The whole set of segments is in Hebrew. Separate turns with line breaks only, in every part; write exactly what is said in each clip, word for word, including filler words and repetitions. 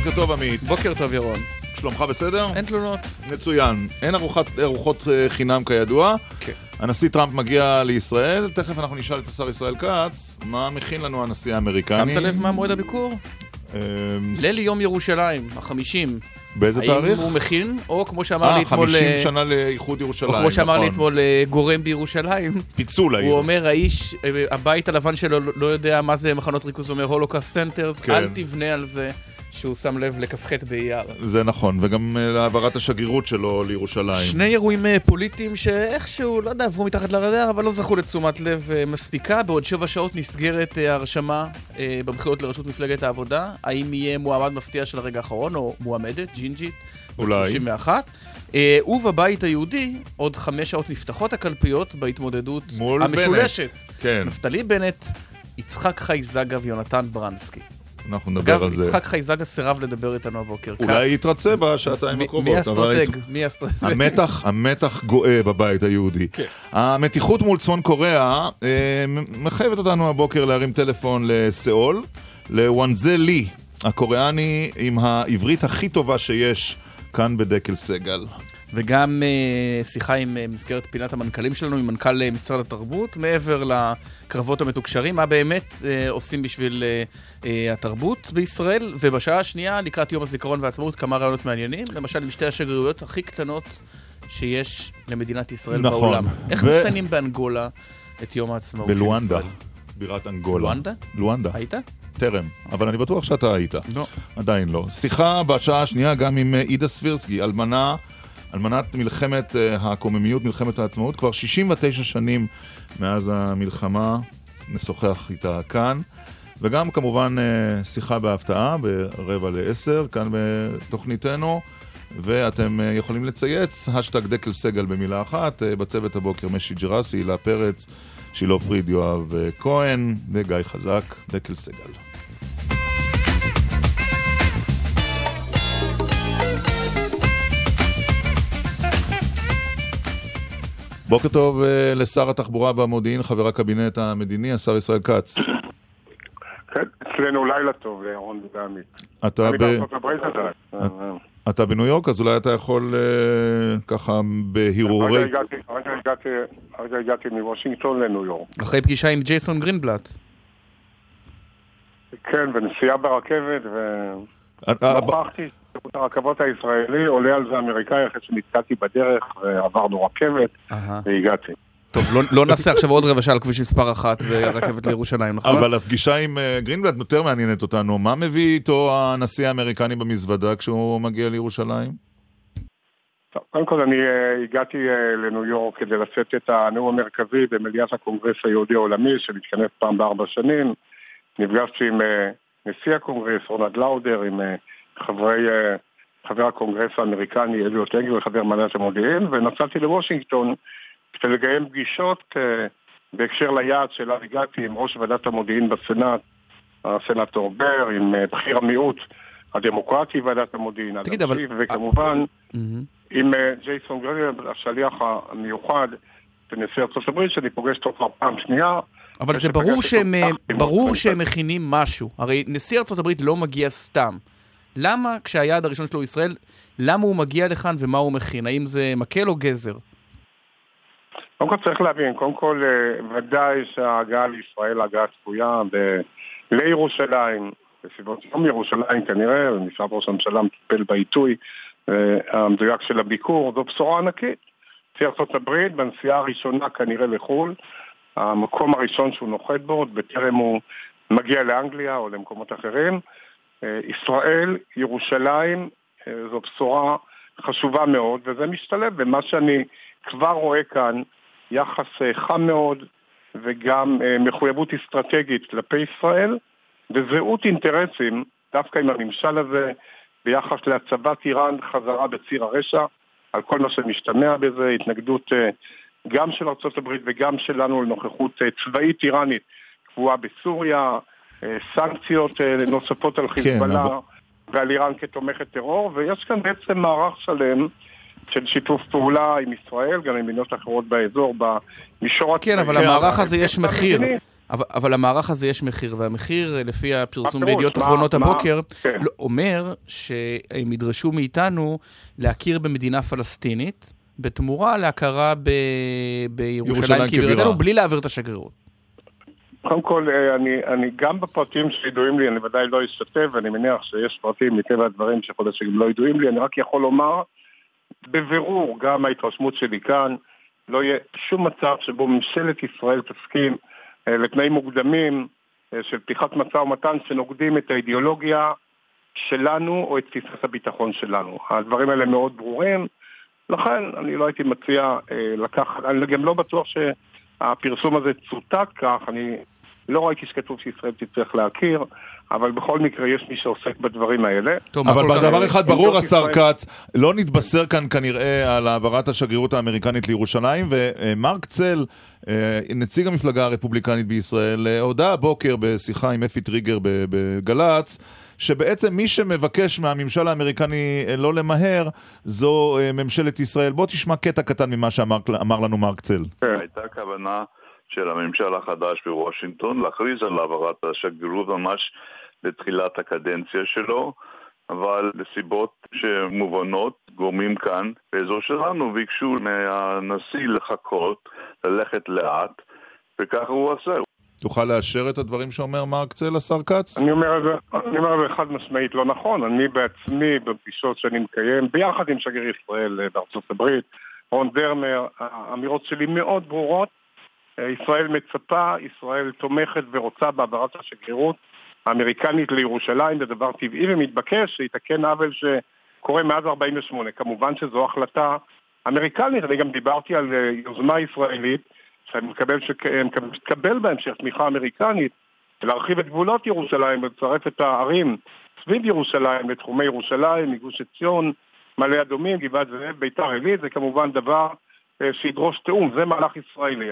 בוקר טוב עמית.
בוקר טוב ירון.
שלומך בסדר?
אין תלונות.
מצוין. אין ארוחת, ארוחות חינם כידוע.
כן.
הנשיא טראמפ מגיע לישראל, תכף אנחנו נשאל את השר ישראל כץ, מה מכין לנו הנשיא האמריקני?
שמת לב מה מועד הביקור? ליל יום ירושלים, החמישים.
באיזה תאריך?
האם הוא מכין, או כמו שאמר לי אתמול...
חמישים שנה לאיחוד ירושלים,
או כמו שאמר לי אתמול גורם בירושלים.
פיצול העיר.
הוא אומר, האיש, הבית הלבן שלו לא יודע מה זה מחנות ריכוז, הוא אומר הולוקאסט סנטרס, אל תבנה על זה שהוא שם לב לכ"ח באייר.
זה נכון, וגם להעברת השגרירות שלו לירושלים.
שני אירועים פוליטיים שאיכשהו, לא יודע, עברו מתחת לרדאר, אבל לא זכו לתשומת לב מספיקה. בעוד שבע שעות נסגרת הרשמה בבחירות לראשות מפלגת העבודה. האם יהיה מועמד מפתיע של הרגע האחרון, או מועמדת, ג'ינג'ית,
אולי.
שלושים ואחת. ובבית היהודי, עוד חמש שעות נפתחות הקלפיות בהתמודדות המשולשת.
כן.
נפתלי בנט, יצחק חייזגה ויונתן ברנסקי.
אנחנו נדבר
אגב,
על זה.
יצחק חייזגה סירב לדבר איתנו הבוקר.
אולי יתרצה בשעתיים הקרובות.
מי אסטרטג? מי אסטרטג?
המתח, המתח גואה בבית היהודי.
כן.
המתיחות מול צפון קוריאה אה, מחייבת אותנו הבוקר להרים טלפון לסאול, לוואנזה לי, הקוריאני עם העברית הכי טובה שיש כאן בדקל סגל. וגם
uh, שיחה עם uh, מסגרת פינת המנכ"לים שלנו, עם מנכ"ל uh, משרד התרבות, מעבר לקרבות המתוקשרים, מה באמת uh, עושים בשביל uh, uh, התרבות בישראל, ובשעה השנייה, לקראת יום הזיכרון והעצמאות, כמה רעיונות מעניינים, למשל עם שתי השגרירויות הכי קטנות שיש למדינת ישראל
נכון.
בעולם. איך
ו...
מציינים באנגולה את יום העצמאות של ישראל?
בלואנדה, בירת אנגולה.
לואנדה?
לואנדה.
היית?
טרם, אבל אני בטוח שאתה היית.
לא.
עדיין לא. שיחה בשעה השנייה גם עם אידה סבירסקי, אלמנה, אלמנת מלחמת הקוממיות, מלחמת העצמאות, כבר שישים ותשע שנים מאז המלחמה, נשוחח איתה כאן, וגם כמובן שיחה בהפתעה ברבע לעשר, כאן בתוכניתנו, ואתם יכולים לצייץ, השטג דקל סגל במילה אחת, בצוות הבוקר משי ג'רסי, הילה פרץ, שילה פריד, יואב כהן וגיא חזק, דקל סגל. בוקר טוב לשר התחבורה והמודיעין, חבר הקבינט המדיני, השר ישראל כץ.
כן, אצלנו לילה טוב, לירון ודעמית.
אתה
אני בארצות הברית עדיין.
אתה בניו יורק, אז אולי אתה יכול ככה בהירורי...
הרגע הגעתי מוושינגטון לניו יורק.
אחרי פגישה עם ג'ייסון גרינבלט.
כן, ונסיעה ברכבת, ונוכחתי שירות הרכבות הישראלי, עולה על זה אמריקאי, אחרי שנתקעתי בדרך, ועברנו רכבת, והגעתי.
טוב, לא, לא נעשה עכשיו עוד רבע שעה על כביש מספר אחת ורכבת לירושלים, נכון?
אבל הפגישה עם גרינבלט יותר מעניינת אותנו. מה מביא איתו הנשיא האמריקני במזוודה כשהוא מגיע לירושלים?
קודם כל, אני הגעתי לניו יורק כדי לשאת את הנאום המרכזי במליאת הקונגרס היהודי העולמי, שמתכנס פעם בארבע שנים. נפגשתי עם נשיא הקונגרס, רונלד לאודר, עם חברי, חבר הקונגרס האמריקני, אליוט אנגל, וחבר מנהלת המודיעין, ונסעתי לוושינגטון, כדי לקיים פגישות uh, בהקשר ליעד שאליו הגעתי עם ראש ועדת המודיעין בסנאט, הסנאטור בר, עם uh, בכיר המיעוט הדמוקרטי ועדת המודיעין,
תגיד, אבל...
וכמובן
mm-hmm.
עם uh, ג'ייסון גרינבלט, השליח המיוחד בנשיא ארצות הברית, שאני פוגש אותו כבר פעם שנייה.
אבל זה ברור שהם, ברור שהם מכינים משהו. הרי נשיא ארצות הברית לא מגיע סתם. למה כשהיעד הראשון שלו ישראל, למה הוא מגיע לכאן ומה הוא מכין? האם זה מקל או גזר?
קודם כל צריך להבין, קודם כל ודאי שההגעה לישראל, ההגעה צפויה לירושלים, בסביבות יום ירושלים כנראה, ומשרד ראש הממשלה מטפל בעיתוי המדויק של הביקור, זו בשורה ענקית. נשיא ארצות הברית, בנסיעה הראשונה כנראה לחו"ל, המקום הראשון שהוא נוחת בו, בטרם הוא מגיע לאנגליה או למקומות אחרים. ישראל, ירושלים, זו בשורה חשובה מאוד, וזה משתלב במה שאני כבר רואה כאן, יחס חם מאוד וגם מחויבות אסטרטגית כלפי ישראל וזהות אינטרסים דווקא עם הממשל הזה ביחס להצבת איראן חזרה בציר הרשע על כל מה שמשתמע בזה, התנגדות גם של ארצות הברית וגם שלנו לנוכחות צבאית איראנית קבועה בסוריה, סנקציות נוספות על חיזבאללה כן, ועל איראן כתומכת טרור, ויש כאן בעצם מערך שלם של שיתוף פעולה עם ישראל, גם עם מדינות אחרות באזור, במישור...
כן, אבל המערך הזה יש מחיר. אבל, אבל המערך הזה יש מחיר, והמחיר, לפי הפרסום בידיעות אחרונות הבוקר, כן. אומר שהם ידרשו מאיתנו להכיר במדינה פלסטינית, בתמורה להכרה ב... בירושלים כבירתנו, בלי להעביר את השגרירות.
קודם כל, אני, אני גם בפרטים שידועים לי, אני ודאי לא אשתתף, ואני מניח שיש פרטים מטבע הדברים שיכול להיות שגם לא ידועים לי, אני רק יכול לומר, בבירור, גם ההתרשמות שלי כאן, לא יהיה שום מצב שבו ממשלת ישראל תסכים לתנאים מוקדמים של פתיחת משא ומתן שנוגדים את האידיאולוגיה שלנו או את תפיסת הביטחון שלנו. הדברים האלה מאוד ברורים, לכן אני לא הייתי מציע לקחת, אני גם לא בטוח שהפרסום הזה צוטט כך, אני לא ראיתי שכתוב שישראל תצטרך להכיר, אבל בכל מקרה יש מי שעוסק בדברים האלה.
אבל בדבר אחד ברור, השר כץ, לא נתבשר כאן כנראה על העברת השגרירות האמריקנית לירושלים, ומרק צל, נציג המפלגה הרפובליקנית בישראל, הודע הבוקר בשיחה עם אפי טריגר בגלץ, שבעצם מי שמבקש מהממשל האמריקני לא למהר, זו ממשלת ישראל. בוא תשמע קטע קטן ממה שאמר לנו מרק צל.
הייתה כוונה של הממשל החדש בוושינגטון, להכריז על העברת השגרירות ממש לתחילת הקדנציה שלו, אבל לסיבות שמובנות, גורמים כאן באזור שלנו ביקשו מהנשיא לחכות, ללכת לאט, וככה הוא עשה.
תוכל לאשר את הדברים שאומר מרק צל, השר כץ?
אני אומר את זה, אני אומר את זה חד משמעית לא נכון. אני בעצמי בפגישות שאני מקיים, ביחד עם שגריר ישראל בארצות הברית, רון דרמר, האמירות שלי מאוד ברורות, ישראל מצפה, ישראל תומכת ורוצה בעברת השגרירות האמריקנית לירושלים, זה דבר טבעי ומתבקש שיתקן עוול שקורה מאז ארבעים ושמונה. כמובן שזו החלטה אמריקנית, אני גם דיברתי על יוזמה ישראלית, שאני מקבל שתקבל בהמשך תמיכה אמריקנית, להרחיב את גבולות ירושלים ולצרף את הערים סביב ירושלים, לתחומי ירושלים, מגוש עציון, מעלה אדומים, גבעת זאב, ביתר עילית, זה כמובן דבר שידרוש תאום, זה מהלך ישראלי.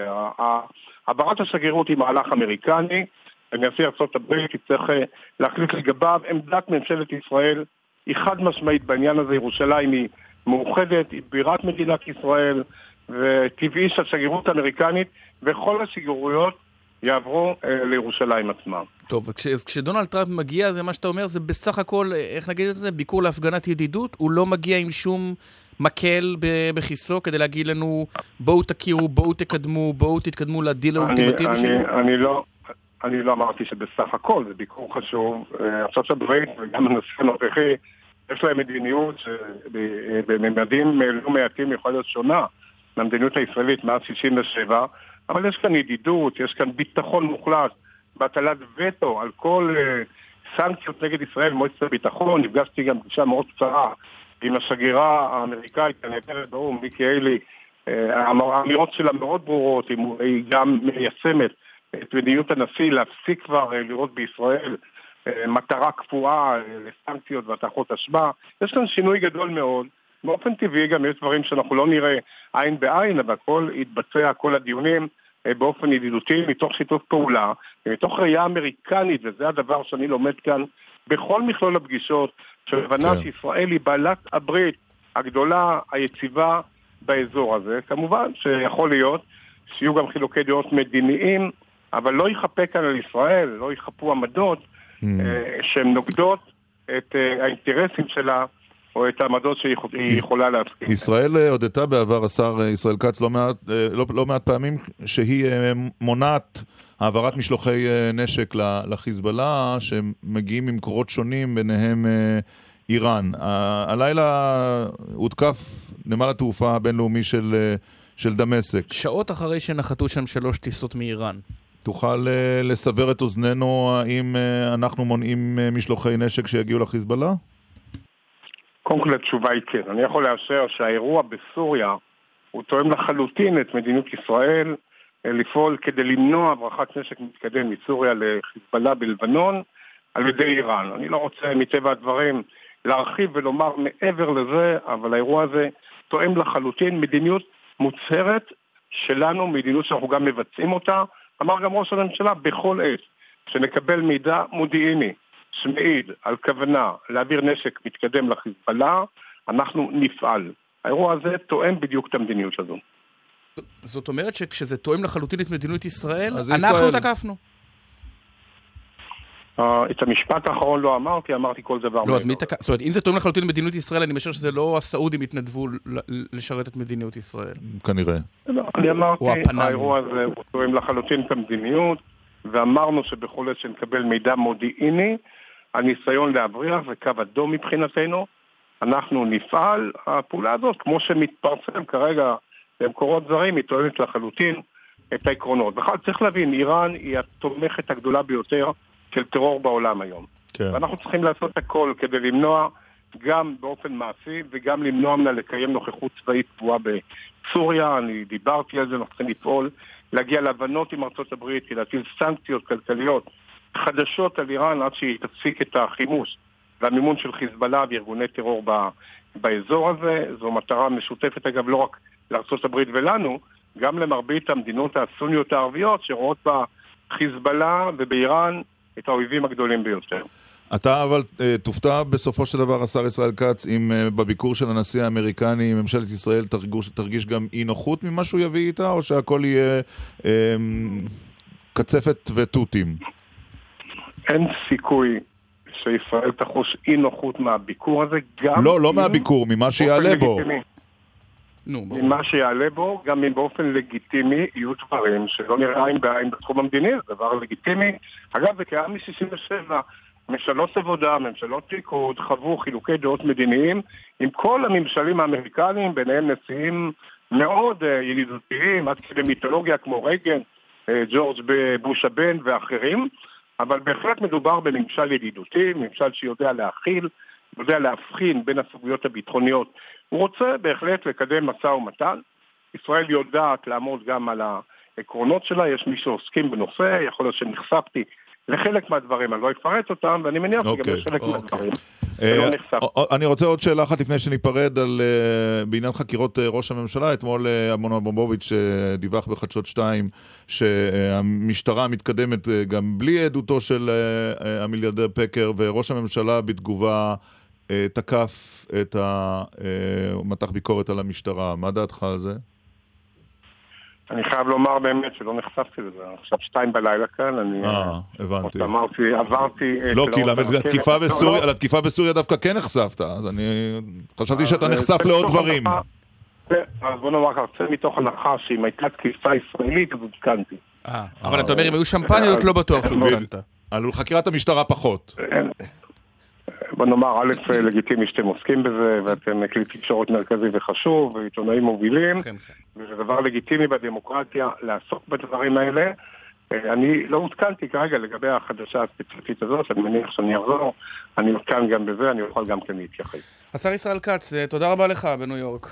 העברת השגרירות היא מהלך אמריקני, ונשיא ארצות הברית יצטרך להחליט לגביו. עמדת ממשלת ישראל היא חד משמעית בעניין הזה, ירושלים היא מאוחדת, היא בירת מדינת ישראל, וטבעי שהשגרירות האמריקנית וכל השגרירויות יעברו אה, לירושלים עצמם.
טוב, וכש, כשדונלד טראמפ מגיע, זה מה שאתה אומר, זה בסך הכל, איך נגיד את זה, ביקור להפגנת ידידות, הוא לא מגיע עם שום מקל בכיסו כדי להגיד לנו, בואו תכירו, בואו תקדמו, בואו תתקדמו לדיל האולטימטיבי שלו?
אני, אני, לא, אני לא אמרתי שבסך הכל, זה ביקור חשוב. ארצות הברית וגם הנשיא הנוכחי, יש להם מדיניות שבממדים לא מעטים יכול להיות שונה מהמדיניות הישראלית מאז שישים ושבע, אבל יש כאן ידידות, יש כאן ביטחון מוחלט, בהטלת וטו על כל uh, סנקציות נגד ישראל, מועצת הביטחון. נפגשתי גם פגישה מאוד קצרה עם השגרירה האמריקאית, הנהדרת באו"ם, מיקי היילי, uh, האמירות שלה מאוד ברורות, היא גם מיישמת את מדיניות הנשיא להפסיק כבר uh, לראות בישראל uh, מטרה קפואה uh, לסנקציות והטחות אשמה. יש כאן שינוי גדול מאוד, באופן טבעי גם יש דברים שאנחנו לא נראה עין בעין, אבל הכל יתבצע, כל הדיונים באופן ידידותי, מתוך שיתוף פעולה, מתוך ראייה אמריקנית, וזה הדבר שאני לומד כאן בכל מכלול הפגישות, שהבנה כן. שישראל היא בעלת הברית הגדולה, היציבה באזור הזה. כמובן שיכול להיות שיהיו גם חילוקי דעות מדיניים, אבל לא יחפה כאן על ישראל, לא יחפו עמדות mm. שהן נוגדות את האינטרסים שלה, או את העמדות שהיא יכולה להסכים.
ישראל הודתה בעבר, השר ישראל כץ, לא מעט, לא, לא מעט פעמים שהיא מונעת העברת משלוחי נשק לחיזבאללה, שמגיעים ממקורות שונים, ביניהם איראן. הלילה הותקף נמל התעופה הבינלאומי של, של דמשק.
שעות אחרי שנחתו שם שלוש טיסות מאיראן.
תוכל לסבר את אוזננו האם אנחנו מונעים משלוחי נשק שיגיעו לחיזבאללה?
קודם כל התשובה היא כן. אני יכול לאשר שהאירוע בסוריה הוא תואם לחלוטין את מדיניות ישראל לפעול כדי למנוע הברחת נשק מתקדם מסוריה לחיזבאללה בלבנון על ידי איראן. אני לא רוצה מטבע הדברים להרחיב ולומר מעבר לזה, אבל האירוע הזה תואם לחלוטין מדיניות מוצהרת שלנו, מדיניות שאנחנו גם מבצעים אותה. אמר גם ראש הממשלה בכל עת שנקבל מידע מודיעיני שמעיד על כוונה להעביר נשק מתקדם לחיזבאללה, אנחנו נפעל. האירוע הזה תואם בדיוק את המדיניות הזו.
זאת אומרת שכשזה תואם לחלוטין את מדיניות ישראל, אנחנו ישראל... תקפנו.
את המשפט האחרון לא אמרתי, אמרתי כל דבר.
לא, אז מי תקע... זאת אומרת, אם זה טוב לחלוטין למדיניות ישראל, אני משער שזה לא הסעודים התנדבו לשרת את מדיניות ישראל.
כנראה.
אני אמרתי, האירוע הזה הוא תואם לחלוטין את המדיניות, ואמרנו שבכל עת שנקבל מידע מודיעיני, הניסיון להבריח זה קו אדום מבחינתנו, אנחנו נפעל, הפעולה הזאת, כמו שמתפרסם כרגע במקורות זרים, היא תואמת לחלוטין את העקרונות. בכלל צריך להבין, איראן היא התומכת הגדולה ביותר של טרור בעולם היום. כן. ואנחנו צריכים לעשות הכל כדי למנוע גם באופן מעשי וגם למנוע מנה לקיים נוכחות צבאית קבועה בסוריה. אני דיברתי על זה, אנחנו צריכים לפעול, להגיע להבנות עם ארצות הברית, להטיל סנקציות כלכליות חדשות על איראן עד שהיא תפסיק את החימוש והמימון של חיזבאללה וארגוני טרור ב, באזור הזה. זו מטרה משותפת אגב לא רק לארצות הברית ולנו, גם למרבית המדינות הסוניות הערביות שרואות בחיזבאללה ובאיראן את האויבים הגדולים ביותר.
אתה אבל תופתע בסופו של דבר, השר ישראל כץ, אם בביקור של הנשיא האמריקני ממשלת ישראל תרגיש, תרגיש גם אי נוחות ממה שהוא יביא איתה, או שהכל יהיה אה, קצפת וטוטים?
אין סיכוי שישראל תחוש אי נוחות מהביקור הזה, גם...
לא, לא מהביקור, ממה שיעלה בו.
ממה שיעלה בו, גם אם באופן לגיטימי יהיו דברים שלא נראה עין בעין בתחום המדיני, זה דבר לגיטימי. אגב, זה קיים מ-שישים ושבע, ממשלות עבודה, ממשלות ליכוד, חוו חילוקי דעות מדיניים עם כל הממשלים האמריקניים, ביניהם נשיאים מאוד ידידותיים, עד כדי מיתולוגיה כמו רייגן, ג'ורג' בוש הבן ואחרים, אבל בהחלט מדובר בממשל ידידותי, ממשל שיודע להכיל, יודע להבחין בין הסוגיות הביטחוניות. הוא רוצה בהחלט לקדם משא ומתן. ישראל יודעת לעמוד גם על העקרונות שלה, יש מי שעוסקים בנושא, יכול להיות שנחשפתי לחלק מהדברים, אני לא אפרט אותם, ואני מניח שגם יש חלק מהדברים.
אני רוצה עוד שאלה אחת לפני שניפרד על בעניין חקירות ראש הממשלה. אתמול אמנון אברמוביץ' דיווח בחדשות שתיים שהמשטרה מתקדמת גם בלי עדותו של המיליארדר פקר, וראש הממשלה בתגובה תקף את המתח ביקורת על המשטרה. מה דעתך על זה?
אני חייב לומר באמת שלא נחשפתי לזה. עכשיו שתיים בלילה כאן, אני...
אה, הבנתי.
אמרתי, עברתי...
לא, כי על התקיפה בסוריה דווקא כן נחשפת, אז אני חשבתי שאתה נחשף לעוד דברים.
אז בוא נאמר, זה מתוך הנחה שאם הייתה תקיפה ישראלית, אז עודכנתי.
אה, אבל אתה אומר, אם היו שמפניות, לא בטוח שעודכנת.
על חקירת המשטרה פחות.
בוא נאמר, א', לגיטימי שאתם עוסקים בזה, ואתם כלי תקשורת מרכזי וחשוב, ועיתונאים מובילים, וזה דבר לגיטימי בדמוקרטיה לעסוק בדברים האלה. אני לא עודכנתי כרגע לגבי החדשה הספציפית הזאת, אני מניח שאני אחזור, אני עודכן גם בזה, אני אוכל גם כן להתייחס.
השר ישראל כץ, תודה רבה לך בניו יורק.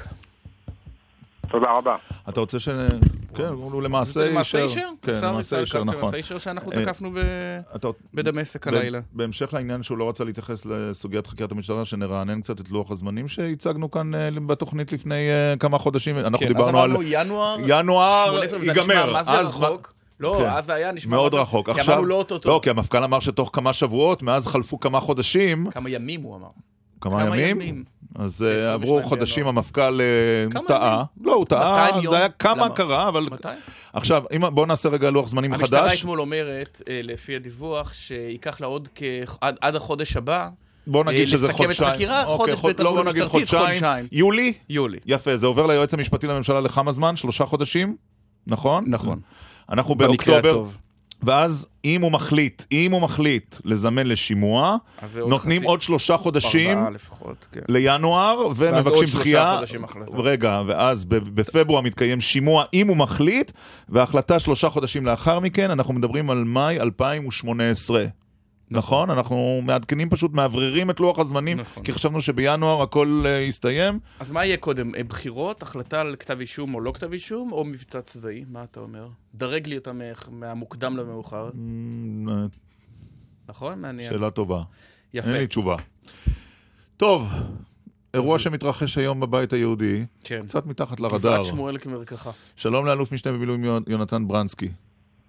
תודה רבה.
אתה רוצה ש... כן, הוא למעשה
אישר. כן, למעשה אישר, נכון. למעשה אישר שאנחנו תקפנו בדמשק הלילה.
בהמשך לעניין שהוא לא רצה להתייחס לסוגיית חקירת המשטרה, שנרענן קצת את לוח הזמנים שהצגנו כאן בתוכנית לפני כמה חודשים. אנחנו דיברנו על...
ינואר...
ינואר ייגמר.
מה זה רחוק? לא, אז זה היה נשמע...
מאוד רחוק.
כי אמרנו לא אותו טוב.
לא, כי המפכ"ל אמר שתוך כמה שבועות, מאז חלפו כמה חודשים...
כמה ימים הוא אמר.
כמה ימים? אז עברו חודשים, המפכ"ל טעה. לא, הוא טעה, זה היה כמה קרה, אבל... מתי? עכשיו, בואו נעשה רגע לוח זמנים חדש.
המשטרה אתמול אומרת, לפי הדיווח, שייקח לה עוד עד החודש הבא,
בואו נגיד שזה חודשיים.
לסכם את חקירה, חודש בתרבות משטרתית, חודשיים.
יולי?
יולי.
יפה, זה עובר ליועץ המשפטי לממשלה לכמה זמן? שלושה חודשים? נכון?
נכון.
אנחנו באוקטובר. ואז אם הוא מחליט, אם הוא מחליט לזמן לשימוע, נותנים עוד שלושה חודשים לינואר, ומבקשים דחייה. רגע, ואז בפברואר מתקיים שימוע אם הוא מחליט, וההחלטה שלושה חודשים לאחר מכן, אנחנו מדברים על מאי אלפיים ושמונה עשרה. נכון? אנחנו מעדכנים פשוט, מעבררים את לוח הזמנים, כי חשבנו שבינואר הכל יסתיים.
אז מה יהיה קודם? בחירות, החלטה על כתב אישום או לא כתב אישום, או מבצע צבאי? מה אתה אומר? דרג לי אותה מהמוקדם למאוחר. נכון? מעניין.
שאלה טובה.
יפה.
אין לי תשובה. טוב, אירוע שמתרחש היום בבית היהודי, קצת מתחת לרדאר.
גבעת שמואל כמרקחה.
שלום לאלוף משנה במילואים יונתן ברנסקי.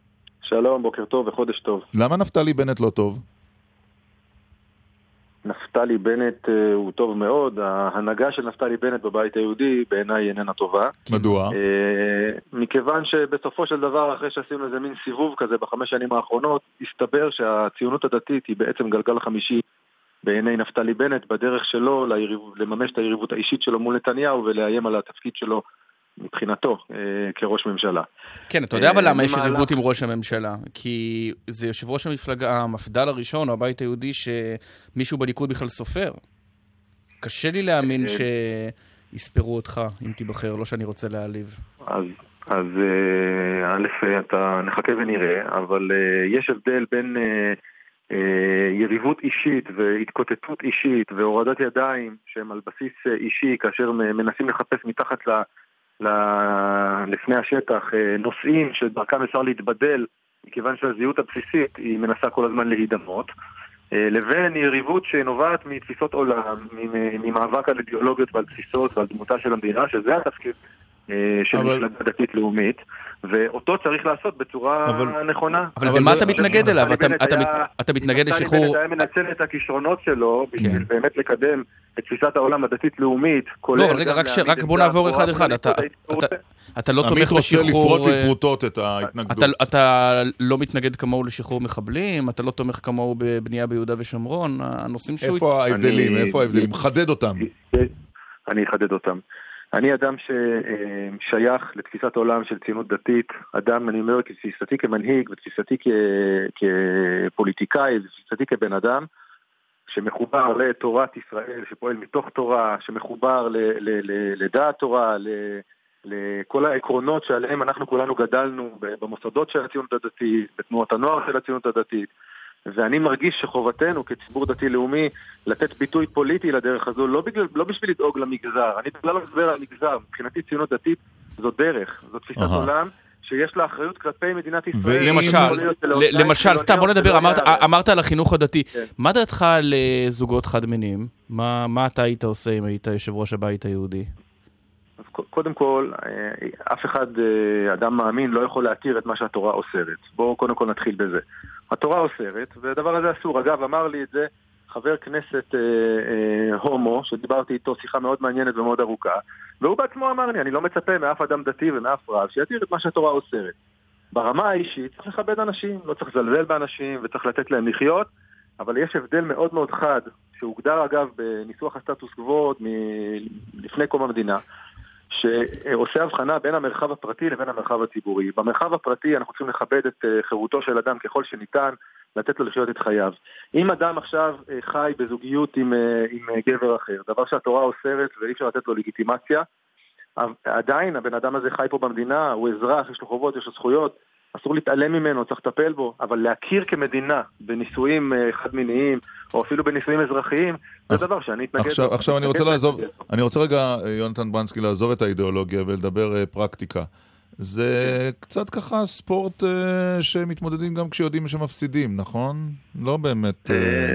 שלום, בוקר טוב וחודש טוב.
למה נפתלי בנט לא טוב?
נפתלי נפתלי בנט הוא טוב מאוד. ההנהגה של נפתלי בנט בבית היהודי בעיניי איננה טובה.
מדוע?
מכיוון שבסופו של דבר, אחרי שעשינו איזה מין סיבוב כזה בחמש שנים האחרונות, הסתבר שהציונות הדתית היא בעצם גלגל החמישי בעיני נפתלי בנט, בדרך שלו לממש את היריבות האישית שלו מול נתניהו ולאיים על התפקיד שלו מבחינתו כראש ממשלה.
כן, אתה יודע אבל למה יש יריבות עם ראש הממשלה? כי זה יושב ראש המפלגה, המפד"ל הראשון, או הבית היהודי, שמישהו בליכוד בכלל סופר. קשה לי להאמין שיספרו אותך אם תיבחר, לא שאני רוצה להעליב.
אז, אז א', אתה נחכה ונראה, אבל יש הבדל בין יריבות אישית והתקוטטות אישית והורדת ידיים שהם על בסיס אישי, כאשר מנסים לחפש מתחת ל... לפני השטח נושאים שדרכם אפשר להתבדל מכיוון שהזהות הבסיסית היא מנסה כל הזמן להידמות, לבין יריבות שנובעת מתפיסות עולם, ממאבק על אידיאולוגיות ועל תפיסות ועל דמותה של המדינה, שזה התפקיד של מפלגה דתית לאומית, ואותו צריך לעשות בצורה נכונה.
אבל במה אתה מתנגד אליו? אתה מתנגד לשחרור...
נפתלי בנט היה מנצל את הכישרונות שלו בשביל באמת לקדם את תפיסת העולם הדתית-לאומית.
לא, רגע, רק בוא נעבור אחד אחד. אתה לא תומך בשחרור...
עמית רוצה לפרוט לפרוטות את ההתנגדות.
אתה לא מתנגד כמוהו לשחרור מחבלים, אתה לא תומך כמוהו בבנייה ביהודה ושומרון, הנושאים שהוא...
איפה ההבדלים? איפה ההבדלים? חדד אותם.
אני אחדד אותם. אני אדם ששייך לתפיסת העולם של ציונות דתית, אדם, אני אומר, כתפיסתי כמנהיג ותפיסתי כפוליטיקאי ותפיסתי כבן אדם, שמחובר לתורת ישראל, שפועל מתוך תורה, שמחובר לדעת תורה, לכל העקרונות שעליהם אנחנו כולנו גדלנו במוסדות של הציונות הדתית, בתנועות הנוער של הציונות הדתית, ואני מרגיש שחובתנו כציבור דתי-לאומי לתת ביטוי פוליטי לדרך הזו, לא, בגלל, לא בשביל לדאוג למגזר. אני בכלל לא מדבר על מגזר. מבחינתי ציונות דתית זו דרך, זו תפיסת עולם שיש לה אחריות כלפי מדינת ישראל.
למשל, למשל, סתם בוא נדבר, אמרת על החינוך הדתי. מה דעתך על זוגות חד מיניים? מה אתה היית עושה אם היית יושב ראש הבית היהודי?
קודם כל, אף אחד, אדם מאמין, לא יכול להתיר את מה שהתורה אוסרת. בואו קודם כל נתחיל בזה. התורה אוסרת, והדבר הזה אסור. אגב, אמר לי את זה חבר כנסת אה, אה, הומו, שדיברתי איתו שיחה מאוד מעניינת ומאוד ארוכה, והוא בעצמו אמר לי, אני לא מצפה מאף אדם דתי ומאף רב, שיתיר את מה שהתורה אוסרת. ברמה האישית צריך לכבד אנשים, לא צריך לזלזל באנשים, וצריך לתת להם לחיות, אבל יש הבדל מאוד מאוד חד, שהוגדר אגב בניסוח הסטטוס קוו לפני קום המדינה, שעושה הבחנה בין המרחב הפרטי לבין המרחב הציבורי. במרחב הפרטי אנחנו צריכים לכבד את חירותו של אדם ככל שניתן, לתת לו לחיות את חייו. אם אדם עכשיו חי בזוגיות עם, עם גבר אחר, דבר שהתורה אוסרת ואי אפשר לתת לו לגיטימציה, עדיין הבן אדם הזה חי פה במדינה, הוא אזרח, יש לו חובות, יש לו זכויות, אסור להתעלם ממנו, צריך לטפל בו, אבל להכיר כמדינה בנישואים חד-מיניים, או אפילו בנישואים אזרחיים, זה דבר שאני אתנגד.
עכשיו, עכשיו אני רוצה לעזוב, אני רוצה רגע, יונתן ברנסקי, לעזוב את האידיאולוגיה ולדבר פרקטיקה. זה קצת ככה ספורט שמתמודדים גם כשיודעים שמפסידים, נכון? לא באמת...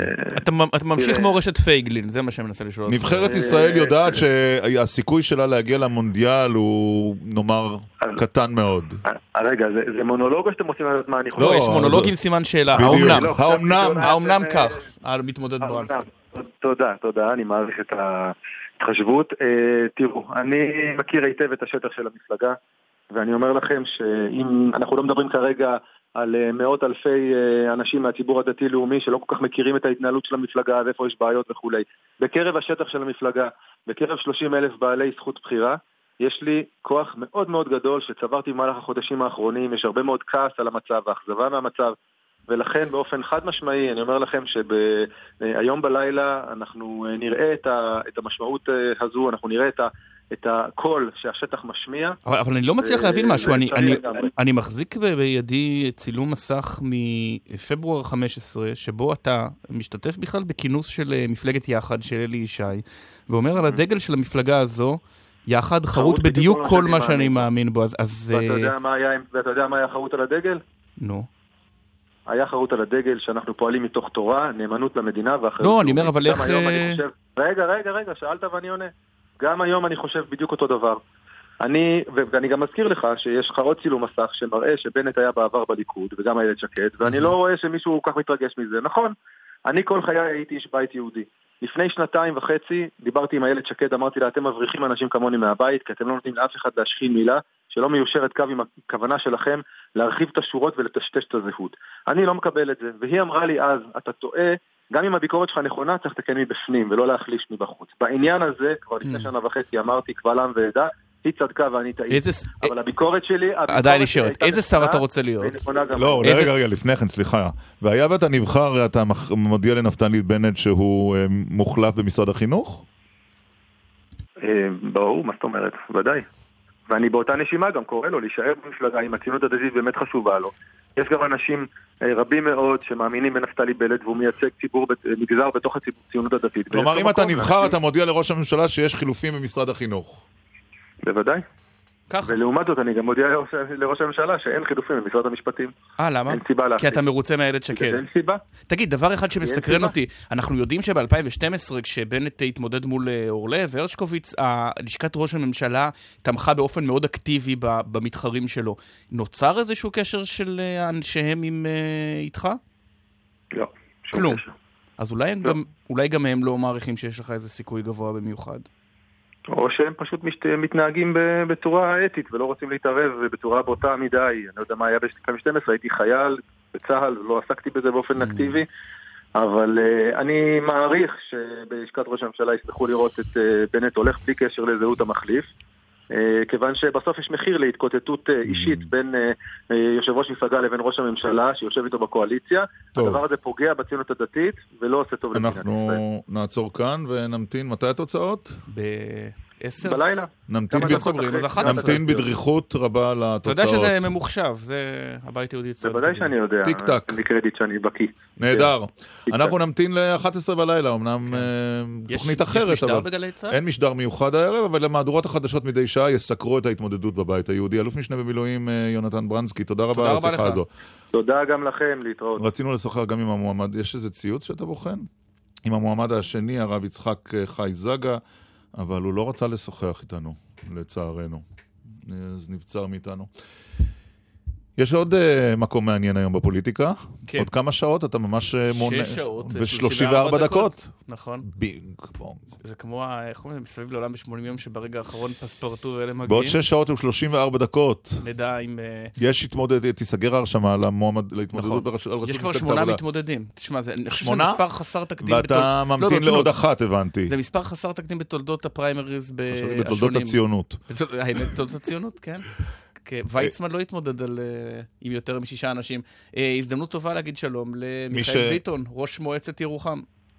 אתה ממשיך מורשת פייגלין, זה מה שמנסה לשאול.
נבחרת ישראל יודעת שהסיכוי שלה להגיע למונדיאל הוא, נאמר, קטן מאוד.
רגע, זה מונולוג או שאתם רוצים לדעת מה אני חושב?
לא, יש מונולוג עם סימן שאלה. האומנם? האומנם? האומנם כך, על מתמודד ברנסקי.
תודה, תודה, אני מעריך את ההתחשבות. תראו, אני מכיר היטב את השטח של המפלגה, ואני אומר לכם שאם אנחנו לא מדברים כרגע על מאות אלפי אנשים מהציבור הדתי-לאומי שלא כל כך מכירים את ההתנהלות של המפלגה ואיפה יש בעיות וכו'. בקרב השטח של המפלגה, בקרב שלושים אלף בעלי זכות בחירה, יש לי כוח מאוד מאוד גדול שצברתי במהלך החודשים האחרונים, יש הרבה מאוד כעס על המצב והאכזבה מהמצב, ולכן באופן חד משמעי אני אומר לכם שהיום בלילה אנחנו נראה את המשמעות הזו, אנחנו נראה את ה... את הקול שהשטח משמיע.
אבל, אבל אני לא מצליח להבין משהו. אני, אני, אני מחזיק בידי צילום מסך מפברואר חמש עשרה, שבו אתה משתתף בכלל בכינוס של מפלגת יחד, של אלי ישי, ואומר על הדגל של המפלגה הזו, יחד חרוט בדיוק כל מה שאני מאמין בו. אז, אז,
ואתה יודע מה היה, ואתה יודע מה היה חרוט על הדגל?
נו.
היה חרוט על הדגל שאנחנו פועלים מתוך תורה, נאמנות למדינה ואחרת.
לא, אני אומר, אבל איך...
רגע, רגע, רגע, שאלת ואני עונה. גם היום אני חושב בדיוק אותו דבר. אני, ואני גם מזכיר לך שיש לך עוד צילום מסך שמראה שבנט היה בעבר בליכוד, וגם איילת שקד, ואני לא רואה שמישהו כל כך מתרגש מזה. נכון, אני כל חיי הייתי איש בית יהודי. לפני שנתיים וחצי דיברתי עם הילד שקד, אמרתי לה, אתם מבריחים אנשים כמוני מהבית, כי אתם לא נותנים לאף אחד להשחיל מילה, שלא מיושרת קו עם הכוונה שלכם להרחיב את השורות ולטשטש את הזהות. אני לא מקבל את זה, והיא אמרה לי אז, אתה טועה, גם אם הביקורת שלך נכונה, צריך לתקן מבפנים ולא להחליש מבחוץ. בעניין הזה, כבר לפני שנה וחצי אמרתי, קבל עם ועדה, היא צדקה ואני טעית. אבל הביקורת שלי...
עדיין נשארת. איזה שר אתה רוצה להיות?
לא, רגע, רגע, לפני כן, סליחה. והיה ואתה נבחר, אתה מודיע לנפתלי בנט שהוא מוחלף במשרד החינוך?
ברור, מה זאת אומרת? ודאי. ואני באותה נשימה גם קורא לו להישאר במפלגה, אם הציונות הדתית באמת חשובה לו. יש גם אנשים רבים מאוד שמאמינים בנפתלי בנט, והוא מייצג ציבור, מגזר בתוך הציונות הדתית.
כלומר, אם אתה נבחר, אתה מודיע לראש הממשלה שיש חילופים במשרד החינוך.
בוודאי. ככה. ולעומת זאת, אני גם מודיע לראש הממשלה שאין חילופים במשרד המשפטים.
אה, למה?
אין סיבה להחליף.
כי אתה מרוצה מהילד שקד.
אין סיבה.
תגיד, דבר אחד שמסקרן אותי, אנחנו יודעים שב-אלפיים ושתים עשרה, כשבנט התמודד מול אורלב והרשקוביץ, לשכת ראש הממשלה תמכה באופן מאוד אקטיבי במתחרים שלו. נוצר איזשהו קשר של אנשיהם עם איתך?
לא.
כלום. אז אולי גם הם לא מעריכים שיש לך איזה סיכוי גבוה במיוחד.
או שהם פשוט מתנהגים בצורה אתית ולא רוצים להתערב בצורה באותה מידי. אני לא יודע מה היה ב-אלפיים ושתים עשרה, הייתי חייל בצהל, לא עסקתי בזה באופן אקטיבי, אבל אני מעריך שבלשכת ראש הממשלה ישמחו לראות את בנט הולך בלי קשר לזהות המחליף, כיוון שבסוף יש מחיר להתקוטטות אישית בין יושב ראש מפלגה לבין ראש הממשלה שיושב איתו בקואליציה. הדבר הזה פוגע בציונות הדתית ולא עושה טוב למדינת ישראל.
אנחנו נעצור כאן ונמתין. מתי התוצאות?
בעשר?
בלילה.
נמתין בדריכות רבה לתוצאות.
אתה יודע שזה ממוחשב, זה הבית היהודי צד.
בוודאי שאני יודע.
טיק טק.
מקרדיט שאני בקיא.
נהדר. אנחנו נמתין ל-אחת עשרה בלילה, אמנם תוכנית אחרת.
יש משדר בגלי צד?
אין משדר מיוחד הערב, אבל למהדורות החדשות מדי שעה יסקרו את ההתמודדות בבית היהודי. אלוף משנה במילואים יונתן ברנסקי, תודה רבה על השיחה הזו.
תודה גם לכם, להתראות.
רצינו לשוחח גם עם המועמד, יש איזה ציוץ שאתה בוחן? עם המועמד השני, הרב יצחק חי זגה, אבל הוא לא רצה לשוחח איתנו, לצערנו. אז נבצר מאיתנו. יש עוד uh, מקום מעניין היום בפוליטיקה. כן. עוד כמה שעות, אתה ממש מונה...
שש שעות,
ו-שלושים וארבע דקות.
נכון.
בינג, בונג.
זה, זה כמו, איך אומרים, מסביב לעולם ב-שמונים יום, שברגע האחרון פספורטו אלה מגיעים.
בעוד שש שעות ו-שלושים וארבע דקות.
נדע אם...
יש התמודד, תיסגר הרשמה למועמד, להתמודדות
נכון.
ברשות.
יש כבר שמונה מתמודדים. תשמע, זה, אני חושב שזה מספר חסר תקדים.
ואתה בתול... ממתין לא, לעוד לא, אחת, הבנתי.
זה מספר חסר תקדים בתולדות הפריימריז השונים.
בתולדות הציונות.
האמת, בתולדות הציונות, כן. ויצמן לא התמודד על, עם יותר משישה אנשים. הזדמנות טובה להגיד שלום למיכאל ביטון, ראש מועצת ירוחם.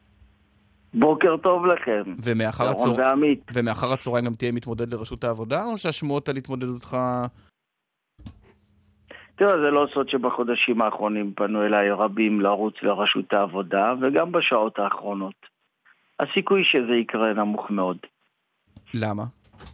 בוקר טוב לכם.
ומאחר, הצור... ומאחר הצהריים גם תהיה מתמודד לרשות העבודה, או שהשמועות על התמודדותך...
תראה, זה לא סוד שבחודשים האחרונים פנו אליי רבים לרוץ לרשות העבודה, וגם בשעות האחרונות. הסיכוי שזה יקרה נמוך מאוד.
למה?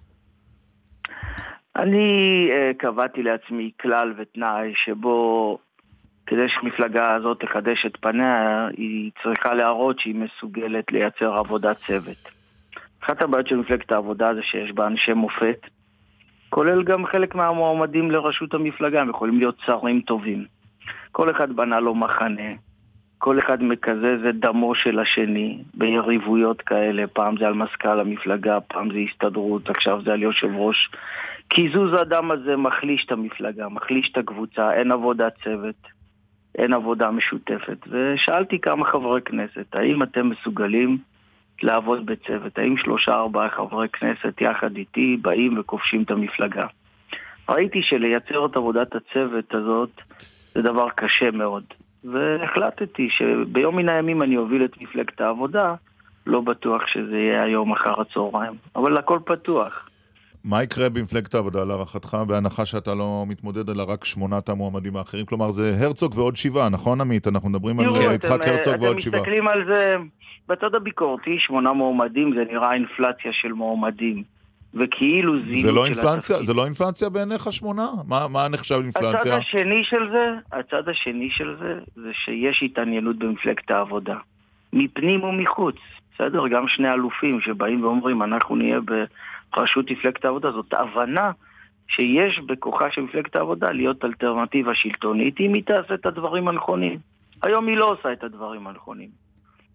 אני uh, קבעתי לעצמי כלל ותנאי שבו כדי שהמפלגה הזאת תחדש את פניה, היא צריכה להראות שהיא מסוגלת לייצר עבודת צוות. אחת הבעיות של מפלגת העבודה זה שיש בה אנשי מופת, כולל גם חלק מהמועמדים לראשות המפלגה, הם יכולים להיות שרים טובים. כל אחד בנה לו מחנה, כל אחד מקזז את דמו של השני ביריבויות כאלה, פעם זה על מזכ"ל המפלגה, פעם זה הסתדרות, עכשיו זה על יושב ראש. קיזוז הדם הזה מחליש את המפלגה, מחליש את הקבוצה, אין עבודת צוות, אין עבודה משותפת. ושאלתי כמה חברי כנסת, האם אתם מסוגלים לעבוד בצוות? האם שלושה ארבעה חברי כנסת יחד איתי באים וכובשים את המפלגה? ראיתי שלייצר את עבודת הצוות הזאת זה דבר קשה מאוד. והחלטתי שביום מן הימים אני אוביל את מפלגת העבודה, לא בטוח שזה יהיה היום אחר הצהריים, אבל הכל פתוח.
מה יקרה במפלגת העבודה להערכתך, בהנחה שאתה לא מתמודד אלא רק שמונת המועמדים האחרים? כלומר, זה הרצוג ועוד שבעה, נכון עמית? אנחנו מדברים על יצחק הרצוג ועוד שבעה.
אתם מסתכלים על זה, בצד הביקורתי, שמונה מועמדים, זה נראה אינפלציה של מועמדים. וכאילו זילות של התפקיד.
זה לא אינפלציה בעיניך שמונה? מה, מה נחשב אינפלציה?
הצד השני של זה, הצד השני של זה, זה שיש התעניינות במפלגת העבודה. מפנים ומחוץ. בסדר? גם שני אלופים שבאים ואומרים, אנחנו נהיה בראשות מפלגת העבודה. זאת הבנה שיש בכוחה של מפלגת העבודה להיות אלטרנטיבה שלטונית, אם היא תעשה את הדברים הנכונים. היום היא לא עושה את הדברים הנכונים.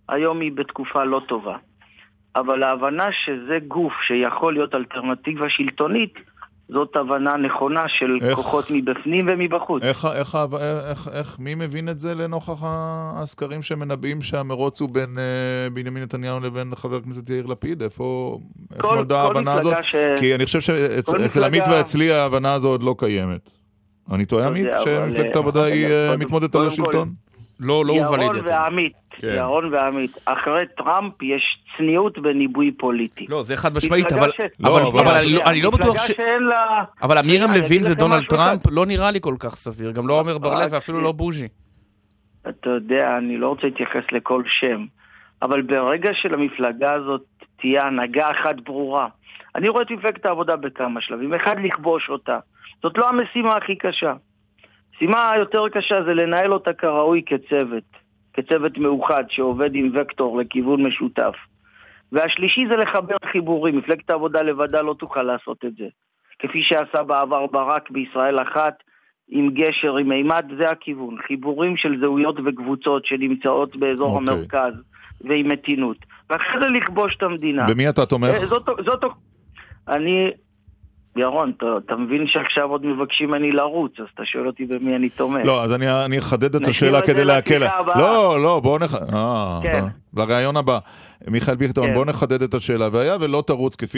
היום היא בתקופה לא טובה. אבל ההבנה שזה גוף שיכול להיות אלטרנטיבה שלטונית, זאת הבנה נכונה של איך, כוחות מבפנים ומבחוץ.
איך, איך, איך, איך, מי מבין את זה לנוכח הסקרים שמנבאים שהמרוץ הוא בין uh, בנימין נתניהו לבין חבר הכנסת יאיר לפיד? איפה, איך נולדה ההבנה הזאת? ש... כי אני חושב שאצל מפלגה... עמית ואצלי ההבנה הזו עוד לא קיימת. אני טועה עמית שמפלגת העבודה היא מתמודדת על השלטון?
לא, לא הובא לידי.
ירון ועמית, ירון ועמית, אחרי טראמפ יש צניעות בניבוי פוליטי.
לא, זה חד משמעית, אבל אני לא בטוח ש... אבל אמירם לוין זה דונלד טראמפ לא נראה לי כל כך סביר, גם לא עומר בר-לב ואפילו לא בוז'י.
אתה יודע, אני לא רוצה להתייחס לכל שם, אבל ברגע שלמפלגה הזאת תהיה הנהגה אחת ברורה, אני רואה את מפלגת העבודה בכמה שלבים, אחד לכבוש אותה, זאת לא המשימה הכי קשה. המשימה היותר קשה זה לנהל אותה כראוי כצוות, כצוות מאוחד שעובד עם וקטור לכיוון משותף. והשלישי זה לחבר חיבורים, מפלגת העבודה לבדה לא תוכל לעשות את זה. כפי שעשה בעבר ברק בישראל אחת, עם גשר, עם מימד, זה הכיוון. חיבורים של זהויות וקבוצות שנמצאות באזור okay. המרכז ועם מתינות. ואחרי זה לכבוש את המדינה.
במי אתה תומך?
זאת, זאת, אני... ירון, אתה, אתה מבין שעכשיו עוד מבקשים אני לרוץ, אז אתה שואל אותי במי אני תומך.
לא, אז אני, אני אחדד את השאלה כדי להקל. לא, לא, בואו נח... אה,
כן.
לרעיון הבא. מיכאל ביטון, כן. בואו נחדד את השאלה. והיה ולא תרוץ כפי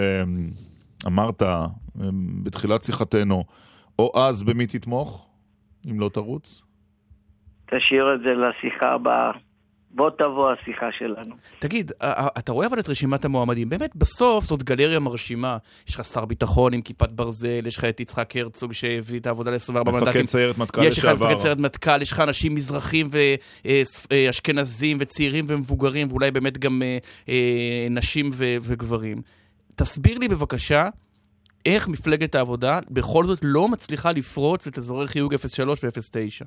שאמרת בתחילת שיחתנו, או אז במי תתמוך, אם לא תרוץ? תשאיר
את זה לשיחה הבאה. בוא תבוא השיחה שלנו.
תגיד, אתה רואה אבל את רשימת המועמדים, באמת בסוף זאת גלריה מרשימה, יש לך שר ביטחון עם כיפת ברזל, יש לך את יצחק הרצוג שהביא את העבודה ל-עשרים וארבע מנדטים,
מפקד סיירת מטכ"ל
יש לך מפקד סיירת מטכ"ל, יש לך אנשים מזרחים ואשכנזים וצעירים ומבוגרים, ואולי באמת גם נשים וגברים. תסביר לי בבקשה, איך מפלגת העבודה בכל זאת לא מצליחה לפרוץ את אזורי חיוג אפס שלוש ו-אפס תשע?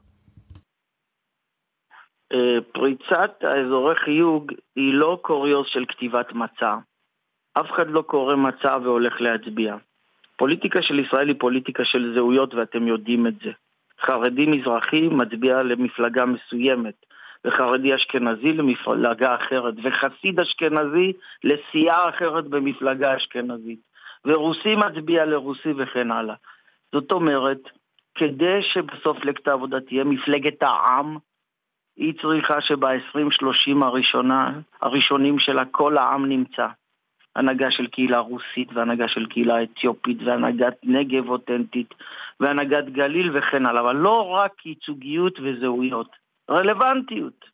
פריצת האזורי חיוג היא לא קוריוז של כתיבת מצע. אף אחד לא קורא מצע והולך להצביע. פוליטיקה של ישראל היא פוליטיקה של זהויות ואתם יודעים את זה. חרדי מזרחי מצביע למפלגה מסוימת, וחרדי אשכנזי למפלגה אחרת, וחסיד אשכנזי לסיעה אחרת במפלגה אשכנזית, ורוסי מצביע לרוסי וכן הלאה. זאת אומרת, כדי שבסוף מפלגת העבודה תהיה מפלגת העם, היא צריכה שב-עשרים שלושים הראשונה, הראשונים שלה כל העם נמצא. הנהגה של קהילה רוסית, והנהגה של קהילה אתיופית, והנהגת נגב אותנטית, והנהגת גליל וכן הלאה. אבל לא רק ייצוגיות וזהויות, רלוונטיות.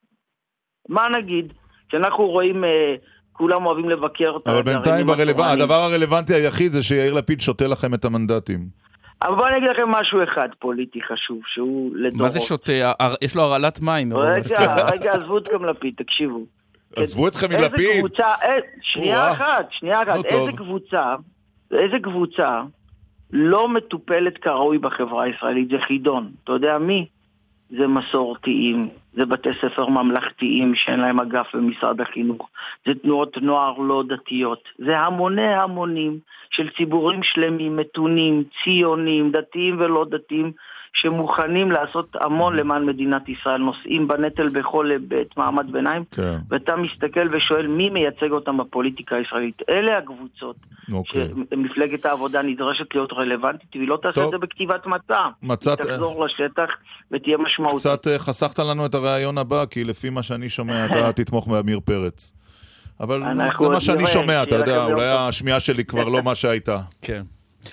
מה נגיד? שאנחנו רואים, אה, כולם אוהבים לבקר אותה.
אבל בינתיים הרלוונ... הדבר הרלוונטי היחיד זה שיאיר לפיד שותה לכם את המנדטים.
אבל בוא אני אגיד לכם משהו אחד פוליטי חשוב, שהוא לדורות.
מה זה שותה? יש לו הרעלת מים.
רגע, רגע, עזבו אתכם לפיד, תקשיבו.
עזבו אתכם מלפיד?
איזה קבוצה, שנייה אחת, שנייה אחת, איזה קבוצה, איזה קבוצה לא מטופלת כראוי בחברה הישראלית, זה חידון. אתה יודע מי? זה מסורתיים, זה בתי ספר ממלכתיים שאין להם אגף במשרד החינוך, זה תנועות נוער לא דתיות, זה המוני המונים של ציבורים שלמים, מתונים, ציונים, דתיים ולא דתיים, שמוכנים לעשות המון למען מדינת ישראל, נושאים בנטל בכל בית מעמד ביניים, כן. ואתה מסתכל ושואל מי מייצג אותם בפוליטיקה הישראלית. אלה הקבוצות אוקיי. שמפלגת העבודה נדרשת להיות רלוונטית, והיא לא תעשה את זה בכתיבת מצע. מצאת... תחזור לשטח ותהיה משמעותית.
קצת חסכת לנו את הרעיון הבא, כי לפי מה שאני שומע אתה תתמוך באמיר פרץ. אבל זה מה שאני שומע, אתה יודע, אולי השמיעה שלי כבר לא מה שהייתה.
כן.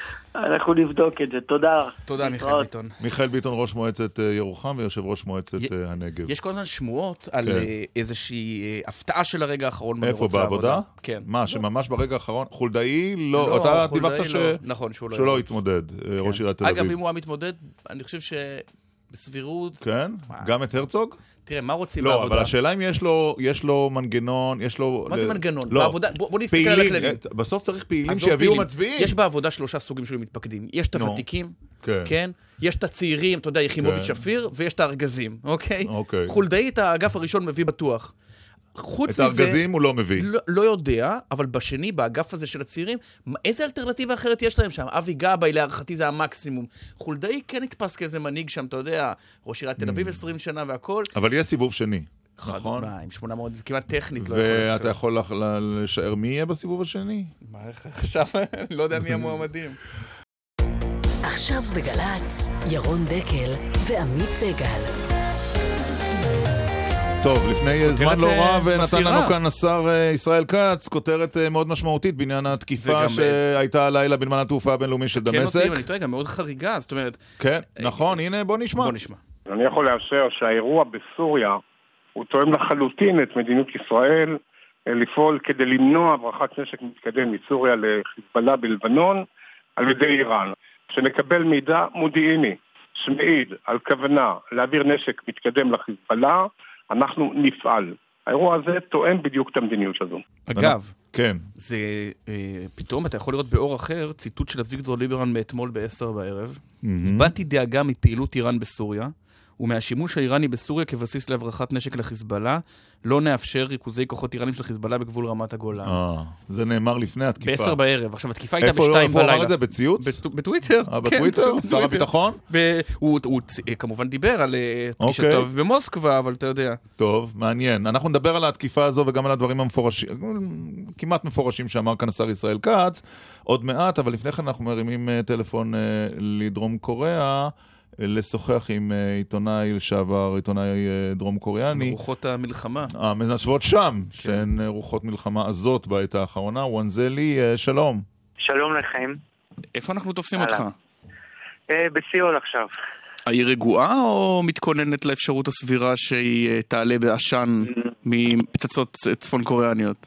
אנחנו נבדוק את זה, תודה.
תודה מיכאל ביטון.
מיכאל ביטון, ראש מועצת ירוחם ויושב ראש מועצת הנגב.
יש כל הזמן שמועות על איזושהי הפתעה של הרגע האחרון.
איפה, בעבודה?
כן.
מה, שממש ברגע האחרון? חולדאי לא, אתה דיווחת שהוא לא התמודד, ראש עיריית תל אביב.
אגב, אם הוא המתמודד, אני חושב ש... בסבירות.
כן? גם את הרצוג?
תראה, מה רוצים
לא,
בעבודה?
אבל השאלה אם יש לו, יש לו מנגנון, יש לו...
מה זה מנגנון?
לא.
בעבודה, בוא, בוא נסתכל על הכללים.
בסוף צריך פעילים שיביאו מצביעים.
יש בעבודה שלושה סוגים של מתפקדים. יש את הוותיקים, כן. כן? יש את הצעירים, אתה יודע, יחימוביץ' שפיר, ויש את הארגזים, אוקיי?
אוקיי.
חולדאי את האגף הראשון מביא בטוח.
את הארגזים הוא לא מביא.
לא, לא יודע, אבל בשני, באגף הזה של הצעירים, איזה אלטרנטיבה אחרת יש להם שם? אבי גבאי, להערכתי זה המקסימום. חולדאי כן נתפס כאיזה מנהיג שם, אתה יודע, ראש עיריית תל אביב עשרים שנה והכל.
אבל יש סיבוב שני. נכון.
מה, עם שמונה מאות, זה כמעט טכנית.
ואתה יכול לשער מי יהיה בסיבוב השני?
מה, עכשיו, אני לא יודע מי המועמדים.
עכשיו בגלץ, ירון דקל ועמית סגל.
טוב, לפני זמן לא רב נתן לנו כאן השר ישראל כץ, כותרת מאוד משמעותית בעניין התקיפה שהייתה הלילה בנמל התעופה הבינלאומי של דמשק.
כן, אני טועה, גם מאוד חריגה, זאת אומרת...
כן, נכון, הנה בוא נשמע.
בוא נשמע.
אני יכול לאשר שהאירוע בסוריה הוא תואם לחלוטין את מדיניות ישראל לפעול כדי למנוע הברחת נשק מתקדם מסוריה לחיזבאללה בלבנון על ידי איראן. שנקבל מידע מודיעיני שמעיד על כוונה להעביר נשק מתקדם לחיזבאללה, אנחנו נפעל. האירוע הזה תואם בדיוק את המדיניות הזו.
אגב,
כן.
זה פתאום אתה יכול לראות באור אחר ציטוט של אביגדור ליברמן מאתמול בעשר בערב. הבעתי דאגה מפעילות איראן בסוריה, ומהשימוש האיראני בסוריה כבסיס להברחת נשק לחיזבאללה, לא נאפשר ריכוזי כוחות איראנים של חיזבאללה בגבול רמת הגולן.
אה, זה נאמר לפני התקיפה.
בעשר בערב. עכשיו, התקיפה הייתה בשתיים בלילה.
איפה הוא אמר את זה? בציוץ?
בטוויטר.
אה, בטוויטר? שר הביטחון?
הוא כמובן דיבר על פגישתו במוסקבה, אבל אתה יודע.
טוב, מעניין. אנחנו נדבר על התקיפה הזו וגם על הדברים המפורשים, כמעט מפורשים שאמר כאן השר ישראל כץ, עוד מעט, אבל לפני כן אנחנו מרימים טלפון לדרום קוריאה, לשוחח עם עיתונאי לשעבר, עיתונאי דרום קוריאני.
רוחות המלחמה.
המנשבות שם, שהן רוחות מלחמה הזאת בעת האחרונה. וונזלי, שלום.
שלום לכם.
איפה אנחנו תופסים אותך?
בסיול עכשיו.
היא רגועה או מתכוננת לאפשרות הסבירה שהיא תעלה בעשן מפצצות צפון קוריאניות?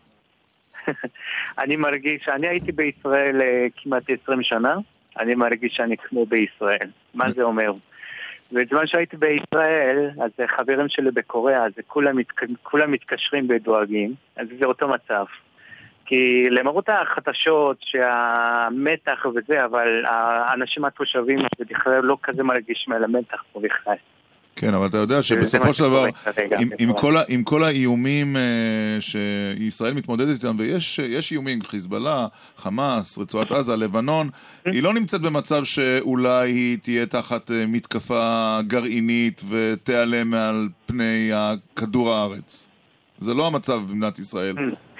אני מרגיש, אני הייתי בישראל כמעט עשרים שנה. אני מרגיש שאני כמו בישראל. מה זה אומר? בזמן שהייתי בישראל, אז חברים שלי בקוריאה, אז כולם, כולם מתקשרים ודואגים, אז זה אותו מצב. כי למרות החדשות שהמתח וזה, אבל האנשים התושבים בכלל לא כזה מרגישים על המתח פה בכלל.
כן, אבל אתה יודע שבסופו של דבר, עם, עם, כל, עם כל האיומים uh, שישראל מתמודדת איתם, ויש יש איומים, חיזבאללה, חמאס, רצועת עזה, לבנון, היא לא נמצאת במצב שאולי היא תהיה תחת uh, מתקפה גרעינית ותיעלם מעל פני כדור הארץ. זה לא המצב במדינת ישראל.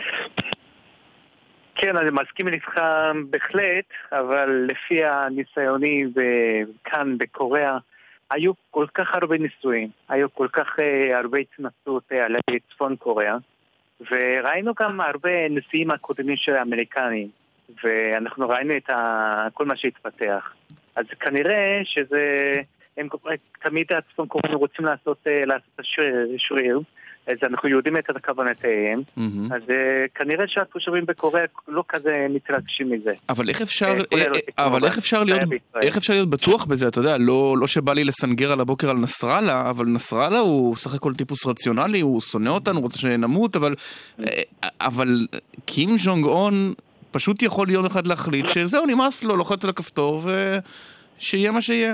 כן, אני מסכים איתך בהחלט, אבל לפי הניסיוני כאן בקוריאה, היו כל כך הרבה ניסויים, היו כל כך uh, הרבה התנסות uh, על צפון קוריאה, וראינו גם הרבה נשיאים הקודמים של האמריקנים, ואנחנו ראינו את ה... כל מה שהתפתח. אז כנראה שזה, הם תמיד הצפון קוריאנים רוצים לעשות, uh, לעשות השריר, שריר, אז אנחנו יודעים את הכוונותיהם, mm-hmm. אז uh, כנראה שהתושבים בקוריאה לא כזה מתרגשים מזה.
אבל איך אפשר, אה, אבל איך אפשר להיות, איך אפשר להיות בטוח בזה? אתה יודע, לא, לא שבא לי לסנגר על הבוקר על נסראללה, אבל נסראללה הוא סך הכל טיפוס רציונלי, הוא שונא אותנו, הוא רוצה שנמות, אבל, אבל קים ז'ונג און פשוט יכול יום אחד להחליט שזהו, נמאס לו, לוחץ על הכפתור, ושיהיה מה שיהיה.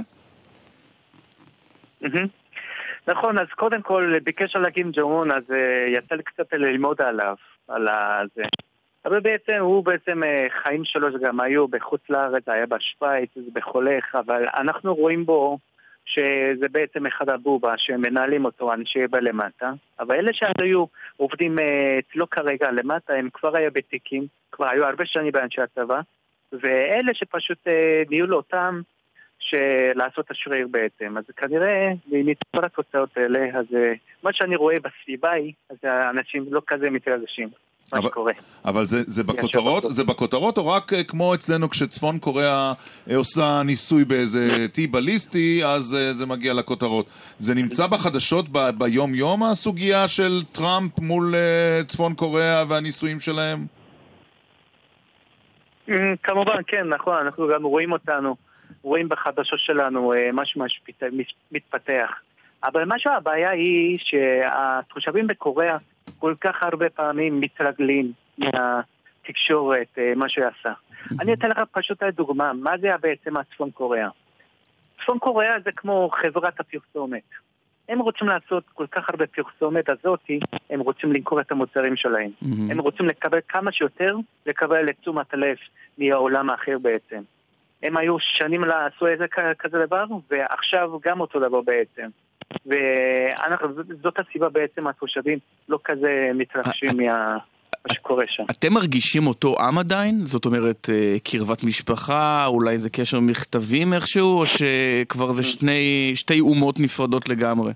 אהה. נכון, אז קודם כל, בקשר לקים ג'ון, אז uh, יצא לי קצת ללמוד עליו, על זה. אבל בעצם, הוא בעצם, uh, חיים שלו שגם היו בחוץ לארץ, היה בשוויץ, זה בחולך, אבל אנחנו רואים בו שזה בעצם אחד הבובה, שמנהלים אותו אנשי בלמטה, אבל אלה שהיו עובדים אצלו uh, כרגע למטה, הם כבר היו בתיקים, כבר היו הרבה שנים באנשי הצבא, ואלה שפשוט uh, ניהלו אותם, שלעשות השריר בעצם. אז כנראה, מכל התוצאות האלה, אז מה שאני רואה בסביבה היא, אז האנשים לא כזה מתרגשים, מה
אבל,
שקורה.
אבל זה, זה בכותרות, זה בכותרות, או רק כמו אצלנו כשצפון קוריאה עושה ניסוי באיזה טי בליסטי, אז זה מגיע לכותרות. זה נמצא בחדשות ב, ביום יום, הסוגיה של טראמפ מול צפון קוריאה והניסויים שלהם?
כמובן, כן, נכון, אנחנו גם רואים אותנו. רואים בחדשות שלנו משהו מתפתח. אבל משהו הבעיה היא שהתושבים בקוריאה כל כך הרבה פעמים מתרגלים מהתקשורת, מה שעשה. אני אתן לך פשוט דוגמה, מה זה בעצם הצפון קוריאה? צפון קוריאה זה כמו חברת הפרסומת. הם רוצים לעשות כל כך הרבה פרסומת הזאת, הם רוצים למכור את המוצרים שלהם. הם רוצים לקבל כמה שיותר, לקבל לתשומת הלב מהעולם האחר בעצם. הם היו שנים לעשו איזה כזה דבר, ועכשיו גם אותו דבר בעצם. וזאת הסיבה בעצם התושבים לא כזה מתרגשים מה... שקורה שם.
אתם מרגישים אותו עם עדיין? זאת אומרת, קרבת משפחה, אולי זה קשר מכתבים איכשהו, או שכבר זה שני, שתי אומות נפרדות לגמרי?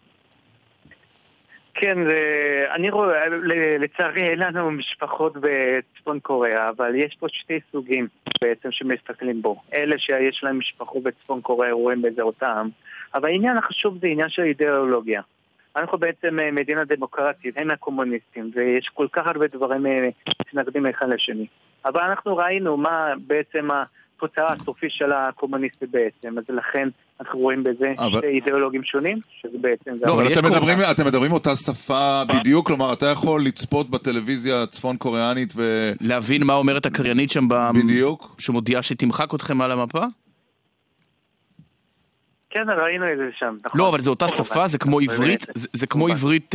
כן, זה, אני רואה, לצערי אין לנו משפחות בצפון קוריאה, אבל יש פה שתי סוגים בעצם שמסתכלים בו. אלה שיש להם משפחות בצפון קוריאה רואים בזה אותם, אבל העניין החשוב זה עניין של אידיאולוגיה. אנחנו בעצם מדינה דמוקרטית, הם הקומוניסטים, ויש כל כך הרבה דברים מתנגדים אחד לשני. אבל אנחנו ראינו מה בעצם התוצאה הסופית של הקומוניסטים בעצם, אז לכן אנחנו רואים בזה אבל... שתי אידיאולוגים שונים, שזה בעצם...
לא, אבל אתם מדברים, אתם מדברים אותה שפה בדיוק, כלומר, אתה יכול לצפות בטלוויזיה הצפון קוריאנית ו...
להבין מה אומרת הקריינית שם,
בדיוק.
שמודיעה שתמחק אתכם על המפה?
כן, ראינו את זה שם.
לא, אבל זה אותה שפה, זה כמו עברית? זה כמו עברית...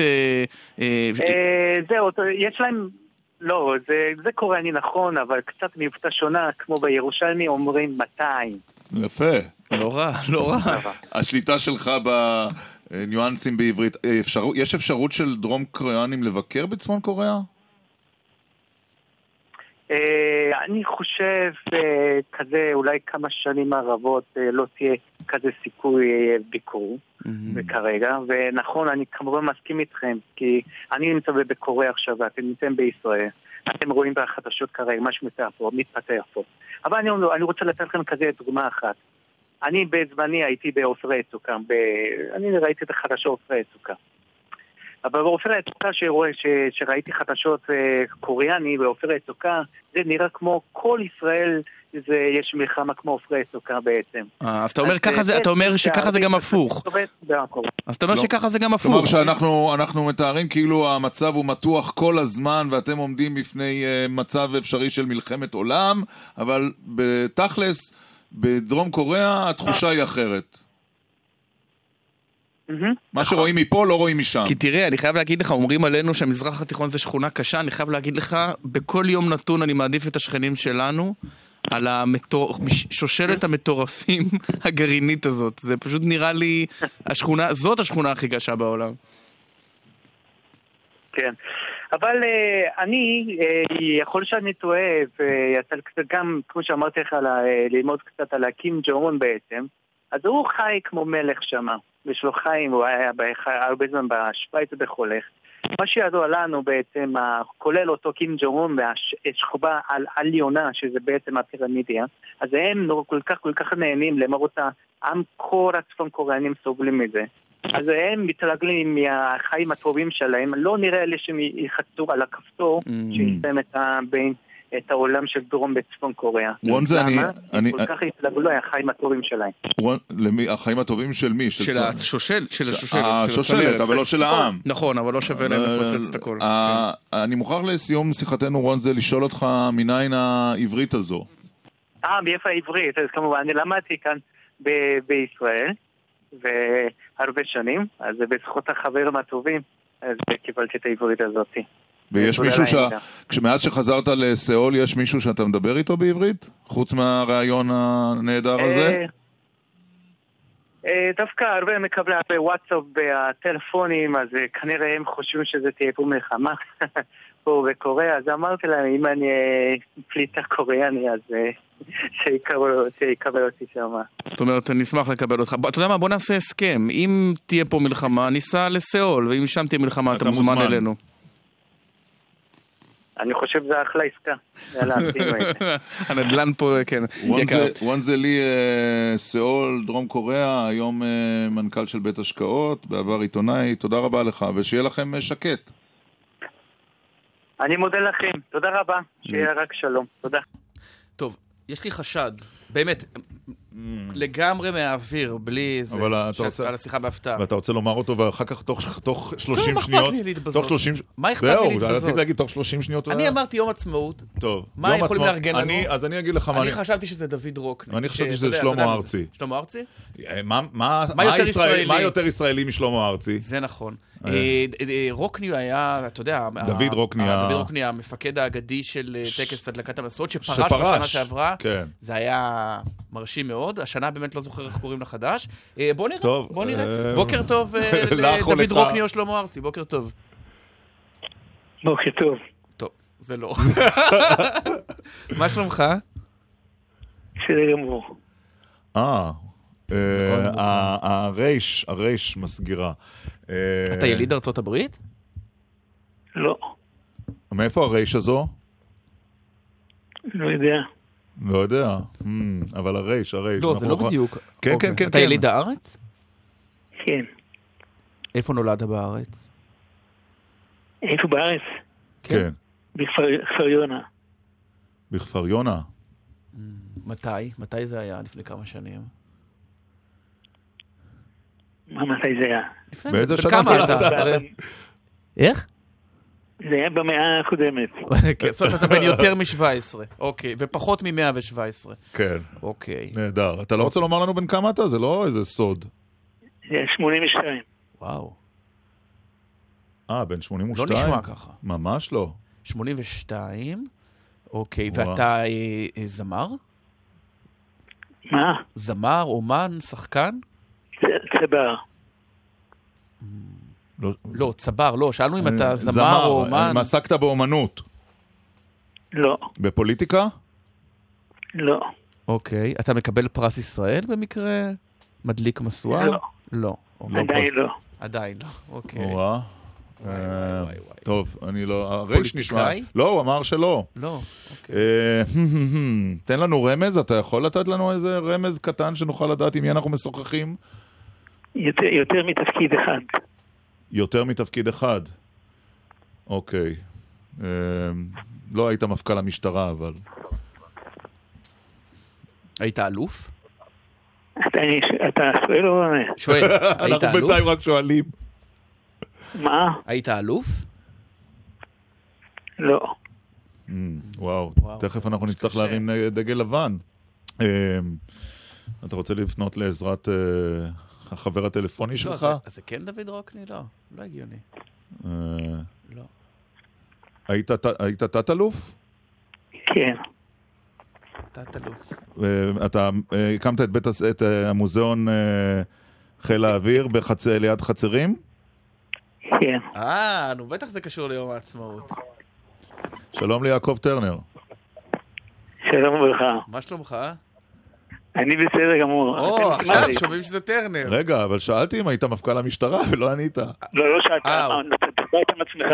זהו, יש להם... לא, זה קוריאני נכון, אבל קצת מבטא שונה, כמו בירושלמי אומרים מאתיים.
יפה.
לא רע, לא רע.
השליטה שלך בניואנסים בעברית, יש אפשרות של דרום קוריאנים לבקר בצפון קוריאה?
אני חושב כזה אולי כמה שנים הרבות לא תהיה כזה סיכוי ביקור כרגע, ונכון, אני כמובן מסכים איתכם, כי אני נמצא בקוריאה עכשיו ואתם נמצאים בישראל, אתם רואים בחדשות כרגע מה שמתפתח פה, מתפתח פה, אבל אני, אני רוצה לתת לכם כזה דוגמה אחת. אני בזמני הייתי בעופרי יצוקה, ב... אני ראיתי את החדשות עופרי יצוקה, אבל בעופרי יצוקה שרואה, ש... שראיתי חדשות קוריאני בעופרי יצוקה, זה נראה כמו כל ישראל, זה, יש מלחמה כמו עופרי יצוקה בעצם.
אז אתה אומר, ככה זה, אתה אומר שככה זה גם הפוך. אז אתה אומר שככה זה גם הפוך.
כלומר שאנחנו אנחנו מתארים כאילו המצב הוא מתוח כל הזמן, ואתם עומדים בפני מצב אפשרי של מלחמת עולם, אבל בתכלס, בדרום קוריאה התחושה היא אחרת. מה שרואים מפה לא רואים משם.
כי תראה, אני חייב להגיד לך, אומרים עלינו שהמזרח התיכון זה שכונה קשה, אני חייב להגיד לך, בכל יום נתון אני מעדיף את השכנים שלנו על שושלת המטורפים הגרעינית הזאת. זה פשוט נראה לי השכונה, זאת השכונה הכי קשה בעולם.
כן. אבל אני, יכול שאני טועה, וגם, כמו שאמרתי לך, ללמוד קצת על הקים ג'ון בעצם, אז הוא חי כמו מלך שמה. יש לו חיים, הוא היה הרבה זמן בשוויץ ובחולך. מה שידוע לנו בעצם, כולל אותו קים ג'ון והשכבה על עליונה, שזה בעצם הפירמידיה, אז הם כל כך כל כך נהנים למרות העם כל הצפון קוריאנים סובלים מזה. אז הם מתרגלים מהחיים הטובים שלהם, לא נראה לי שהם יחצו על הכפתור שיסתם את בין את העולם של דרום בצפון קוריאה.
וונזה, אני...
הם כל כך התרגלו החיים הטובים שלהם.
החיים הטובים של מי?
של השושל, של השושלת.
השושלת, אבל לא של העם.
נכון, אבל לא שווה להם לפוצץ את הכל.
אני מוכרח לסיום שיחתנו, וונזה, לשאול אותך מניין העברית הזו.
אה, מאיפה העברית? אז כמובן, אני למדתי כאן בישראל, והרבה שנים, אז בזכות החברים הטובים, אז קיבלתי את העברית הזאת.
ויש מישהו ש... כשמאז שחזרת לסאול, יש מישהו שאתה מדבר איתו בעברית? חוץ מהרעיון הנהדר הזה?
דווקא הרבה מקבלי בוואטסאפ בטלפונים, אז כנראה הם חושבים שזה תהיה פה מלחמה פה בקוריאה, אז אמרתי להם, אם אני פליטה קוריאני, אז שיקבל אותי שם.
זאת אומרת, אני אשמח לקבל אותך. אתה יודע מה, בוא נעשה הסכם. אם תהיה פה מלחמה, ניסע לסאול, ואם שם תהיה מלחמה, אתה מוזמן אלינו.
אני חושב שזה אחלה עסקה.
הנדל"ן פה, כן, יקר.
וונזה לי, סאול, דרום קוריאה, היום מנכ"ל של בית השקעות, בעבר עיתונאי, תודה רבה לך, ושיהיה לכם שקט.
אני מודה לכם, תודה רבה, שיהיה רק שלום, תודה.
טוב, יש לי חשד, באמת, לגמרי מהאוויר, בלי זה, שעשרה לשיחה בהפתעה.
ואתה רוצה לומר אותו, ואחר כך תוך שלושים שניות...
מה אכפת לי להתבזות? מה אכפת לי להתבזות?
זהו, רציתי להגיד תוך שלושים שניות...
אני אמרתי יום עצמאות.
טוב.
מה יכולים לארגן לנו?
אז אני אגיד לך מה...
אני חשבתי שזה דוד רוקני.
אני חשבתי שזה שלמה ארצי.
שלמה ארצי?
מה יותר ישראלי משלמה ארצי?
זה נכון. רוקני היה, אתה יודע...
דוד רוקני.
דוד רוקני, המפקד האגדי של טקס הדלקת המשואות, שפרש בשנה שעברה. זה היה מרשים מאוד. השנה באמת לא זוכר איך קוראים לחדש. אה, בוא נראה,
טוב,
בוא נראה.
אה,
בוקר טוב אה,
לך או
לדוד
לך.
רוקני או שלמה ארצי, בוקר טוב.
בוקר טוב.
טוב, זה לא. מה שלומך?
בסדר גמור.
אה, אה, ה- הרייש, הרייש מסגירה. אה,
אתה יליד ארצות הברית?
לא,
מאיפה הרייש הזו?
לא יודע.
לא יודע, Hmm, אבל הרייש, הרייש.
לא, זה לא
אנחנו-
בדיוק.
כן,
אוקיי.
כן, כן.
אתה
כן.
יליד הארץ?
כן.
איפה נולדת בארץ?
איפה בארץ?
כן,
בכפר כפר יונה.
בכפר יונה.
מתי? מתי זה היה? לפני כמה שנים?
מה, מתי זה היה?
לפני-
באיזה
בן
שנה
כמה
נולדת?
אתה? איך?
זה היה במאה הקודמת.
כן, זאת אומרת, אתה בן יותר מ-שבע עשרה. אוקיי, ופחות מ-מאה ושבע עשרה.
כן,
אוקיי.
נהדר. אתה לא רוצה לומר לנו בן כמה אתה? זה לא איזה סוד.
זה היה שמונים ושתיים.
וואו.
אה, בן שמונים
לא
ושתיים?
נשמע ככה.
ממש לא.
שמונים ושתיים, אוקיי,
וואו.
ואתה אה, אה, זמר?
מה?
זמר, אומן, שחקן?
צ- צבר.
לא,
לא, צבר, לא. שאלנו אם אתה
אה,
זמר או אומן.
אם עסקת באומנות.
לא,
בפוליטיקה?
לא,
אוקיי. אתה מקבל פרס ישראל במקרה? מדליק משואה?
לא.
לא. אוקיי.
עדיין לא.
עדיין לא, אוקיי.
וואה.
וואי,
אה,
וואי, וואי.
טוב, אני לא... הרייש נשמע...
פוליטיקאי?
לא, הוא אמר שלא.
לא, אוקיי.
אה, תן לנו רמז, אתה יכול לתת לנו איזה רמז קטן שנוכל לדעת עם מי אנחנו משוחחים?
יותר, יותר מתפקיד אחד.
יותר מתפקיד אחד. אוקיי. אה, לא היית מפכ"ל המשטרה, אבל...
היית אלוף?
אתה, אתה שואל או עונה?
שואל, היית
אנחנו
אלוף?
בינתיים רק שואלים.
מה?
היית אלוף?
לא.
Mm, וואו,
וואו,
תכף
זה
אנחנו
ממש
נצטרך
קשה.
להרים נ- דגל לבן. אה, אתה רוצה לפנות לעזרת אה, החבר הטלפוני
לא,
שלך?
זה- אז זה כן דוד רוקני? לא, לא הגיוני.
אה,
לא.
היית ת- היית תת-אלוף?
כן.
תת אלוף.
אה, אתה אה, הקמת את בית הס- את אה, המוזיאון אה, חיל האוויר בחצ- ליד חצרים?
כן.
אה, נו, בטח זה קשור ליום העצמאות.
שלום ליעקב טרנר.
שלום וברכה.
מה שלומך?
אני בסדר גמור.
או,
אתם
עכשיו
שמעתי.
שומעים שזה טרנר.
רגע, אבל שאלתי אם היית מפכ"ל המשטרה ולא ענית.
לא, לא שאלת.
אה.
אתה דיברת עם עצמך.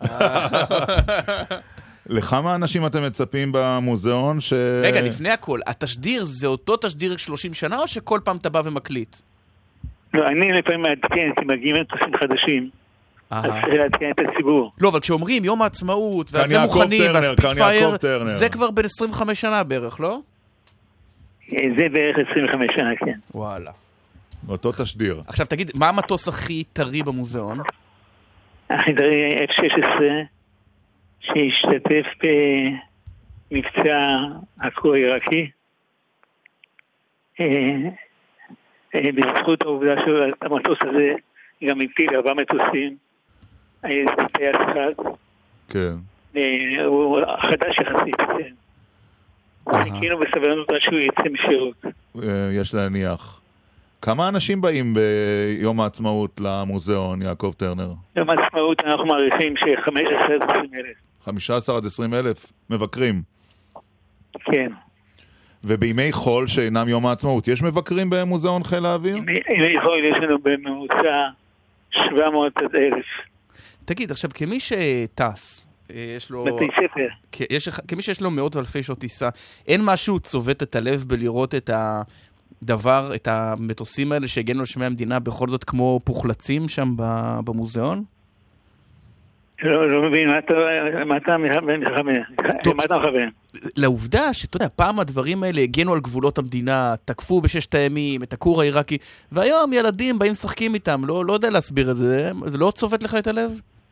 לכמה אנשים אתם מצפים במוזיאון ש...
רגע, לפני הכל, התשדיר זה אותו תשדיר שלושים שנה, או שכל פעם אתה בא ומקליט?
לא, אני לפעמים מעדכן, כי מגיעים מטוסים חדשים. אז
אהה.
צריך לעדכן את הציבור.
לא, אבל כשאומרים יום העצמאות,
כאן
והזה
יעקב
מוכנים,
טרנר,
והספיק
כאן
פייר,
יעקב טרנר.
זה כבר בין עשרים וחמש שנה בערך, לא?
זה בערך עשרים וחמש שנה, כן.
וואלה.
אותו תשדיר.
עכשיו תגיד, מה המטוס הכי טרי במוזיאון?
החדרי אף שש עשרה שהשתתף במבצע עכו העיראקי. אה, אה, בזכות העובדה שהמטוס הזה גם הפיל ארבעה מטוסים. היה טייס אחד.
כן.
אה, הוא חדש יחסית, כן.
אהה.
חיכינו בסבלנות עד שהוא יצא משירות.
אה, יש להניח. כמה אנשים באים ביום העצמאות למוזיאון, יעקב טרנר?
יום העצמאות אנחנו מעריכים ש-חמש עשרה עד עשרים אלף.
חמישה עשר עד עשרים אלף מבקרים.
כן.
ובימי חול שאינם יום העצמאות, יש מבקרים במוזיאון חיל האוויר?
אם יכול, יש לנו בממוצע שבע מאות עד אלף.
תגיד, עכשיו, כמי שטס, אה, יש לו...
בתי ספר.
כ- יש, לך- כמי שיש לו מאות ואלפי שעות טיסה, אין משהו צובט את הלב בלראות את הדבר, את המטוסים האלה שהגנו על שמי המדינה בכל זאת כמו פוחלצים שם ב- במוזיאון?
לא, לא מבין, מה אתה, מה אתה מכוון?
טוב,
מה אתה מכוון?
לעובדה שאתה יודע, פעם הדברים האלה הגנו על גבולות המדינה, תקפו בששת הימים, את הכור העיראקי, והיום ילדים באים לשחקים איתם, לא, לא יודע להסביר את זה, זה לא צובט לך את הלב?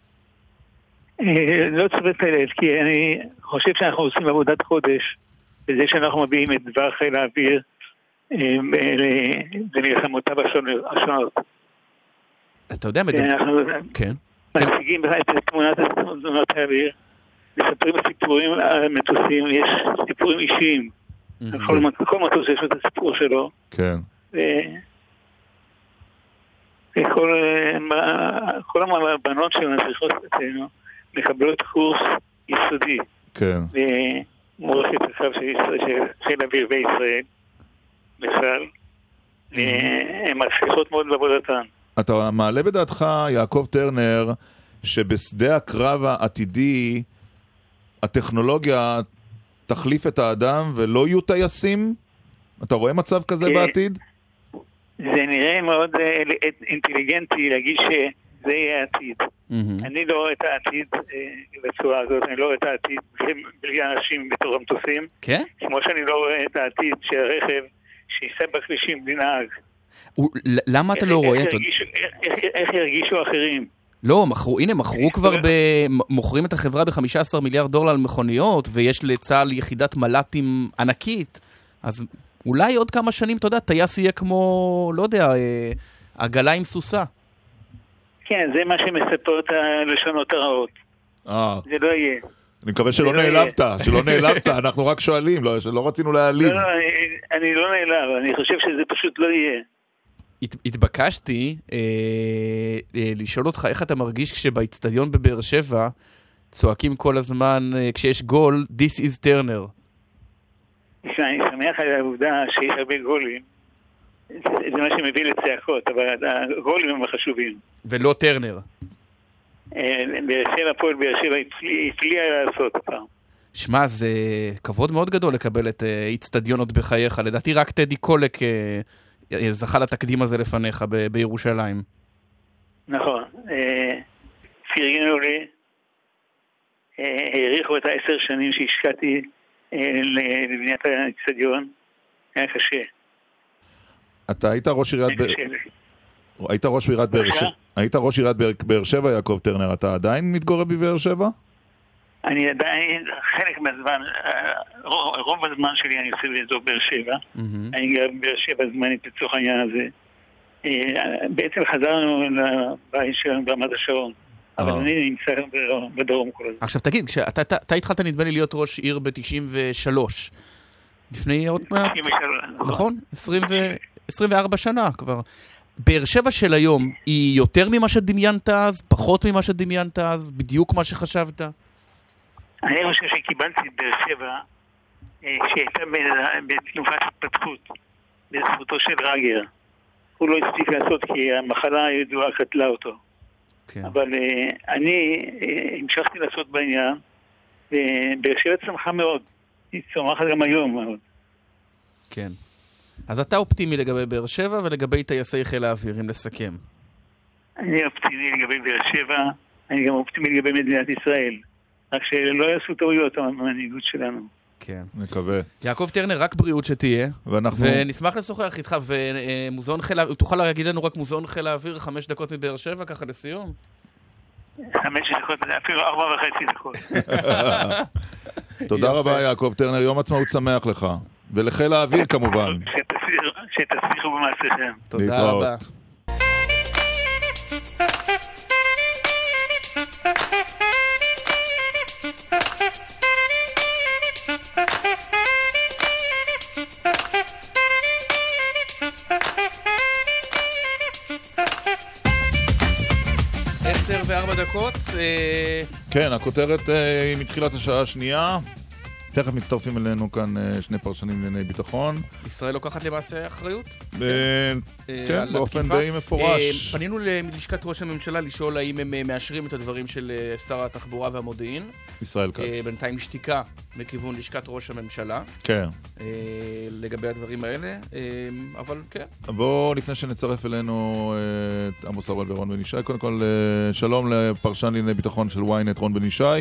אה, לא צוות הלב, כי אני חושב שאנחנו עושים עבודת חודש, בזה שאנחנו מביאים את דבר חיל האוויר אה, ל- למלחמותיו השונות.
אתה יודע, מדבר...
אנחנו
כן.
מציגים את תמונת תמונות האוויר, מספרים סיפורים על מטוסים, יש סיפורים אישיים כל מטוס יש את הסיפור שלו.
כן.
כל הבנות שלנו שצריכות אצלנו מקבלות קורס יסודי.
כן.
ומורשת הקו של חיל האוויר בישראל, בכלל, הן מצליחות מאוד בעבודתן.
אתה מעלה בדעתך, יעקב טרנר, שבשדה הקרב העתידי הטכנולוגיה תחליף את האדם ולא יהיו טייסים? אתה רואה מצב כזה בעתיד?
זה נראה מאוד אינטליגנטי להגיד שזה יהיה העתיד. אני לא רואה את העתיד בצורה הזאת, אני לא רואה את העתיד בלי אנשים בתור המטוסים.
כן?
כמו שאני לא רואה את העתיד שהרכב שיסע בכבישים בלי נהג.
למה אתה לא רואה?
איך ירגישו אחרים?
לא, הנה, מכרו כבר, מוכרים את החברה ב-חמישה עשר מיליארד דולר על מכוניות, ויש לצה"ל יחידת מל"טים ענקית, אז אולי עוד כמה שנים, אתה יודע, טייס יהיה כמו, לא יודע, עגלה עם סוסה.
כן, זה מה שמספרות הלשונות הרעות. זה לא יהיה.
אני מקווה שלא נעלבת, שלא נעלבת, אנחנו רק שואלים, לא רצינו להעליב.
לא, לא, אני לא נעלב, אני חושב שזה פשוט לא יהיה.
התבקשתי אה, אה, לשאול אותך איך אתה מרגיש כשבאצטדיון בבאר שבע צועקים כל הזמן אה, כשיש גול, This is Turner.
אני שמח על העובדה שיש הרבה גולים, זה, זה מה שמביא לצעקות, אבל הגולים הם החשובים.
ולא טרנר.
אה, באר שבע פועל באר שבע הפליאה לעשות פעם.
שמע, זה כבוד מאוד גדול לקבל את אצטדיון עוד בחייך, לדעתי רק טדי קולק אה, זכה לתקדים הזה לפניך ב- בירושלים.
נכון. פרגנו לי, העריכו את העשר שנים שהשקעתי לבניית האצטדיון. היה קשה.
אתה היית ראש עיריית באר... היית ראש עיריית באר שבע? היית ראש עיריית באר שבע, יעקב טרנר. אתה עדיין מתגורר בבאר שבע?
אני עדיין, חלק מהזמן, רוב הזמן שלי אני עושה באזור באר שבע. אני גר באר שבע זמנית לצורך העניין הזה. בעצם חזרנו לבית שלנו ברמת השרון. אבל אני נמצא בדרום כל הזמן.
עכשיו תגיד, אתה התחלת נדמה לי להיות ראש עיר ב-תשעים ושלוש. לפני עוד מעט? נכון? עשרים וארבע שנה כבר. באר שבע של היום היא יותר ממה שדמיינת אז? פחות ממה שדמיינת אז? בדיוק מה שחשבת?
אני חושב שקיבלתי את באר שבע שהייתה בתנופת התפתחות בזכותו של רגר. הוא לא הספיק לעשות כי המחלה הידועה קטלה אותו. כן. אבל אני המשכתי לעשות בעניין, ובאר שבע צמחה מאוד. היא צומחת גם היום מאוד.
כן. אז אתה אופטימי לגבי באר שבע ולגבי טייסי חיל האוויר, אם לסכם.
אני אופטימי לגבי באר שבע, אני גם אופטימי לגבי מדינת ישראל. רק שלא יעשו טעויות המנהיגות שלנו.
כן.
מקווה.
יעקב טרנר, רק בריאות שתהיה.
ואנחנו...
ונשמח לשוחח איתך, ומוזיאון חיל האוויר, תוכל להגיד לנו רק מוזיאון חיל האוויר חמש דקות מבאר שבע, ככה לסיום?
חמש דקות, אפילו ארבע וחצי דקות.
תודה רבה, יעקב טרנר, יום עצמאות שמח לך. ולחיל האוויר כמובן.
שתצליחו במעשיכם.
תודה רבה. עשר וארבע דקות.
כן, הכותרת היא מתחילת השעה השנייה. תכף מצטרפים אלינו כאן שני פרשנים לענייני ביטחון.
ישראל לוקחת למעשה אחריות?
כן, באופן די מפורש.
פנינו ללשכת ראש הממשלה לשאול האם הם מאשרים את הדברים של שר התחבורה והמודיעין.
ישראל כץ.
בינתיים שתיקה מכיוון לשכת ראש הממשלה.
כן.
לגבי הדברים האלה, אבל כן.
בואו, לפני שנצרף אלינו את עמוס הראל ורון בן ישי, קודם כל שלום לפרשן לענייני ביטחון של וויינט רון בן ישי.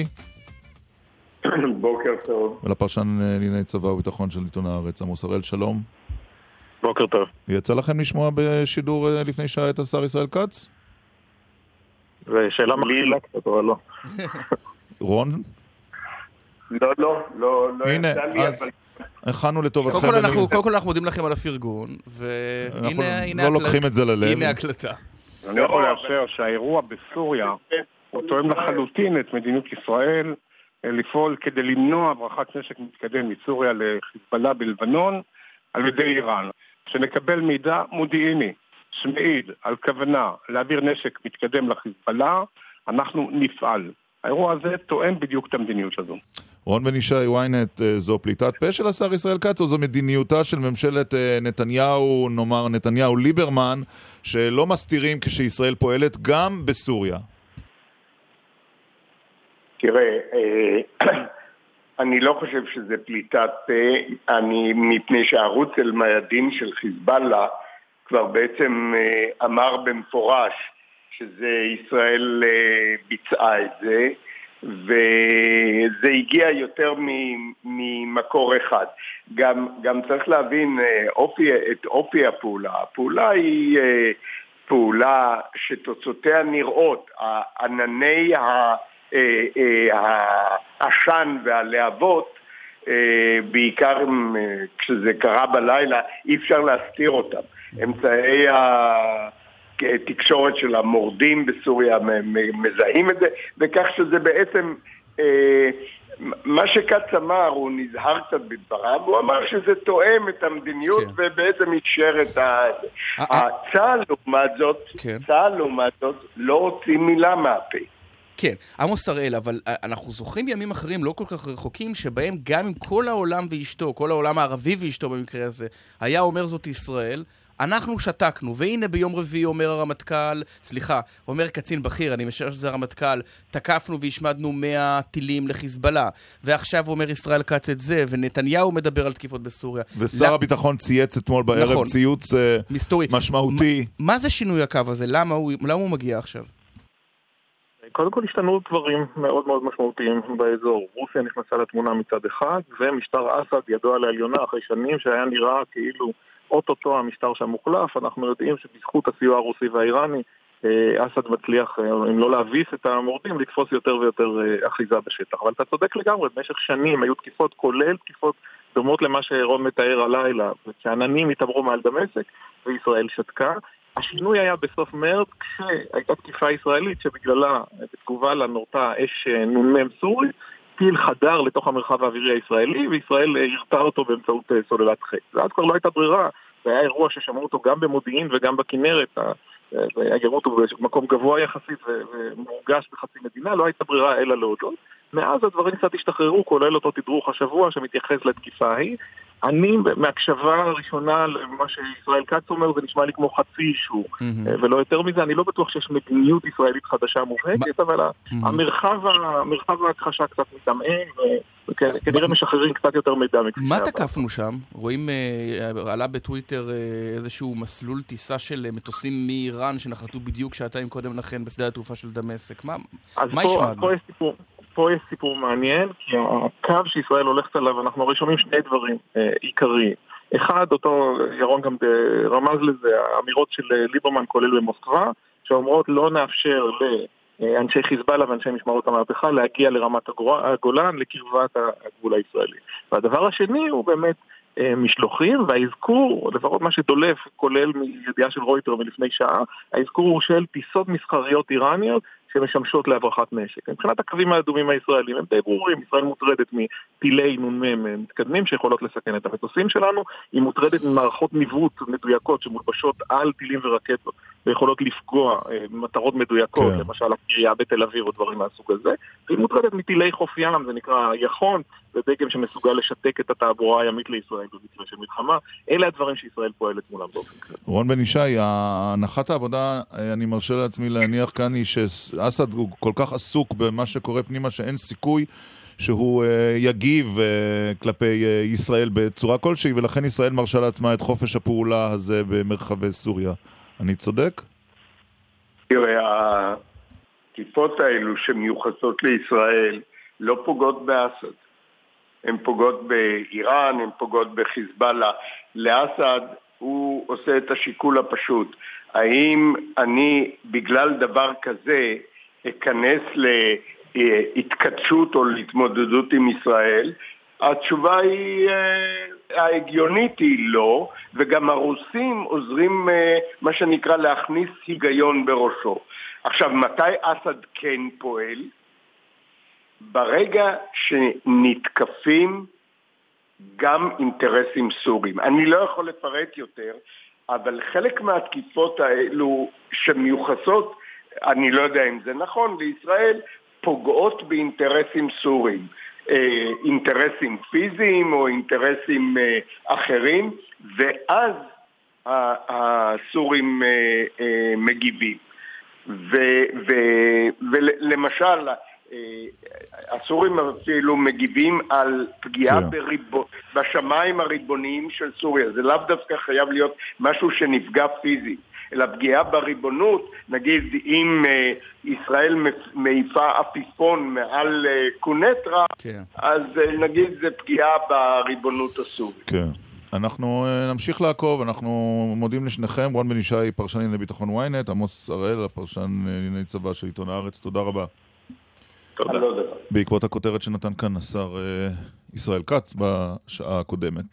בוקר טוב.
ולפרשן לענייני צבא וביטחון של עיתון הארץ, עמוס הראל, שלום.
בוקר טוב.
יצא לכם לשמוע בשידור לפני שעה את השר ישראל כץ?
זה שאלה מכלילה קצת, אבל לא.
רון?
לא, לא, לא, לא
הנה, אז הכנו לטובתכם.
קודם כל אנחנו מודים לכם על הפרגון, והנה
לא לוקחים את זה ללב.
הנה הקלטה.
אני יכול לאשר שהאירוע בסוריה הוא תואם לחלוטין את מדיניות ישראל לפעול כדי למנוע הברחת נשק מתקדם מסוריה לחיזבאללה בלבנון על ידי איראן. שנקבל מידע מודיעיני שמעיד על כוונה להעביר נשק מתקדם לחיזבאללה, אנחנו נפעל. האירוע הזה תואם בדיוק את המדיניות הזו.
רון בן ישי, וויינט, זו פליטת פה של השר ישראל כץ, או זו מדיניותה של ממשלת נתניהו, נאמר נתניהו ליברמן, שלא מסתירים כשישראל פועלת גם בסוריה?
תראה, אני לא חושב שזה פליטת פה, אני מפני שערוץ אל-מיאדין של חיזבאללה כבר בעצם אמר במפורש שזה ישראל ביצעה את זה, וזה הגיע יותר ממקור אחד. גם, גם צריך להבין אופי, את אופי הפעולה. הפעולה היא פעולה שתוצאותיה נראות, ענני העשן והלהבות, בעיקר כשזה קרה בלילה, אי אפשר להסתיר אותם. אמצעי התקשורת של המורדים בסוריה מזהים את זה, וכך שזה בעצם, מה שקץ אמר, הוא נזהר קצת בדבריו, הוא אמר שזה תואם את המדיניות, כן. ובעצם התשר את ה... הצה"ל לעומת זאת, כן. צה"ל לעומת זאת, לא רוצים מילה מהפה.
כן, עמוס הראל, אבל אנחנו זוכרים ימים אחרים לא כל כך רחוקים, שבהם גם עם כל העולם ואשתו, כל העולם הערבי ואשתו במקרה הזה, היה אומר זאת ישראל, אנחנו שתקנו, והנה ביום רביעי אומר הרמטכ"ל, סליחה, אומר קצין בכיר, אני משער שזה הרמטכ"ל, תקפנו והשמדנו מאה טילים לחיזבאללה, ועכשיו אומר ישראל כץ את זה, ונתניהו מדבר על תקיפות בסוריה.
ושר לא... הביטחון צייץ אתמול בערב, נכון. ציוץ מסתורי. משמעותי.
ما, מה זה שינוי הקו הזה? למה הוא, למה הוא מגיע עכשיו?
קודם כל השתנו דברים מאוד מאוד משמעותיים באזור. רוסיה נכנסה לתמונה מצד אחד, ומשטר אסד ידוע לעליונה אחרי שנים שהיה נראה כאילו אוטוטו המשטר שם מוחלף. אנחנו יודעים שבזכות הסיוע הרוסי והאיראני, אסד מצליח, אם לא להביס את המורדים, לתפוס יותר ויותר אחיזה בשטח. אבל אתה צודק לגמרי, במשך שנים היו תקיפות, כולל תקיפות דומות למה שרון מתאר הלילה, כשעננים התעברו מעל דמשק, וישראל שתקה. השינוי היה בסוף מרץ, כשהייתה תקיפה ישראלית שבגללה, בתגובה לנורתה אש נ"מ סורי, טיל חדר לתוך המרחב האווירי הישראלי, וישראל הרתה אותו באמצעות סוללת חץ. ואז כבר לא הייתה ברירה, זה היה אירוע ששמעו אותו גם במודיעין וגם בכנרת, היה אותו במקום גבוה יחסית ומורגש בחצי מדינה, לא הייתה ברירה אלא להודות. מאז הדברים קצת השתחררו, כולל אותו תדרוך השבוע שמתייחס לתקיפה ההיא. אני, מהקשבה הראשונה למה שישראל כץ אומר, זה נשמע לי כמו חצי אישור, ולא יותר מזה, אני לא בטוח שיש מדיניות ישראלית חדשה מובהקת, אבל המרחב ההכחשה קצת מתאמן, וכנראה משחררים קצת יותר מידע.
מה תקפנו שם? רואים, עלה בטוויטר איזשהו מסלול טיסה של מטוסים מאיראן, שנחתו בדיוק שעתיים קודם לכן בשדה התעופה של דמשק. מה ישמענו?
פה יש סיפור מעניין, כי הקו שישראל הולכת עליו, אנחנו הרי שומעים שני דברים אה, עיקריים. אחד, אותו ירון גם רמז לזה, האמירות של ליברמן כולל במוסקבה, שאומרות לא נאפשר לאנשי חיזבאללה ואנשי משמרות המהפכה להגיע לרמת הגולן, לקרבת הגבול הישראלי. והדבר השני הוא באמת אה, משלוחים, והאזכור, לפחות מה שדולף, כולל מידיעה של רויטר מלפני שעה, האזכור הוא של טיסות מסחריות איראניות, שמשמשות להברחת נשק. מבחינת הקווים האדומים הישראלים, הם די ברורים. ישראל מוטרדת מטילי נ"מ מתקדמים שיכולות לסכן את המטוסים שלנו, היא מוטרדת ממערכות ניווט מדויקות שמולבשות על טילים ורקטות, ויכולות לפגוע מטרות מדויקות, כן. למשל הקריאה בתל אביב או דברים מהסוג הזה, והיא מוטרדת מטילי חוף ים, זה נקרא יחון, זה דגם שמסוגל לשתק את התעבורה הימית לישראל במקרה של מלחמה. אלה הדברים שישראל פועלת מולם באופן כזה.
רון בן ישי, הנחת העבודה, אני מרשה לעצמי להניח כאן, היא שאסד הוא כל כך עסוק במה שקורה פנימה, שאין סיכוי שהוא יגיב כלפי ישראל בצורה כלשהי, ולכן ישראל מרשה לעצמה את חופש הפעולה הזה במרחבי סוריה. אני צודק?
תראה, התקיפות האלו שמיוחסות לישראל לא פוגעות באסד. הן פוגעות באיראן, הן פוגעות בחיזבאללה. לאסד הוא עושה את השיקול הפשוט. האם אני בגלל דבר כזה אכנס להתקדשות או להתמודדות עם ישראל? התשובה היא, ההגיונית היא לא, וגם הרוסים עוזרים מה שנקרא להכניס היגיון בראשו. עכשיו, מתי אסד כן פועל? ברגע שנתקפים גם אינטרסים סוריים. אני לא יכול לפרט יותר, אבל חלק מהתקיפות האלו שמיוחסות, אני לא יודע אם זה נכון, לישראל פוגעות באינטרסים סוריים. אינטרסים פיזיים או אינטרסים אחרים, ואז הסורים מגיבים. ולמשל, הסורים אפילו מגיבים על פגיעה בשמיים הריבוניים של סוריה. זה לאו דווקא חייב להיות משהו שנפגע פיזית, אלא פגיעה בריבונות. נגיד אם ישראל מעיפה אפיפון מעל קונטרה, אז נגיד זה פגיעה בריבונות הסורית.
כן. אנחנו נמשיך לעקוב, אנחנו מודים לשניכם, רון בן ישי, פרשן לענייני ביטחון וויינט, עמוס הראל, הפרשן לענייני צבא של עיתון הארץ, תודה רבה.
תודה.
בעקבות הכותרת שנתן כאן השר ישראל כץ בשעה הקודמת.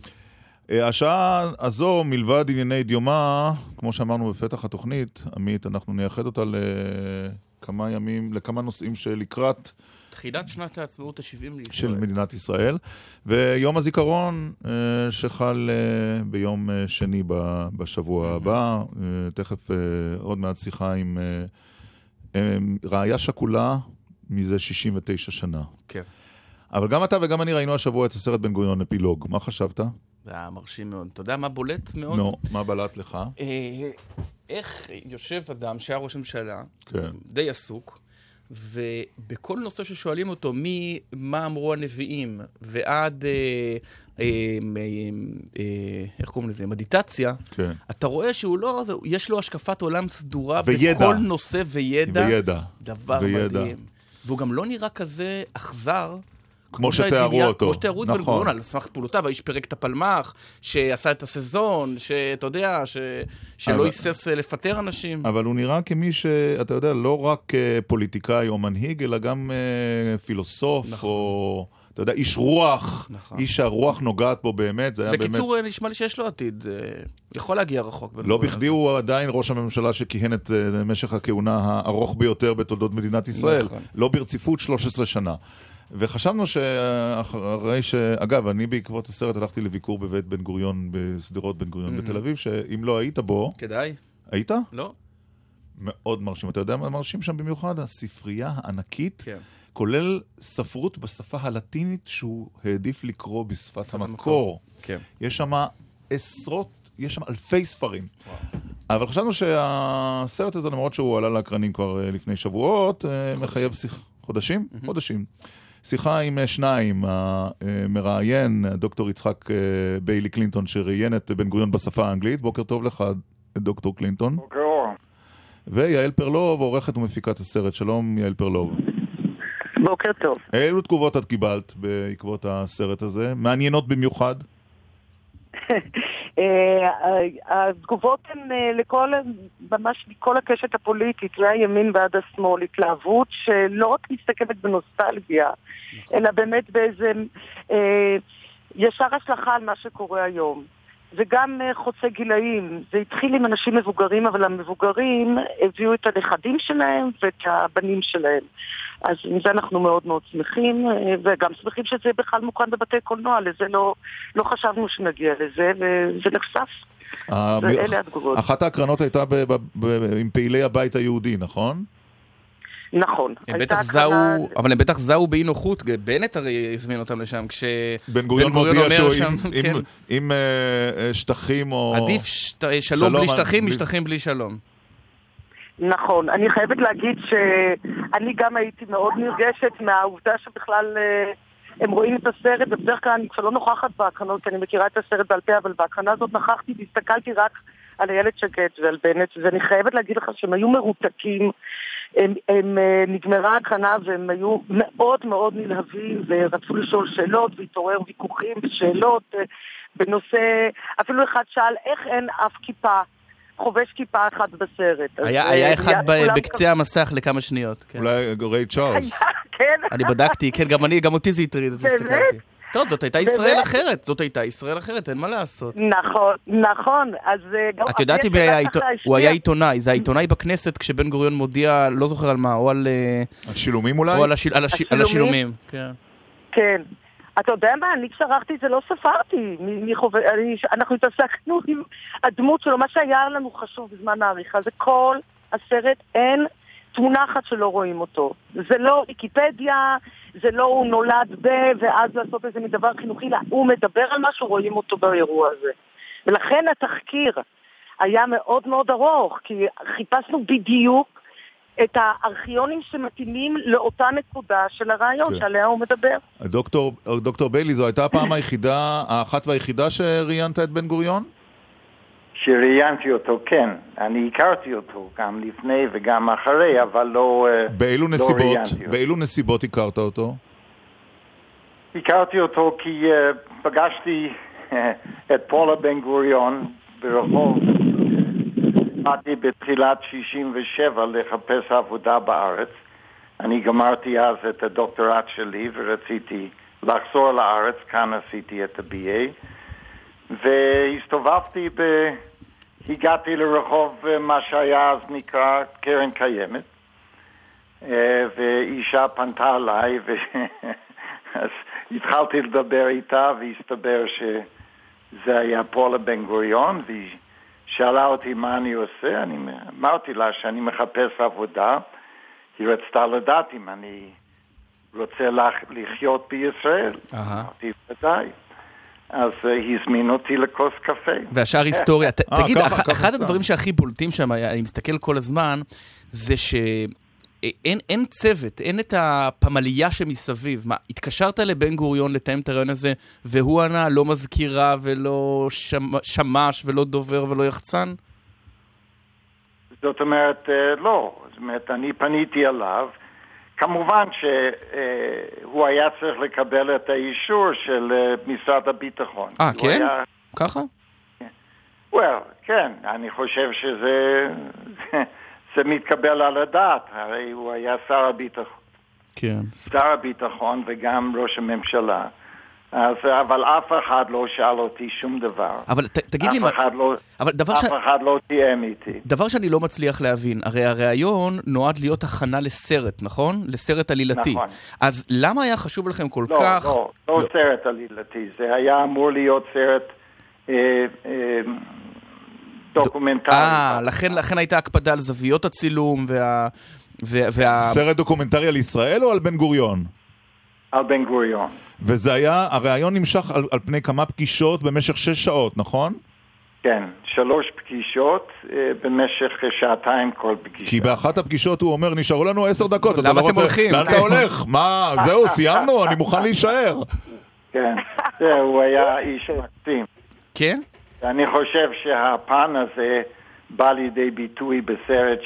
השעה הזו, מלבד ענייני דיומה, כמו שאמרנו בפתח התוכנית, עמית, אנחנו נייחד אותה לכמה ימים, לכמה נושאים שלקראת
תחילת שנת העצמאות ה-שבעים לישראל.
של מדינת ישראל, ויום הזיכרון שחל ביום שני בשבוע הבא, תכף עוד מעט שיחה עם רעיה שקולה מזה שישים ותשע שנה.
כן.
אבל גם אתה וגם אני ראינו השבוע את הסרט בן גוריון אפילוג. מה חשבת?
זה היה מרשים מאוד. אתה יודע מה בולט מאוד?
נו, מה בלט לך?
איך יושב אדם שהיה ראש ממשלה, די עסוק, ובכל נושא ששואלים אותו, מי, מה אמרו הנביאים, ועד, אה, אה, אה, איך קוראים לזה, מדיטציה,
כן.
אתה רואה שהוא לא, זה, יש לו השקפת עולם סדורה,
וידע.
בכל נושא וידע,
וידע.
דבר
וידע.
מדהים. והוא גם לא נראה כזה אכזר,
כמו שתיארו אותו.
כמו שתיארו את בן גוריון, על סמך פעולותיו, האיש פירק את הפלמח, שעשה את הסזון, שאתה יודע, שלא היסס לפטר אנשים.
אבל הוא נראה כמי שאתה יודע, לא רק פוליטיקאי או מנהיג, אלא גם פילוסוף, או אתה יודע, איש רוח, איש הרוח נוגעת בו באמת.
בקיצור, נשמע לי שיש לו עתיד, יכול להגיע רחוק.
לא בכדי הוא עדיין ראש הממשלה שכיהן את משך הכהונה הארוך ביותר בתולדות מדינת ישראל. לא ברציפות שלוש עשרה שנה. וחשבנו שאחרי ש... אגב, אני בעקבות הסרט הלכתי לביקור בבית בן גוריון, בסדרות בן גוריון בתל אביב, שאם לא היית בו...
כדאי.
היית?
לא.
מאוד מרשים. אתה יודע מה מרשים שם במיוחד? הספרייה הענקית,
כן.
כולל ספרות בשפה הלטינית שהוא העדיף לקרוא בשפת המקור.
כן.
יש שם עשרות, יש שם אלפי ספרים. וואו. אבל חשבנו שהסרט הזה, למרות שהוא עלה לאקרנים כבר לפני שבועות, מחייב שיח... חודשים? Mm-hmm. חודשים. שיחה עם שניים, המראיין, דוקטור יצחק ביילי קלינטון, שראיין את בן גוריון בשפה האנגלית. בוקר טוב לך, דוקטור קלינטון.
בוקר אור.
ויעל פרלוב, עורכת ומפיקת הסרט. שלום, יעל פרלוב.
בוקר טוב.
אילו תגובות את קיבלת בעקבות הסרט הזה? מעניינות במיוחד?
התגובות הן לכל, ממש מכל הקשת הפוליטית, מהימין ועד השמאל, התלהבות שלא רק מסתכמת בנוסטלגיה, אלא באמת באיזה ישר השלכה על מה שקורה היום. וגם חוצה גילאים. זה התחיל עם אנשים מבוגרים, אבל המבוגרים הביאו את הנכדים שלהם ואת הבנים שלהם. אז עם זה אנחנו מאוד מאוד שמחים, וגם שמחים שזה בכלל מוקרן בבתי קולנוע, לזה לא, לא חשבנו שנגיע לזה, וזה נחשף. ואלה התגובות.
אחת ההקרנות הייתה ב- ב- ב- עם פעילי הבית היהודי, נכון?
נכון.
הם בטח זהו, אבל הם בטח זהו באי נוחות, בנט הרי הזמין אותם לשם,
בן גוריון מודיע שהוא עם שטחים או...
עדיף שלום בלי שטחים, משטחים בלי שלום.
נכון, אני חייבת להגיד שאני גם הייתי מאוד נרגשת מהעובדה שבכלל הם רואים את הסרט, ובדרך כלל אני כבר לא נוכחת בהקרנות, כי אני מכירה את הסרט בעל פה, אבל בהקרנה הזאת נכחתי והסתכלתי רק על הילד שקט ועל בנט, ואני חייבת להגיד לך שהם היו מרותקים, הם, הם נגמרה הקרנה והם היו מאוד מאוד נלהבים ורצו לשאול שאלות והתעורר ויכוחים ושאלות בנושא, אפילו אחד שאל איך אין אף כיפה, חובש כיפה אחת בסרט.
היה אחד בקצה המסך לכמה שניות.
אולי ריי צ'ארלס.
כן.
אני בדקתי, כן, גם אני, גם אותי זה הטריד, אז הסתכלתי. טוב, זאת הייתה ישראל אחרת, זאת הייתה ישראל אחרת, אין מה לעשות.
נכון, נכון, אז גם...
את יודעת אם הוא היה עיתונאי, זה העיתונאי בכנסת כשבן גוריון מודיע, לא זוכר על מה, או על...
השילומים אולי?
או על השילומים, כן.
כן. אתה יודע מה, אני כשערכתי זה לא ספרתי, אנחנו התעסקנו עם הדמות שלו, מה שהיה לנו חשוב בזמן העריכה, זה כל הסרט, אין תמונה אחת שלא רואים אותו. זה לא ויקיפדיה, זה לא הוא נולד ב, ואז לעשות איזה מדבר חינוכי, הוא מדבר על משהו, רואים אותו באירוע הזה. ולכן התחקיר היה מאוד מאוד ארוך, כי חיפשנו בדיוק את הארכיונים שמתאימים לאותה נקודה של הרעיון כן. שעליה הוא מדבר.
דוקטור, דוקטור ביילי, זו הייתה הפעם היחידה, האחת והיחידה שראיינת את בן גוריון?
שראיינתי אותו, כן. אני הכרתי אותו גם לפני וגם אחרי, אבל לא,
באילו
לא
נסיבות,
ראיינתי אותו.
באילו נסיבות הכרת אותו?
הכרתי אותו כי uh, פגשתי uh, את פולה בן גוריון ברחוב. באתי בתחילת שישים ושבע לחפש עבודה בארץ. אני גמרתי אז את הדוקטורט שלי ורציתי לחזור לארץ, כאן עשיתי את ה-בי איי. והסתובבתי, ב... הגעתי לרחוב מה שהיה אז נקרא קרן קיימת, ואישה פנתה עליי, ו... אז התחלתי לדבר איתה, והסתבר שזה היה פולה בן גוריון, והיא שאלה אותי מה אני עושה, אני אמרתי לה שאני מחפש עבודה, היא רצתה לדעת אם אני רוצה לחיות בישראל. אמרתי, ודאי. אז הזמין אותי לכוס קפה.
והשאר היסטוריה. תגיד, אחד הדברים שהכי בולטים שם, אני מסתכל כל הזמן, זה שאין צוות, אין את הפמליה שמסביב. מה, התקשרת לבן גוריון לתאם את הרעיון הזה, והוא ענה לא מזכירה ולא שמש ולא דובר ולא יחצן?
זאת אומרת, לא. זאת אומרת, אני פניתי עליו, כמובן שהוא היה צריך לקבל את האישור של משרד הביטחון.
אה, כן? היה... ככה?
well, כן, אני חושב שזה זה מתקבל על הדעת, הרי הוא היה שר הביטחון.
כן.
שר הביטחון וגם ראש הממשלה. אז, אבל אף אחד לא שאל אותי שום דבר.
אבל ת, תגיד
אף
לי...
אחד
מה...
לא,
אבל דבר
אף
ש...
אחד לא תיאם איתי.
דבר שאני לא מצליח להבין, הרי הרעיון נועד להיות הכנה לסרט, נכון? לסרט עלילתי. נכון. אז למה היה חשוב לכם כל
לא,
כך...
לא, לא, לא סרט עלילתי. זה היה אמור להיות סרט אה, אה, דוקומנטרי.
אה, לכן, לכן הייתה הקפדה על זוויות הצילום וה... וה...
סרט דוקומנטרי על ישראל או על בן גוריון?
על בן גוריון.
וזה היה, הרעיון נמשך על, על פני כמה פגישות במשך שש שעות, נכון?
כן, שלוש פגישות אה, במשך שעתיים כל פגישה.
כי באחת הפגישות הוא אומר, נשארו לנו עשר דקות.
למה אתם הולכים?
לאן אתה הולך? מה, זהו, סיימנו? אני מוכן להישאר.
כן, זהו, הוא היה איש מקסים.
כן?
אני חושב שהפן הזה בא לידי ביטוי בסרט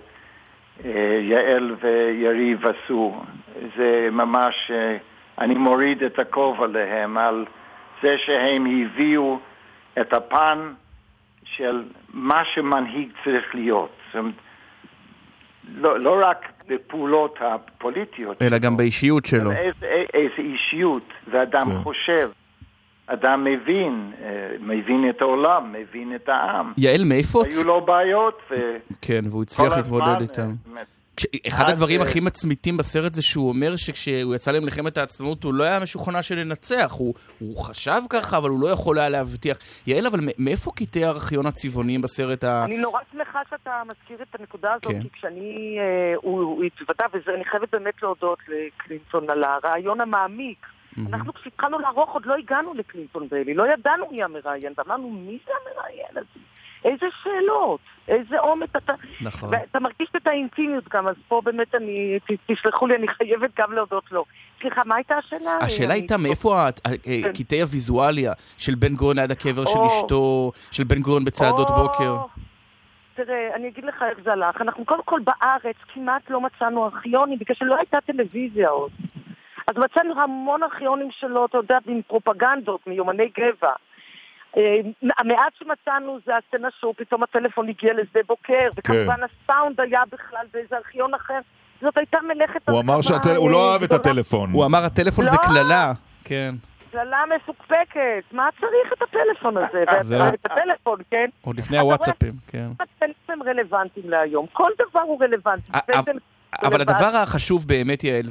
שיעל ויריב עשו. זה ממש... אני מוריד את הכובע עליהם על זה שהם הביאו את הפן של מה שמנהיג צריך להיות. זאת אומרת, לא, לא רק בפעולות הפוליטיות.
אלא גם באישיות שלו.
איזה, איזה אישיות, ואדם yeah. חושב, אדם מבין, מבין את העולם, מבין את העם.
יעל, מאיפה...
היו לו בעיות ו...
כן, והוא הצליח להתמודד איתם. אחד הדברים הכי מצמיתים בסרט זה שהוא אומר שכשהוא יצא למלחמת העצמאות הוא לא היה משוכנע שננצח, הוא, הוא חשב ככה אבל הוא לא יכול היה להבטיח. יעל, אבל מאיפה קטעי הארכיון הצבעוניים בסרט ה...
אני נורא שמחה שאתה מזכיר את הנקודה הזאת, כי כשאני, הוא התוודע, ואני חייבת באמת להודות לקלינטון על הרעיון המעמיק. אנחנו כשהתחלנו לערוך עוד לא הגענו לקלינטון ביילי, לא ידענו מי המראיין, ואמרנו מי זה המראיין הזה? איזה שאלות, איזה עומק אתה...
נכון.
ואתה מרגיש את האינטימיות גם, אז פה באמת אני... תסלחו לי, אני חייבת גם להודות לו. סליחה, מה הייתה השאלה?
השאלה הייתה מאיפה הקטעי הוויזואליה של בן גוריון עד הקבר של אשתו, של בן גוריון בצעדות בוקר?
תראה, אני אגיד לך איך זה הלך. אנחנו קודם כל בארץ כמעט לא מצאנו ארכיונים, בגלל שלא הייתה טלוויזיה עוד. אז מצאנו המון ארכיונים שלו, אתה יודע, עם פרופגנדות, מיומני גבע. המעט שמצאנו זה הסצנה שהוא פתאום הטלפון הגיע לשדה בוקר, וכמובן הסאונד היה בכלל באיזה ארכיון אחר. זאת הייתה מלאכת...
הוא אמר שהוא לא אוהב את הטלפון.
הוא אמר הטלפון זה כללה. כן.
הצללה מסופקת, מה צריך את הפלאפון הזה? ואת הטלפון, כן?
עוד לפני הוואטסאפים, כן.
הם רלוונטיים להיום, כל דבר הוא רלוונטי.
אבל הדבר החשוב באמת, יעל,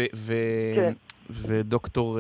ודוקטור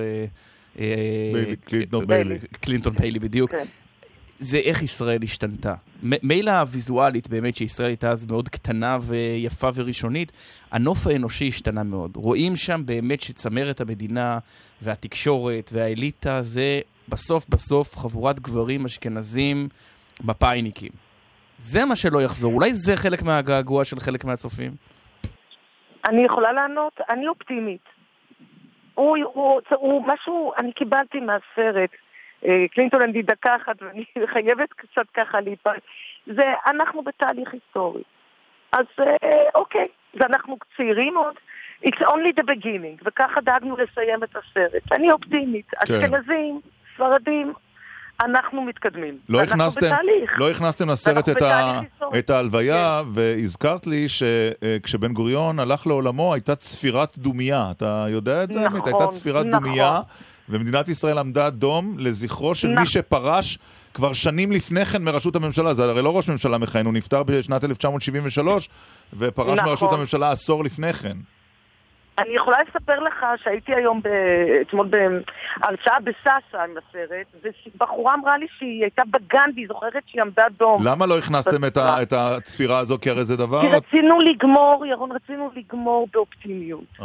קלינטון פיילי בדיוק, זה איך ישראל השתנתה. מילא הוויזואלית באמת שישראל הייתה אז מאוד קטנה ויפה וראשונית, הנוף האנושי השתנה מאוד. רואים שם באמת שצמרת המדינה והתקשורת והאליטה זה בסוף בסוף חבורת גברים אשכנזים מפאיניקים. זה מה שלא יחזור. אולי זה חלק מהגעגוע של חלק מהצופים?
אני יכולה לענות, אני אופטימית. הוא, הוא, הוא משהו, אני קיבלתי מהסרט, קלינטון, אני דקה אחת, ואני חייבת קצת ככה להיפרד. זה, אנחנו בתהליך היסטורי. אז אוקיי, ואנחנו צעירים עוד. It's only the beginning, וככה דאגנו לסיים את הסרט. אני אופטימית. אשכנזים, ספרדים, אנחנו מתקדמים.
לא הכנסתם, לא הכנסתם לסרט את, ה, את ההלוויה, כן. והזכרת לי שכשבן גוריון הלך לעולמו, הייתה צפירת דומיה. אתה יודע את זה?
נכון,
הייתה צפירת
נכון.
דומיה, ומדינת ישראל עמדה דום לזכרו של נכון. מי שפרש כבר שנים לפני כן מראשות הממשלה. זה הרי לא ראש ממשלה מכהן, הוא נפטר בשנת אלף תשע מאות שבעים ושלוש, ופרש נכון. מראשות הממשלה עשור לפני כן.
אני יכולה לספר לך שהייתי היום אתמול בהרצאה בסאסה עם הסרט, ובחורה אמרה לי שהיא הייתה בגן והיא זוכרת שהיא עמדה דום.
למה לא הכנסתם את הצפירה הזו? כי הרי זה דבר...
כי רצינו לגמור, ירון, רצינו לגמור באופטימיות,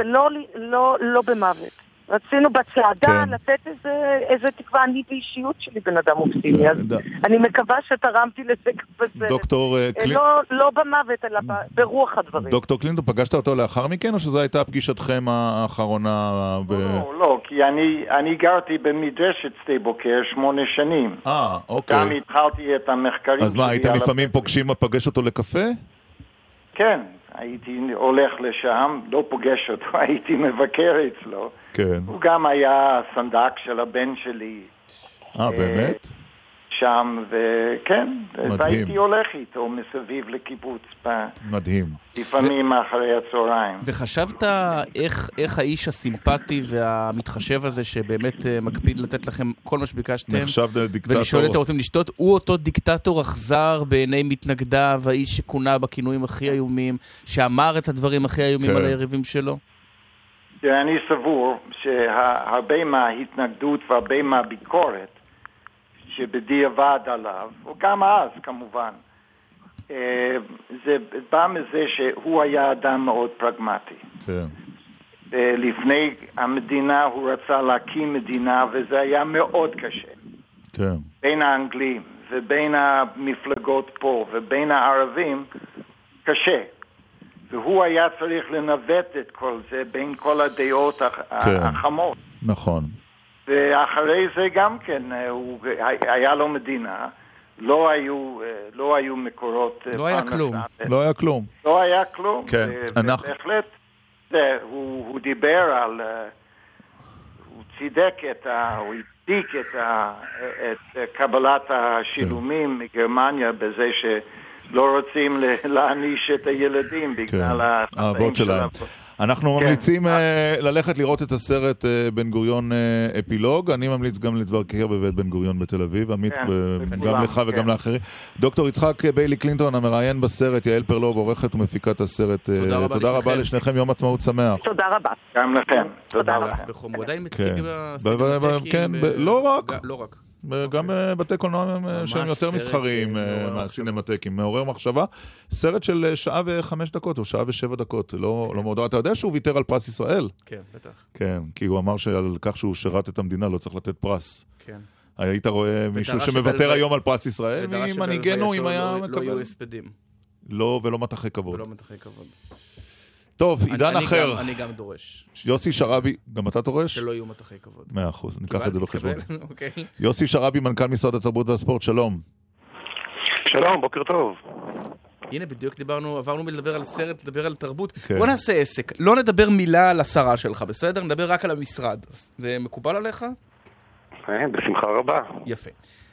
ולא במוות. רצינו בצעדה לתת איזה תקווה. אני באישיות שלי בן אדם אופטימי, אז אני מקווה שתרמתי לזה בסרט.
דוקטור קלינטון...
לא במוות, אלא ברוח הדברים.
דוקטור קלינטון, פגשת אותו לאחר מכן, או שזו הייתה פגישתכם האחרונה?
לא, לא, כי אני גרתי במדרשת שדה בוקר שמונה שנים.
אה, אוקיי.
גם התחלתי את המחקרים שלי.
אז מה, הייתם לפעמים פוגשים, פגש אותו לקפה?
כן. הייתי הולך לשם, לא פוגש אותו, הייתי מבקר אצלו.
כן.
הוא גם היה סנדק של הבן שלי.
אה, באמת?
שם, וכן, והייתי הולך איתו מסביב לקיבוץ.
מדהים.
לפעמים אחרי הצהריים.
וחשבת איך, איך האיש הסימפטי והמתחשב הזה שבאמת מקפיד לתת לכם כל מה שביקשתם,
נחשב דיקטטור.
ולשאול את הרוצים לשתות, הוא אותו דיקטטור אכזר בעיני מתנגדיו, האיש שכונה בכינויים הכי איומים, שאמר את הדברים הכי איומים כן. על היריבים שלו?
אני סבור שהרבה מההתנגדות והרבה מהביקורת שבדיעבד עליו, וגם אז כמובן, זה בא מזה שהוא היה אדם מאוד פרגמטי.
כן.
לפני המדינה הוא רצה להקים מדינה, וזה היה מאוד קשה.
כן.
בין האנגלים ובין המפלגות פה ובין הערבים, קשה. והוא היה צריך לנווט את כל זה בין כל הדעות
כן.
החמות.
נכון.
ואחרי זה גם כן, הוא, היה לו מדינה, לא היו, לא היו מקורות...
לא היה כלום.
לא היה כלום.
לא היה כלום.
כן. אנחנו...
בהחלט, זה, הוא, הוא דיבר על... הוא צידק את ה... הוא הצדיק את, ה, את קבלת השילומים מגרמניה בזה שלא רוצים להעניש את הילדים בגלל
כן. האבות שלהם. אנחנו
כן.
ממליצים uh, ללכת לראות את הסרט uh, בן גוריון uh, אפילוג. אני ממליץ גם לבקר בבית בן גוריון בתל אביב, עמית,
כן,
ב- גם לך כן. וגם לאחרים. דוקטור יצחק ביילי קלינטון, המראיין בסרט, יעל פרלוב, עורכת ומפיקת הסרט.
תודה רבה,
תודה רבה לשניכם, יום עצמאות שמח.
תודה רבה.
גם לכם.
תודה רבה.
הוא עדיין מציג
בסינמטקים. כן, לא רק.
לא רק.
גם בתי קולנוע שהם יותר מסחריים מהסינמטקים, מעורר מחשבה. סרט של שעה וחמש דקות, או שעה ושבע דקות, לא מאוד. אתה יודע שהוא ויתר על פרס ישראל?
כן, בטח.
כן, כי הוא אמר שעל כך שהוא שירת את המדינה לא צריך לתת פרס.
כן.
היית רואה מישהו שמוותר היום על פרס ישראל? מנהיגנו אם היה מקבל.
לא יהיו הספדים.
לא, ולא מתחי כבוד.
ולא מתחי כבוד.
טוב, עידן אחר.
אני גם דורש.
יוסי שרבי, גם אתה דורש?
שלא יהיו מתחי כבוד.
מאה אחוז, ניקח את זה בחשבון.
אוקיי.
יוסי שרבי, מנכ"ל משרד התרבות והספורט, שלום.
שלום, בוקר טוב.
הנה, בדיוק דיברנו, עברנו מלדבר על סרט, לדבר על תרבות. בוא נעשה עסק. לא נדבר מילה על השרה שלך, בסדר? נדבר רק על המשרד. זה מקובל עליך?
בשמחה רבה.
יפה.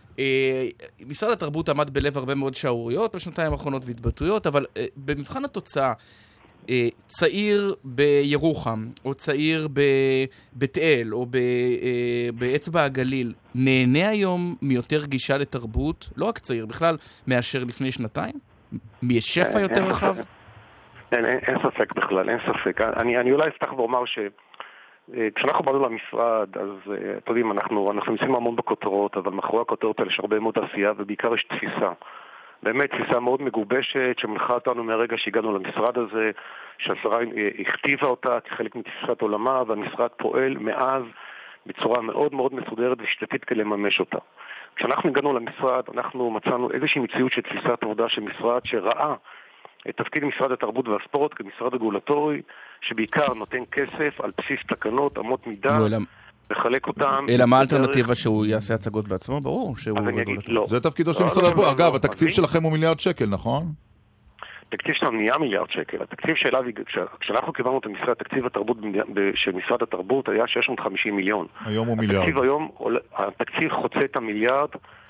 משרד התרבות עמד בלב הרבה מאוד שערוריות בשנתיים האחרונות והתבטאויות, אבל במבחן התוצאה, צעיר בירוחם, או צעיר בבית אל, או באצבע הגליל, נהנה היום מיותר גישה לתרבות, לא רק צעיר, בכלל, מאשר לפני שנתיים? משפע יותר רחב?
אין, אין, אין ספק בכלל, אין ספק. אני, אני אולי אפתח ואומר ש... כשאנחנו באנו למשרד, אז אתם יודעים, אנחנו, אנחנו נמצאים המון בכותרות, אבל מאחורי הכותרות האלה יש הרבה מאוד עשייה, ובעיקר יש תפיסה. באמת תפיסה מאוד מגובשת, שמנחה אותנו מהרגע שהגענו למשרד הזה, שהשרה הכתיבה אותה כחלק מתפיסת עולמה, והמשרד פועל מאז בצורה מאוד מאוד מסודרת ושיטתית כדי לממש אותה. כשאנחנו הגענו למשרד, אנחנו מצאנו איזושהי מציאות של תפיסת עבודה של משרד שראה את תפקיד משרד התרבות והספורט כמשרד רגולטורי, שבעיקר נותן כסף על בסיס תקנות, אמות מידה, לחלק אותם.
אלא מה האלטרנטיבה שהוא יעשה הצגות בעצמו? ברור שהוא רגולטורי.
זה תפקידו של משרד התרבות. אגב, התקציב שלכם הוא מיליארד שקל, נכון?
התקציב שלנו נהיה מיליארד שקל. התקציב שאליו, כשאנחנו קיבלנו את המשרד, תקציב התרבות של משרד התרבות היה שש מאות וחמישים מיליון.
היום הוא מיליארד.
התקציב היום, התקציב חוצה את המיליארד,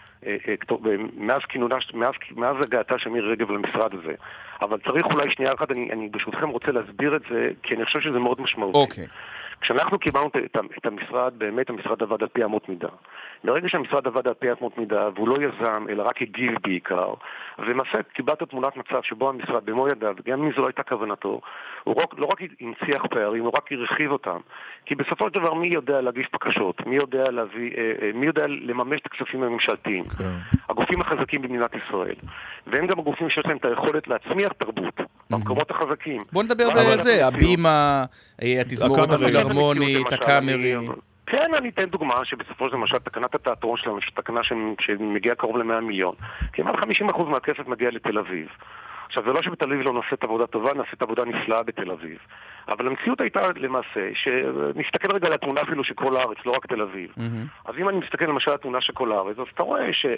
מאז כינונה, מאז, מאז הגעתה של מירי רגב למשרד הזה. אבל צריך אולי שנייה אחת, אני, אני ברשותכם רוצה להסביר את זה, כי אני חושב שזה מאוד משמעותי.
אוקיי.
כשאנחנו קיבלנו את, את המשרד, באמת המשרד עבד על פי אמות מידה. ברגע שהמשרד עבד על פי אמות מידה, והוא לא יזם, אלא רק הגיב בעיקר, ולמעשה קיבלת תמונת מצב שבו המשרד במו ידיו, גם אם זו לא הייתה כוונתו, הוא לא רק הנציח פערים, הוא רק הרחיב אותם. כי בסופו של דבר מי יודע להגיש בקשות, מי יודע להביא, מי יודע לממש את הכספים הממשלתיים. הגופים החזקים במדינת ישראל. והם גם הגופים שיש להם את היכולת להצמיח תרבות במקומות החזקים.
בוא נדבר בזה, הבימה, התזמורת הפילהרמונית, הקאמרי.
כן, אני אתן דוגמה שבסופו של למשל תקנת התיאטרון שלנו, יש תקנה שמגיעה קרוב ל-מאה מיליון. כמעט חמישים אחוז מהכסף מגיע לתל אביב. עכשיו, זה לא שבתל אביב לא נעשית עבודה טובה, נעשית עבודה נפלאה בתל אביב. אבל המציאות הייתה למעשה, שנסתכל רגע על התמונה אפילו של כל הארץ, לא רק תל אביב. Mm-hmm. אז אם אני מסתכל למשל על התמונה של כל הארץ, אז אתה רואה ש...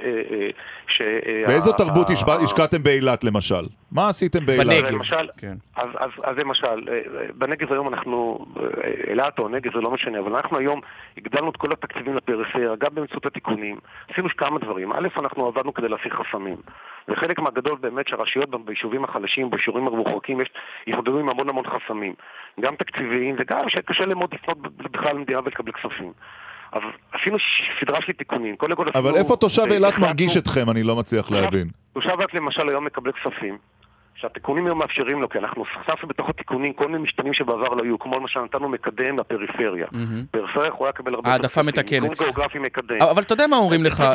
ש
באיזו תרבות השקעתם באילת למשל? מה עשיתם באילת?
בנגב.
למשל,
כן.
אז, אז, אז למשל, בנגב היום אנחנו, אילת או נגב זה לא משנה, אבל אנחנו היום הגדלנו את כל התקציבים לפריפריה, גם באמצעות התיקונים. עשינו כמה דברים. א', אנחנו עבדנו כדי להפיך חסמים. וחלק מהגדול באמת שהרשויות ביישובים החלשים, ביישובים הרחוקים, יש יחודדו עם המון המון חסמים. גם תקציביים וגם שקשה להם מאוד לפנות בכלל למדינה ולקבל כספים. אבל עשינו סדרה של תיקונים.
אבל איפה תושב אילת מרגיש אתכם? אני לא מצליח להבין.
תושב אילת למשל היום מקבל כספים. שהתיקונים היום מאפשרים לו, כי אנחנו חשפנו בתוך התיקונים כל מיני משתנים שבעבר לא היו, כמו למשל נתנו מקדם לפריפריה. פריפריה יכולה לקבל הרבה
העדפה מתקנת.
תיקון גיאוגרפי מקדם.
אבל אתה יודע מה אומרים לך?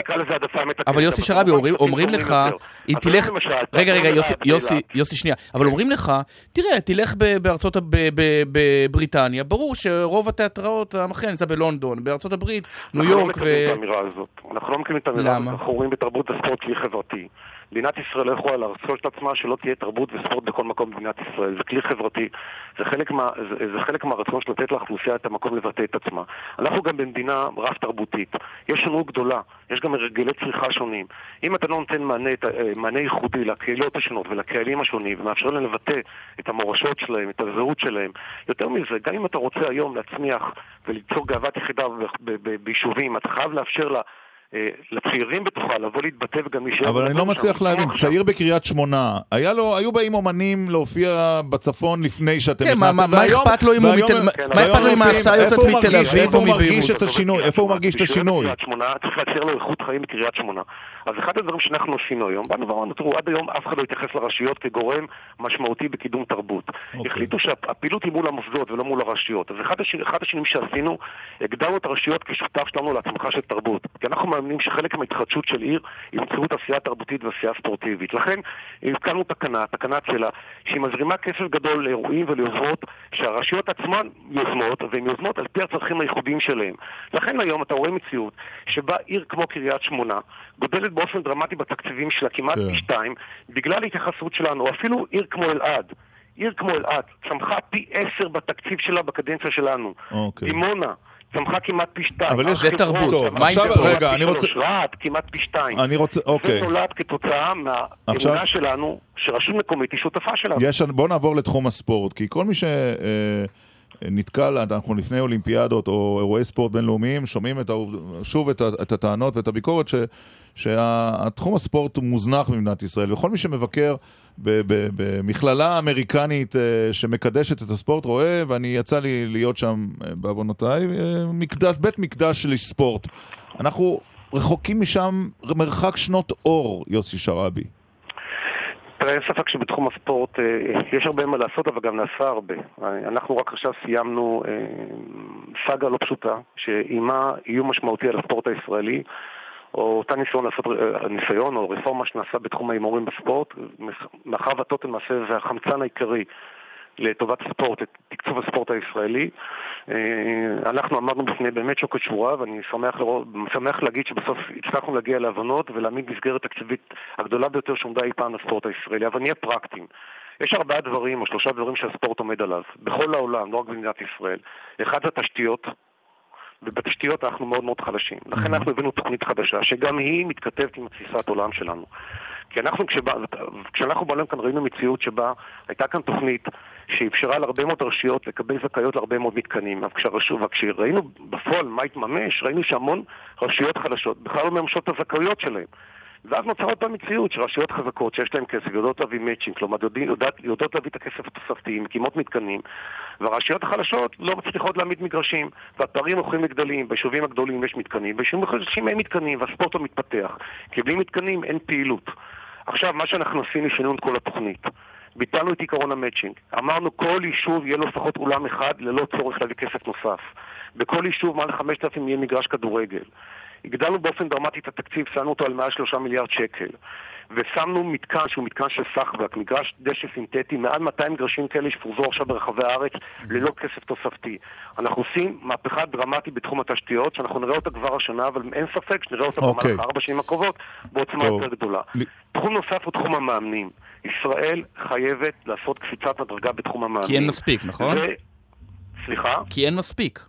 אבל יוסי שרבי, אומרים לך, היא תלך... רגע, רגע, יוסי, שנייה. אבל אומרים לך, תראה, תלך בארצות בבריטניה, ברור שרוב התיאטראות המכריע נמצא בלונדון, בארצות הברית, ניו יורק ו...
אנחנו לא מקבלים את האמירה הזאת. אנחנו רואים בתרבות הספורט כלי חברתי. מדינת ישראל לא יכולה להרצות את עצמה שלא תהיה תרבות וספורט בכל מקום במדינת ישראל. זה כלי חברתי. זה חלק, מה, זה, זה חלק מהרצון של לתת לאוכלוסייה את המקום לבטא את עצמה. אנחנו גם במדינה רב תרבותית. יש שונות גדולה. יש גם הרגלי צריכה שונים. אם אתה לא נותן מענה, מענה ייחודי לקהילות השונות ולקהלים השונים ומאפשר להם לבטא את המורשות שלהם, את הזהות שלהם, יותר מזה, גם אם אתה רוצה היום להצמיח וליצור גאוות יחידה ביישובים, אתה חייב לאפשר לה לצעירים בתוכה, לבוא להתבטא וגם להישאר.
אבל אני לא מצליח להבין, צעיר בקריית שמונה, היו באים אומנים להופיע בצפון לפני שאתם
נכנסתם. מה אכפת לו אם ההסעה יוצאת מתל אביב
איפה הוא מרגיש את השינוי? איפה הוא מרגיש את השינוי?
צריך להציע לו איכות חיים בקריית שמונה. אז אחד הדברים שאנחנו עשינו היום, באנו ואמרנו, תראו, עד היום אף אחד לא התייחס לרשויות כגורם משמעותי בקידום תרבות. החליטו שהפעילות היא מול המוסדות ולא מול הרשויות. אז אחד השינויים שעשינו, הגדרנו את הרשויות כשותף שלנו להצמחה של תרבות. כי אנחנו מאמינים שחלק מההתחדשות של עיר היא באמצעות עשייה תרבותית ועשייה ספורטיבית. לכן, הקמנו תקנה, תקנה צלע, שהיא מזרימה כסף גדול לאירועים וליוזמות שהרשויות עצמן יוזמות, והן יוזמות על פי הצרכים הייחודיים שלהם. לכן היום אתה רואה מציאות שבה עיר כמו קריית שמונה גודלת באופן דרמטי בתקציבים שלה כמעט פי שתיים, בגלל ההתייחסות שלנו, או אפילו עיר כמו אלעד. עיר כמו אלעד צמחה פי עשר בתקציב שלה בקדנציה שלנו. דימונה צמחה כמעט פי שתיים.
אבל יש
תרבות. מה עם
ספורט? רגע, אני רוצה...
רעד כמעט פי שתיים.
אני רוצה, אוקיי.
זה נולד כתוצאה מהאמונה שלנו, שרשות מקומית היא שותפה שלנו.
בוא נעבור לתחום הספורט, כי כל מי ש... נתקל, אנחנו לפני אולימפיאדות או אירועי ספורט בינלאומיים, שומעים את, שוב את, את הטענות ואת הביקורת ש, שהתחום הספורט הוא מוזנח במדינת ישראל, וכל מי שמבקר במכללה אמריקנית שמקדשת את הספורט רואה, ואני יצא לי להיות שם בעוונותיי, מקדש, בית מקדש של ספורט. אנחנו רחוקים משם מרחק שנות אור, יוסי שרעבי.
תראה, אין ספק שבתחום הספורט יש הרבה מה לעשות, אבל גם נעשה הרבה. אנחנו רק עכשיו סיימנו סאגה לא פשוטה, שעימה איום משמעותי על הספורט הישראלי, או אותה ניסיון לעשות ניסיון או רפורמה שנעשה בתחום ההימורים בספורט, מאחר והטוטל מעשה זה החמצן העיקרי לטובת הספורט, לתקצוב הספורט הישראלי. אנחנו עמדנו בפני באמת שוקת שבורה, ואני שמח, לראות, שמח להגיד שבסוף הצלחנו להגיע להבנות ולהעמיד מסגרת תקציבית הגדולה ביותר שעומדה אי פעם לספורט הישראלי, אבל נהיה פרקטיים. יש ארבעה דברים או שלושה דברים שהספורט עומד עליו, בכל העולם, לא רק במדינת ישראל. אחד זה תשתיות, ובתשתיות אנחנו מאוד מאוד חלשים. לכן אנחנו הבאנו תוכנית חדשה, שגם היא מתכתבת עם תפיסת העולם שלנו. כי אנחנו, כשבא, כשאנחנו בעולם כאן ראינו מציאות שבה הייתה כאן תוכנית שאפשרה להרבה מאוד רשויות לקבל זכאיות להרבה מאוד מתקנים. וכשראינו בפועל מה התממש, ראינו שהמון רשויות חלשות בכלל לא ממשות את הזכאיות שלהם. ואז נוצרת במציאות שרשויות חזקות שיש להן כסף, יודעות להביא מאצ'ינג, כלומר יודעות, יודעות להביא את הכסף התוספתי, מקימות מתקנים, והרשויות החלשות לא מצליחות להעמיד מגרשים, והפערים הולכים לגדלים, ביישובים הגדולים יש מתקנים, ביישובים החלשים אין מתקנים, והספורט לא מתפתח, כי בלי מתקנים אין פעילות. עכשיו, מה שאנחנו עשינו, שינינו את כל התוכנית. ביטלנו את עיקרון המאצ'ינג. אמרנו, כל יישוב יהיה לו לפחות אולם אחד ללא צורך להביא כסף נוסף. בכל יישוב מעל חמשת אלפים יהיה מגרש כדורגל. הגדלנו באופן דרמטי את התקציב, שמנו אותו על מעל שלושה מיליארד שקל. ושמנו מתקן שהוא מתקן של סחבק, מגרש דשא סינתטי, מעל מאתיים מגרשים כאלה שפורזו עכשיו ברחבי הארץ ללא כסף תוספתי. אנחנו עושים מהפכה דרמטית בתחום התשתיות, שאנחנו נראה אותה כבר השנה, אבל אין ספק שנראה אותה במהלך okay. ארבע שנים הקרובות בעוצמה יותר גדולה. ל... תחום נוסף הוא תחום המאמנים. ישראל חייבת לעשות קפיצת מדרגה בתחום המאמנים.
כי אין מספיק, נכון? ו...
סליחה?
כי אין מספיק.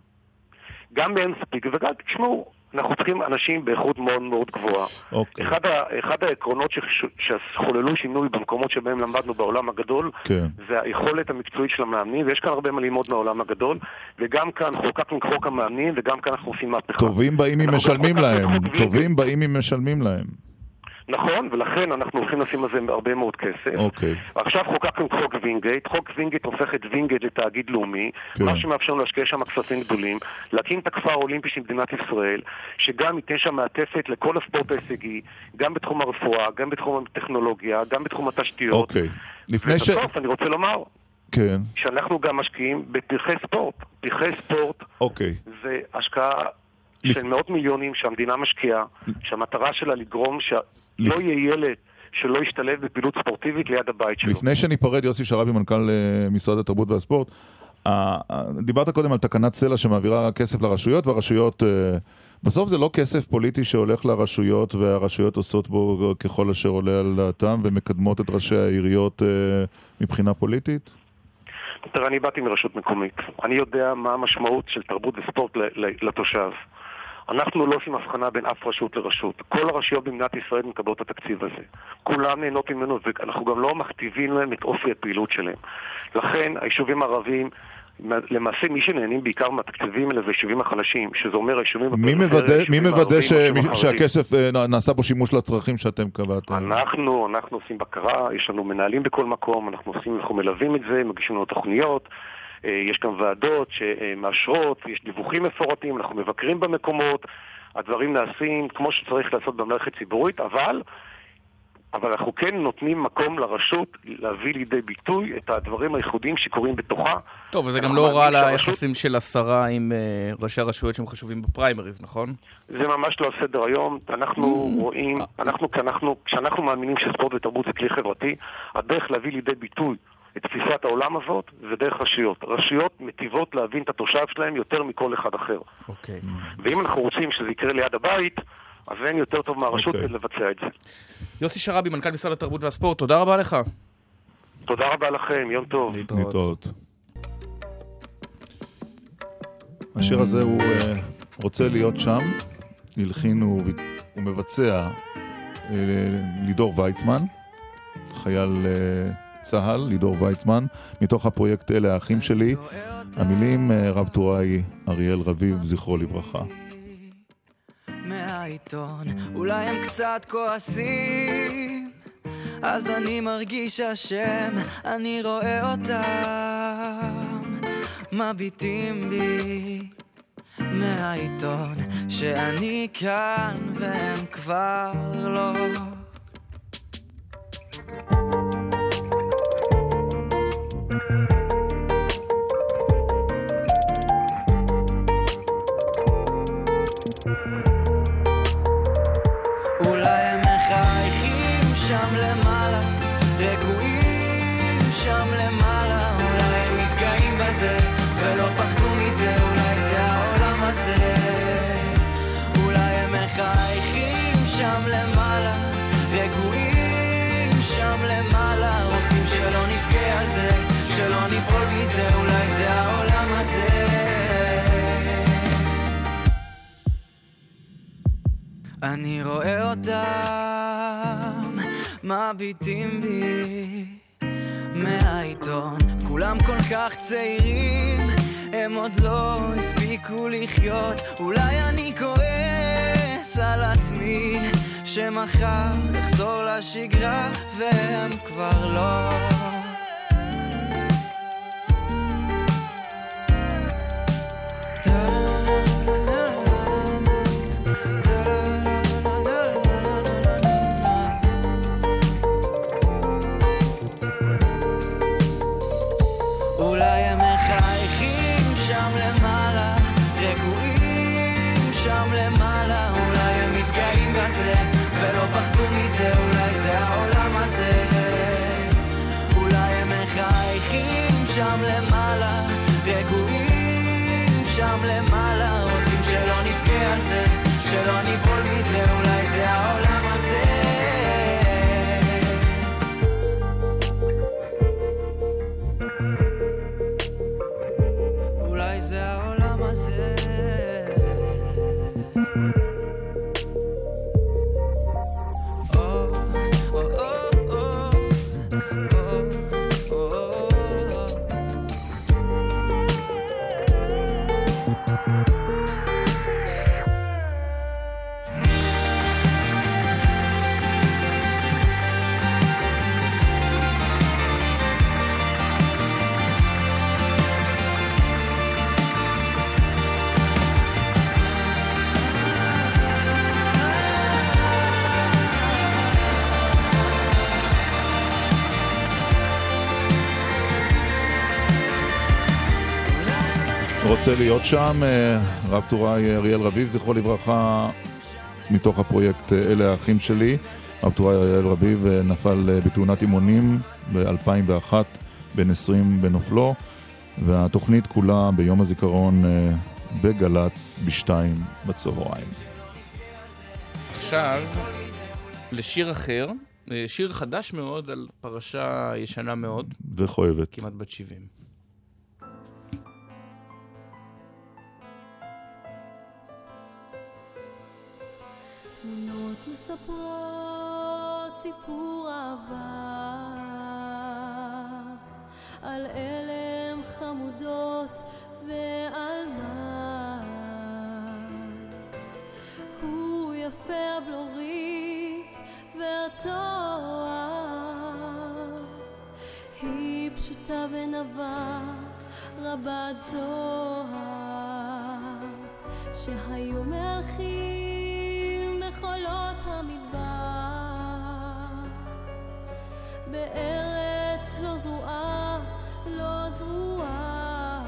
גם אין מספיק, וגם תשמעו, אנחנו צריכים אנשים באיכות מאוד מאוד גבוהה. Okay. אחד, ה, אחד העקרונות שחוללו שינוי במקומות שבהם למדנו בעולם הגדול, okay. זה היכולת המקצועית של המאמנים, ויש כאן הרבה מה ללמוד מהעולם הגדול, וגם כאן חוקקנו חוק המאמנים, וגם כאן אנחנו עושים מהפכה.
טובים באים אם משלמים להם, טובים באים אם משלמים להם.
נכון, ולכן אנחנו הולכים לשים על זה הרבה מאוד כסף.
אוקיי.
עכשיו חוקקנו חוק וינגייט, חוק וינגייט הופך את וינגייט לתאגיד לאומי, כן. מה שמאפשר לנו להשקיע שם כספים גדולים, להקים את הכפר האולימפי של מדינת ישראל, שגם ייתן שם מעטפת לכל הספורט ההישגי, גם בתחום הרפואה, גם בתחום הטכנולוגיה, גם בתחום התשתיות.
אוקיי. לפני ש...
ובסוף אני רוצה לומר,
כן.
שאנחנו גם משקיעים בפרחי ספורט. פרחי ספורט
אוקיי.
זה השקעה של מאות מיליונים שהמדינה משקיעה, שהמטרה שלה לגרום ש... לא יהיה ילד שלא ישתלב בפעילות ספורטיבית ליד הבית שלו.
לפני שניפרד, יוסי שרעבי, מנכ"ל משרד התרבות והספורט, דיברת קודם על תקנת סלע שמעבירה כסף לרשויות, והרשויות, בסוף זה לא כסף פוליטי שהולך לרשויות, והרשויות עושות בו ככל אשר עולה על דעתם, ומקדמות את ראשי העיריות מבחינה פוליטית?
תראה, אני באתי מרשות מקומית. אני יודע מה המשמעות של תרבות וספורט לתושב. אנחנו לא עושים הבחנה בין אף רשות לרשות. כל הרשויות במדינת ישראל מקבלות את התקציב הזה. כולם נהנות ממנו, ואנחנו גם לא מכתיבים להם את אופי הפעילות שלהם. לכן, היישובים הערביים, למעשה מי שנהנים בעיקר מהתקציבים האלה זה היישובים החלשים, שזה אומר היישובים...
מי מוודא, מי מוודא ש... שהכסף נעשה בו שימוש לצרכים שאתם קבעתם?
אנחנו, אנחנו עושים בקרה, יש לנו מנהלים בכל מקום, אנחנו עושים, אנחנו מלווים את זה, מגישים לנו תוכניות, יש כאן ועדות שמאשרות, יש דיווחים מפורטים, אנחנו מבקרים במקומות, הדברים נעשים כמו שצריך לעשות במערכת ציבורית, אבל, אבל אנחנו כן נותנים מקום לרשות להביא לידי ביטוי את הדברים הייחודיים שקורים בתוכה.
טוב, וזה גם לא רע ליחסים של השרה עם ראשי הרשויות שהם חשובים בפריימריז, נכון?
זה ממש לא על סדר היום. אנחנו רואים, אנחנו, כשאנחנו, כשאנחנו מאמינים שספורט ותרבות זה כלי חברתי, הדרך להביא לידי ביטוי את תפיסת העולם הזאת זה דרך רשויות. רשויות מטיבות להבין את התושב שלהם יותר מכל אחד אחר.
אוקיי.
ואם אנחנו רוצים שזה יקרה ליד הבית, אז אין יותר טוב מהרשות okay. לבצע את זה.
יוסי שרעבי, מנכ"ל משרד התרבות והספורט, תודה רבה לך.
תודה רבה לכם, יום טוב.
להתראות.
להתראות. השיר הזה הוא uh, רוצה להיות שם, הלחין הוא, הוא מבצע uh, לידור ויצמן, חייל... Uh, צהל, לידור ויצמן, מתוך הפרויקט אלה האחים שלי. המילים רב טוראי אריאל רביב, זכרו לברכה.
מהעיתון, אולי הם קצת כועסים, אז אני מרגיש השם, אני רואה אותם מביטים בי מהעיתון, שאני כאן והם כבר לא. אולי הם מחייכים שם למעלה, רגועים שם למעלה, אולי הם מתגאים בזה ולא פחדו מזה, אולי זה העולם הזה. אולי הם מחייכים שם למעלה, רגועים שם למעלה, רוצים שלא נבכה על זה, שלא ניפול מזה, אולי זה העולם הזה. אני רואה אותם מביטים בי מהעיתון, כולם כל כך צעירים, הם עוד לא הספיקו לחיות, אולי אני כועס על עצמי שמחר לחזור לשגרה והם כבר לא. ולא פחדו מזה, אולי זה העולם הזה. אולי הם מחייכים שם למעלה, רגועים שם למעלה, רוצים שלא נבכה על זה, שלא ניפול מזה, אולי זה העולם הזה. אולי זה העולם הזה.
רוצה להיות שם, רב טוראי אריאל רביב, זכרו לברכה, מתוך הפרויקט אלה האחים שלי. רב טוראי אריאל רביב נפל בתאונת אימונים ב-אלפיים ואחת, בן עשרים בנופלו, והתוכנית כולה ביום הזיכרון בגלץ בשתיים בצהריים.
עכשיו לשיר אחר, שיר חדש מאוד על פרשה ישנה מאוד
וכואבת,
כמעט בת שבעים.
תמונות מספרות סיפור אהבה על אלם חמודות ועל מה הוא יפה הבלורית והתואר היא פשוטה ונבה רבת זוהר שהיו מלכים בחולות המדבר בארץ לא זרועה לא זרועה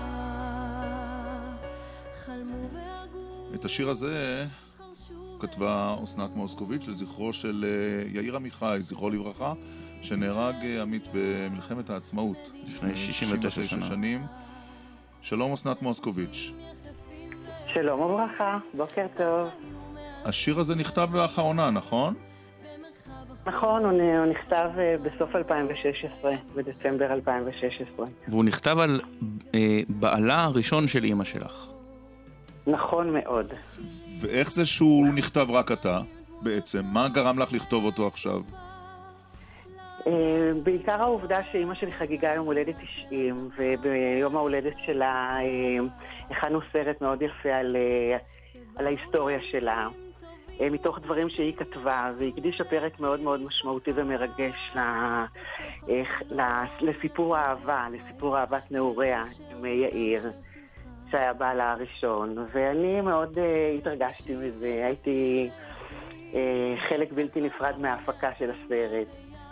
חלמו והגו.
את השיר הזה כתבה אסנת מוסקוביץ' לזכרו של יאיר עמיחי, זכרו לברכה, שנהרג עמית במלחמת העצמאות
לפני שישים ותשע שנים.
שלום אסנת מוסקוביץ'.
שלום וברכה, בוקר טוב.
השיר הזה נכתב לאחרונה, נכון?
נכון, הוא נכתב בסוף אלפיים ושש עשרה, בדצמבר אלפיים ושש עשרה.
והוא נכתב על אה, בעלה הראשון של אמא שלך.
נכון מאוד.
ואיך זה שהוא נכתב רק אתה, בעצם? מה גרם לך לכתוב אותו עכשיו?
אה, בעיקר העובדה שאימא שלי חגיגה יום הולדת תשעים, וביום ההולדת שלה אה, הכנו סרט מאוד יפה על, אה, על ההיסטוריה שלה, אה, מתוך דברים שהיא כתבה, והיא הקדישה פרק מאוד מאוד משמעותי ומרגש ל, אה, ל, לסיפור האהבה, לסיפור אהבת נעוריה עם יאיר, שהיה בעלה הראשון, ואני מאוד uh, התרגשתי מזה, הייתי uh, חלק בלתי נפרד מההפקה של הסרט,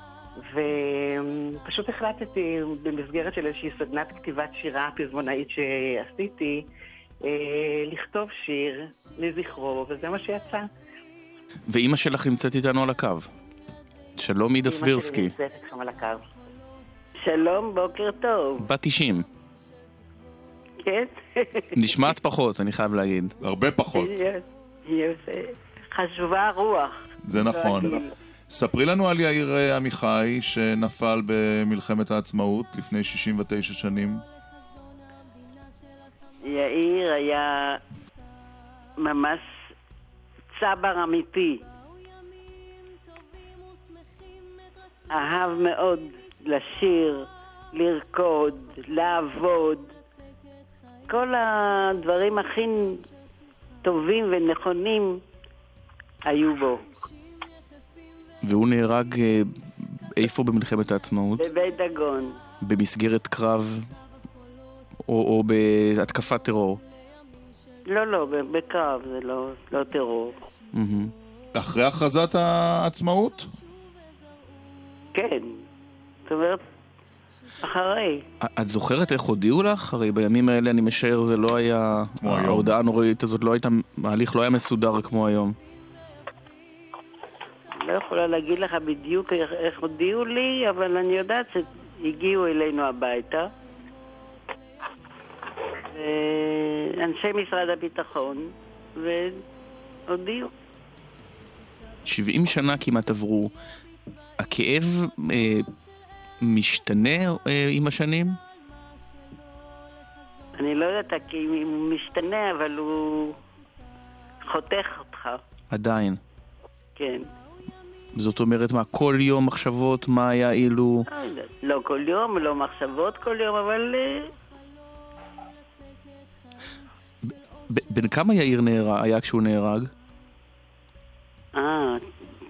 ופשוט החלטתי במסגרת של איזושהי סדנת כתיבת שירה פזמונאית שעשיתי, uh, לכתוב שיר לזכרו, וזה מה שיצא.
ואימא שלך נמצאת איתנו על הקו. שלום אידה סבירסקי.
אימא שלי נמצאת איתכם על הקו. שלום, בוקר טוב.
בת תשעים.
כן.
נשמעת פחות, אני חייב להגיד.
הרבה פחות.
חשובה הרוח.
זה נכון. ספרי לנו על יאיר עמיחי שנפל במלחמת העצמאות לפני שישים ותשע שנים.
יאיר היה ממש צבר אמיתי. אהב מאוד לשיר, לרקוד, לעבוד. כל הדברים הכי טובים ונכונים היו בו.
והוא נהרג איפה במלחמת העצמאות?
בבית דגון.
במסגרת קרב או, או בהתקפת טרור?
לא, לא, בקרב, זה לא, לא טרור.
אחרי הכרזת העצמאות?
כן, זאת אומרת, אחרי.
את זוכרת איך הודיעו לך? הרי בימים האלה אני משער זה לא היה, ההודעה הנוראית הזאת לא הייתה, ההליך לא היה מסודר כמו היום.
לא יכולה להגיד לך בדיוק איך, איך הודיעו לי, אבל אני יודעת שהגיעו אלינו הביתה. אנשי משרד הביטחון, והודיעו.
שבעים שנה כמעט עברו. הכאב אה, משתנה אה, עם השנים?
אני לא יודעת כי הוא משתנה, אבל הוא חותך אותך.
עדיין.
כן.
זאת אומרת מה, כל יום מחשבות, מה היה אילו...
לא כל יום, לא מחשבות כל יום, אבל...
בין כמה יאיר נהרג, היה כשהוא נהרג?
אה,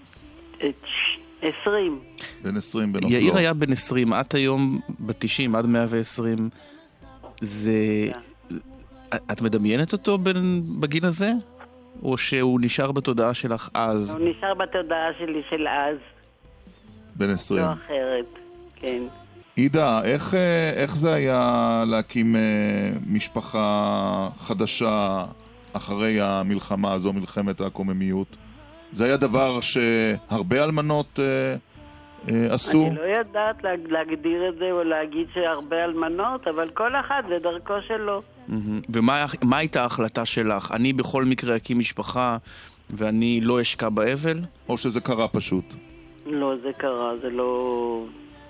עשרים.
בן עשרים בנופלו.
יאיר היה בן עשרים, את היום בתשעים, עד מאה ועשרים. זה... את מדמיינת אותו בגיל הזה? או שהוא נשאר בתודעה שלך אז?
הוא נשאר בתודעה שלי של אז.
בן עשרים.
לא אחרת, כן.
אידה, איך, איך זה היה להקים משפחה חדשה אחרי המלחמה הזו, מלחמת הקוממיות? זה היה דבר שהרבה אלמנות אה, אה, עשו?
אני לא יודעת להגדיר את זה או להגיד שהרבה אלמנות, אבל כל אחד זה דרכו שלו.
ומה מה הייתה ההחלטה שלך? אני בכל מקרה אקים משפחה ואני לא אשקע באבל?
או שזה קרה פשוט?
לא, זה קרה, זה לא...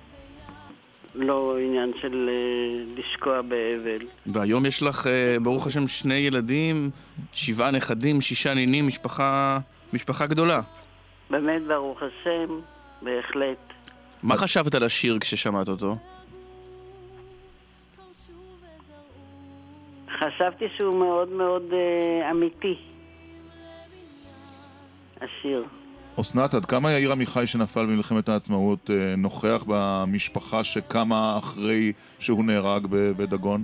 לא עניין של uh, לשקוע באבל.
והיום יש לך, uh, ברוך השם, שני ילדים, שבעה נכדים, שישה נינים, משפחה, משפחה גדולה.
באמת, ברוך השם, בהחלט.
מה חשבת על השיר כששמעת אותו?
חשבתי שהוא מאוד מאוד uh, אמיתי. השיר.
אסנת, עד כמה יאיר עמיחי שנפל במלחמת העצמאות נוכח במשפחה שקמה אחרי שהוא נהרג בדגון?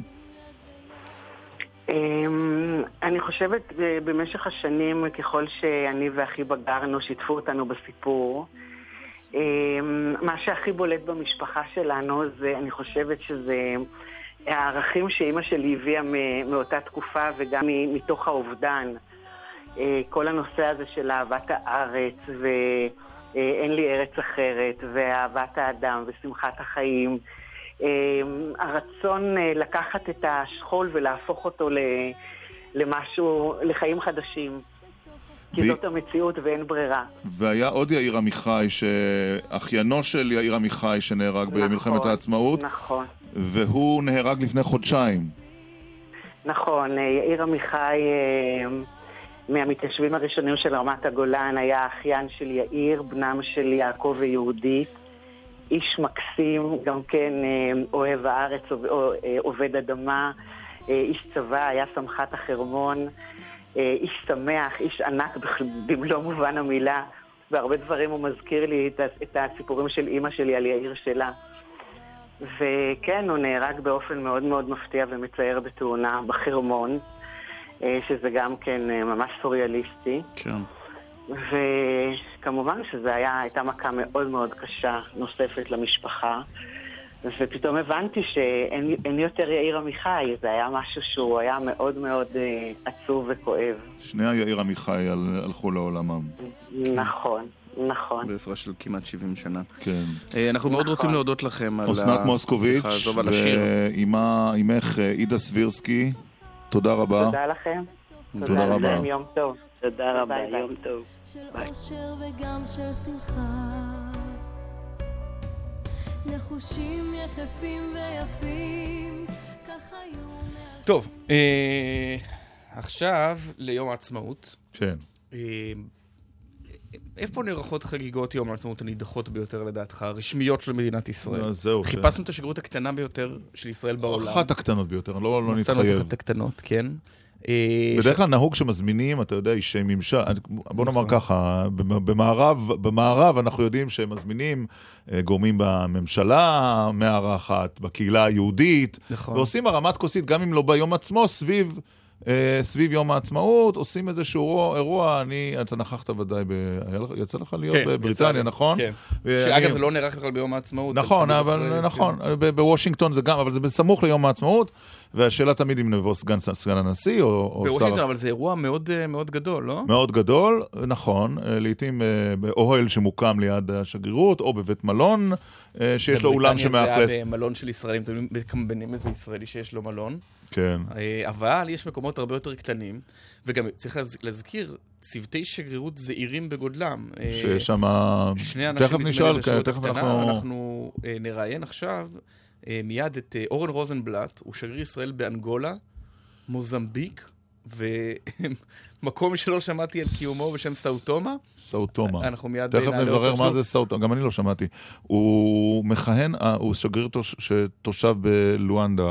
אני חושבת במשך השנים, ככל שאני ואחי בגרנו, שיתפו אותנו בסיפור. מה שהכי בולט במשפחה שלנו, זה, אני חושבת שזה הערכים שאימא שלי הביאה מאותה תקופה וגם מתוך האובדן. כל הנושא הזה של אהבת הארץ ואין לי ארץ אחרת ואהבת האדם ושמחת החיים, הרצון לקחת את השכול ולהפוך אותו למשהו, לחיים חדשים, כי ו... זאת המציאות ואין ברירה.
והיה עוד יאיר עמיחי, אחיינו של יאיר עמיחי שנהרג נכון, במלחמת העצמאות,
נכון.
והוא נהרג לפני חודשיים.
נכון, יאיר עמיחי מהמתיישבים הראשונים של רמת הגולן, היה האחיין של יאיר, בנם של יעקב ויהודית. איש מקסים, גם כן אוהב הארץ, עובד אדמה, איש צבא, היה סמח"ט החרמון, איש שמח, איש ענק במלוא מובן המילה, והרבה דברים הוא מזכיר לי את הסיפורים של אימא שלי על יאיר שלה. וכן, הוא נהרג באופן מאוד מאוד מפתיע ומצער בתאונה בחרמון, שזה גם כן ממש סוריאליסטי. כן. וכמובן שזו היה, הייתה מכה מאוד מאוד קשה נוספת למשפחה, ופתאום הבנתי שאין יותר יאיר עמיחי, זה היה משהו שהוא היה מאוד מאוד עצוב וכואב.
שני היאיר עמיחי הלכו לעולמם.
נכון. נכון.
בהפרש של כמעט שבעים שנה.
כן.
אנחנו מאוד רוצים להודות לכם על
אסנת מוסקוביץ' ואימך אידה סבירסקי. תודה רבה.
תודה לכם.
תודה רבה.
יום טוב.
תודה רבה, יום טוב.
של אושר וגם של שמחה, נחושים יחפים ויפים, ככה היו מעל...
טוב, עכשיו ליום העצמאות.
כן.
איפה נערכות חגיגות יום העצמאות הנידחות ביותר לדעתך, הרשמיות של מדינת ישראל?
זהו.
חיפשנו את השגרירות הקטנה ביותר של ישראל בעולם.
אחת הקטנות ביותר, לא נתחייב.
מצאנו את הקטנות, כן.
בדרך כלל נהוג שמזמינים, אתה יודע, אישי ממשל, בוא נאמר ככה, במערב, במערב אנחנו יודעים שמזמינים גורמים בממשלה, מארחת, בקהילה היהודית, ועושים הרמת כוסית, גם אם לא ביום עצמו, סביב... סביב יום העצמאות, עושים איזשהו אירוע, אני, אתה נכחת ודאי, יצא לך להיות בבריטניה, נכון?
כן, שאגב זה לא נערך בכלל ביום העצמאות.
נכון, אבל נכון, בוושינגטון זה גם, אבל זה בסמוך ליום העצמאות, והשאלה תמיד אם נבוא סגן הנשיא או שר...
בוושינגטון, אבל זה אירוע מאוד גדול, לא?
מאוד גדול, נכון, לעתים באוהל שמוקם ליד השגרירות, או בבית מלון, שיש לו אולם שמאכלס.
בבריטניה זה היה במלון של ישראלים, אתם יודעים ביניהם איזה ישראלי שיש לו מלון.
כן.
אבל יש מקומות הרבה יותר קטנים, וגם צריך להזכיר, צוותי שגרירות זעירים בגודלם.
שיש שם...
שני אנשים נשאל, תכף אנחנו... אנחנו נראיין עכשיו מיד את אורן רוזנבלט, הוא שגריר ישראל באנגולה, מוזמביק, ומקום שלא שמעתי על קיומו בשם סאוטומה.
סאוטומה.
אנחנו מיד
תכף נברר מה זה סאוטומה, גם אני לא שמעתי. הוא מכהן, הוא שגריר שתושב בלואנדה,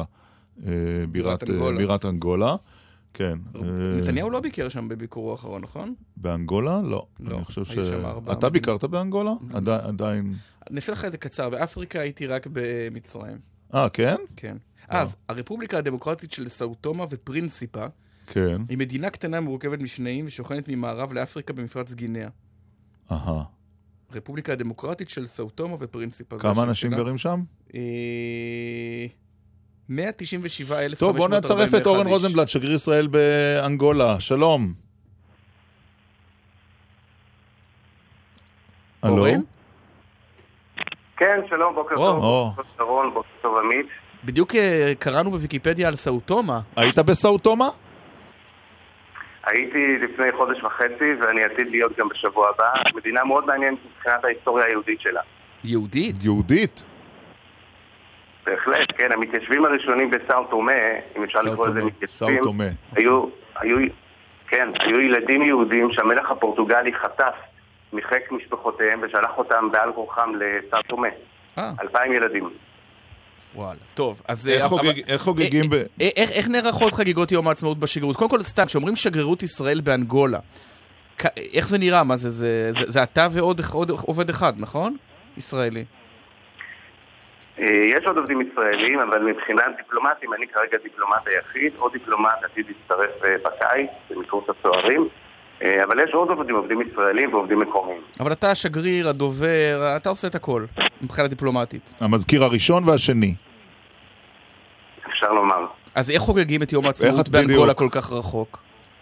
בירת אנגולה. כן.
נתניהו לא ביקר שם בביקורו האחרון, נכון?
באנגולה? לא.
לא.
אני חושב ש... אתה ביקרת באנגולה? עדיין...
נעשה לך איזה קצר. באפריקה הייתי רק במצרים.
אה, כן?
כן. אז, הרפובליקה הדמוקרטית של סאוטומה ופרינסיפה,
כן.
היא מדינה קטנה מורכבת משניים ושוכנת ממערב לאפריקה במפרץ גינאה.
אהה.
רפובליקה הדמוקרטית של סאוטומה ופרינסיפה.
כמה אנשים גרים שם?
מאה תשעים ושבעה אלף
טוב, בוא נצרף את אורן רוזנבלט, שגריר ישראל באנגולה. שלום.
אורן?
כן, שלום, בוקר טוב. בוקר טוב, בוקר טוב עמית.
בדיוק קראנו בוויקיפדיה על סאוטומה.
היית בסאוטומה?
הייתי לפני חודש וחצי, ואני עתיד להיות גם בשבוע הבא. מדינה מאוד מעניינת מבחינת ההיסטוריה היהודית שלה.
יהודית?
יהודית?
בהחלט, כן. המתיישבים הראשונים בסאו טומה, אם אפשר לקרוא לזה מתיישבים, היו, היו, כן, היו ילדים יהודים שהמלך הפורטוגלי חטף מחיק משפחותיהם ושלח אותם בעל כורחם לסאו טומה. אלפיים ילדים.
וואלה, טוב, אז...
איך חוגגים ב...
איך נערכות חגיגות יום העצמאות בשגרירות? קודם כל, סתם, שאומרים שגרירות ישראל באנגולה, איך זה נראה? מה זה? זה אתה ועוד עובד אחד, נכון? ישראלי.
יש עוד עובדים ישראלים, אבל מבחינת דיפלומטים, אני כרגע דיפלומט היחיד, עוד דיפלומט עתיד להצטרף בקיץ, במקורס הצוערים, אבל יש עוד עובדים, עובדים ישראלים ועובדים מקומיים.
אבל אתה השגריר, הדובר, אתה עושה את הכל, מבחינה דיפלומטית.
המזכיר הראשון והשני.
אפשר לומר.
אז איך חוגגים את יום העצמאות באנגולה כל כך רחוק?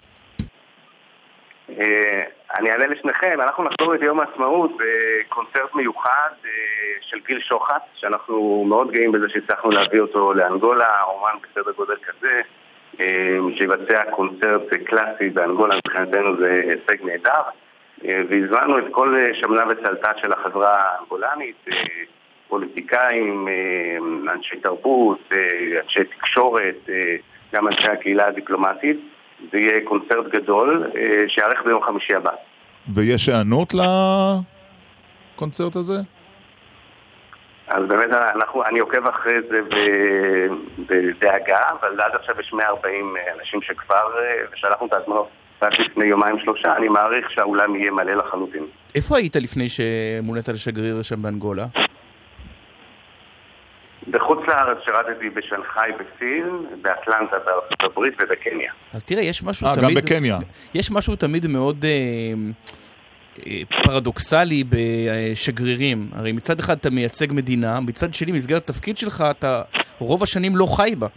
אני אענה לשניכם, אנחנו נחזור את יום העצמאות בקונצרט מיוחד של גיל שוחט, שאנחנו מאוד גאים בזה שהצלחנו להביא אותו לאנגולה, אומן בסדר גודל כזה, שיבצע קונצרט קלאסי באנגולה, מבחינתנו זה הישג נהדר, והזמנו את כל שמנה וצלטה של החברה האנגולנית, פוליטיקאים, אנשי תרבות, אנשי תקשורת, גם אנשי הקהילה הדיפלומטית. זה יהיה קונצרט גדול שיערך ביום חמישי הבא.
ויש הענות לקונצרט הזה?
אז באמת אנחנו, אני עוקב אחרי זה בדאגה, אבל עד עכשיו יש מאה וארבעים אנשים שכבר, ושלחנו את ההזמנות רק לפני יומיים שלושה, אני מעריך שהאולם יהיה מלא לחלוטין.
איפה היית לפני שמונית לשגריר שם באנגולה?
בחוץ לארץ שירתתי בשנגחאי בסין, באטלנטה בארצות הברית ובקניה.
אז תראה, יש משהו
אה,
תמיד...
גם בקניה.
יש משהו תמיד מאוד... אה, פרדוקסלי בשגרירים. הרי מצד אחד אתה מייצג מדינה, מצד שני, במסגרת התפקיד שלך, אתה רוב השנים לא חי בה.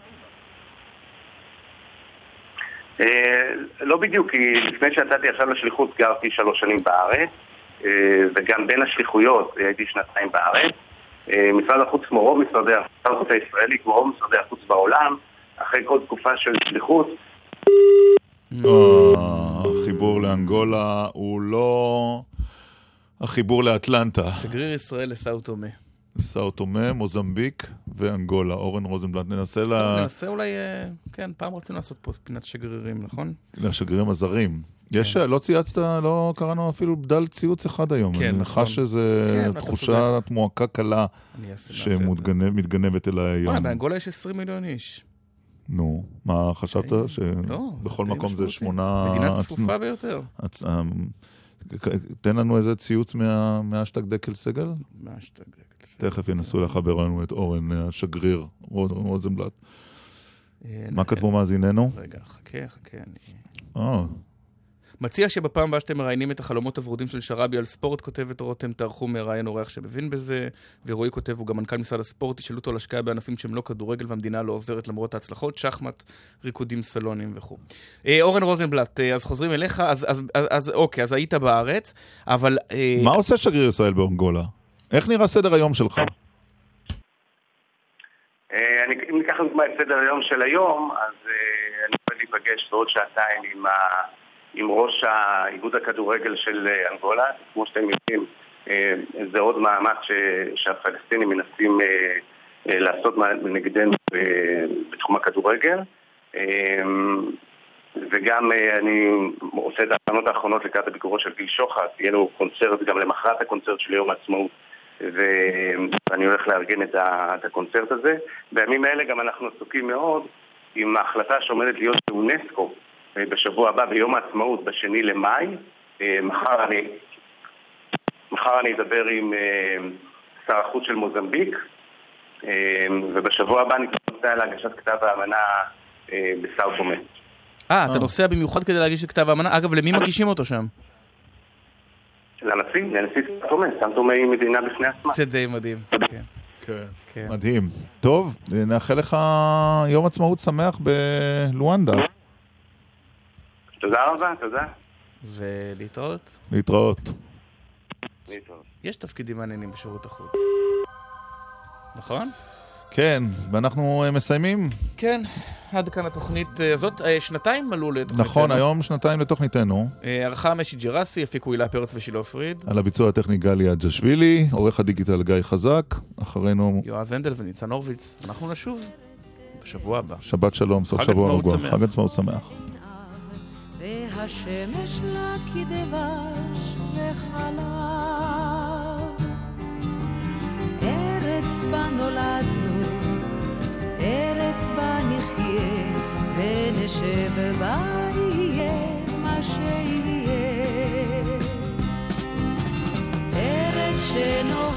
לא בדיוק, כי לפני שיצאתי עכשיו לשליחות גרתי שלוש שנים בארץ, וגם בין השליחויות הייתי שנתיים בארץ. משרד החוץ כמו רוב משרדי החוץ הישראלי, כמו רוב משרדי החוץ בעולם, אחרי כל תקופה של שליחות,
החיבור לאנגולה הוא לא החיבור לאטלנטה.
שגריר ישראל לסאו טומה.
סאו טומה, מוזמביק ואנגולה. אורן רוזנבלט, ננסה ל...
ננסה אולי, כן, פעם רוצים לעשות פה פינת שגרירים, נכון?
לשגרירים הזרים. יש, לא צייצת, לא קראנו אפילו בדל ציוץ אחד היום.
כן,
אני
נכון.
נחש שזה תחושה מועקה קלה שמתגנבת אליי היום.
וואלה, באנגולה יש עשרים מיליון איש.
נו, מה חשבת? שבכל מקום זה שמונה...
מדינה צפופה ביותר.
תן לנו איזה ציוץ מהאשטג דקל סגל?
מהאשטג דקל סגל.
תכף ינסו לחבר לנו את אורן, השגריר, רוזנבלט. מה כתבו מאזיננו?
רגע, חכה, חכה.
אה...
מציע שבפעם הבאה שאתם מראיינים את החלומות הוורודים של שרבי על ספורט, כותבת רותם, תערכו מראיין אורח שמבין בזה, ורועי כותב, הוא גם מנכ"ל משרד הספורט, תשאלו אותו על השקעה בענפים שהם לא כדורגל, והמדינה לא עוזרת למרות ההצלחות, שחמט, ריקודים, סלונים וכו'. אה, אורן רוזנבלט, אה, אז חוזרים אליך, אז, אז, אז, אז אוקיי, אז היית בארץ, אבל... אה...
מה עושה שגריר ישראל באנגולה? איך נראה סדר היום שלך?
אה, אני, אם ניקח לדוגמה את סדר היום של היום, אז אה, אני יכול להיפגש בעוד שעתיים עם ה... עם ראש האיגוד הכדורגל של אנגולה. כמו שאתם יודעים, זה עוד מאמץ שהפלסטינים מנסים לעשות נגדנו בתחום הכדורגל. וגם אני עושה את ההכנות האחרונות לקראת הביקורו של גיל שוחט. יהיה לו קונצרט גם למחרת הקונצרט של יום העצמאות, ואני הולך לארגן את הקונצרט הזה. בימים האלה גם אנחנו עסוקים מאוד עם ההחלטה שעומדת להיות באונסקו בשבוע הבא, ביום העצמאות, בשני למאי. מחר אני, מחר אני אדבר עם שר החוץ של מוזמביק, ובשבוע הבא אני נוסע להגשת כתב האמנה בסאו טומה.
אה, אתה נוסע במיוחד כדי להגיש את כתב האמנה? אגב, למי מגישים אותו שם?
לנשיא, לנשיא סאו טומה. סאו טומה היא מדינה בפני עצמה.
זה די מדהים.
כן, מדהים. טוב, נאחל לך יום עצמאות שמח בלואנדה.
תודה רבה, תודה.
ולהתראות?
להתראות.
להתראות.
יש תפקידים מעניינים בשירות החוץ. נכון?
כן, ואנחנו מסיימים.
כן, עד כאן התוכנית הזאת. שנתיים מלאו לתוכניתנו.
נכון, היום שנתיים לתוכניתנו.
ערכה משי ג'רסי, הפיקו הילה פרץ ושילה פריד.
על הביצוע הטכני גליה ג'שווילי, עורך הדיגיטל גיא חזק, אחרינו...
יועז הנדל וניצן הורוביץ. אנחנו נשוב בשבוע הבא.
שבת שלום, סוף שבוע רגוע. חג עצמאות שמח.
והשמש לה כדבש וחלב, ארץ בה נולדנו, ארץ בה נחיה, ונשב בה יהיה מה שיהיה. ארץ שנוהג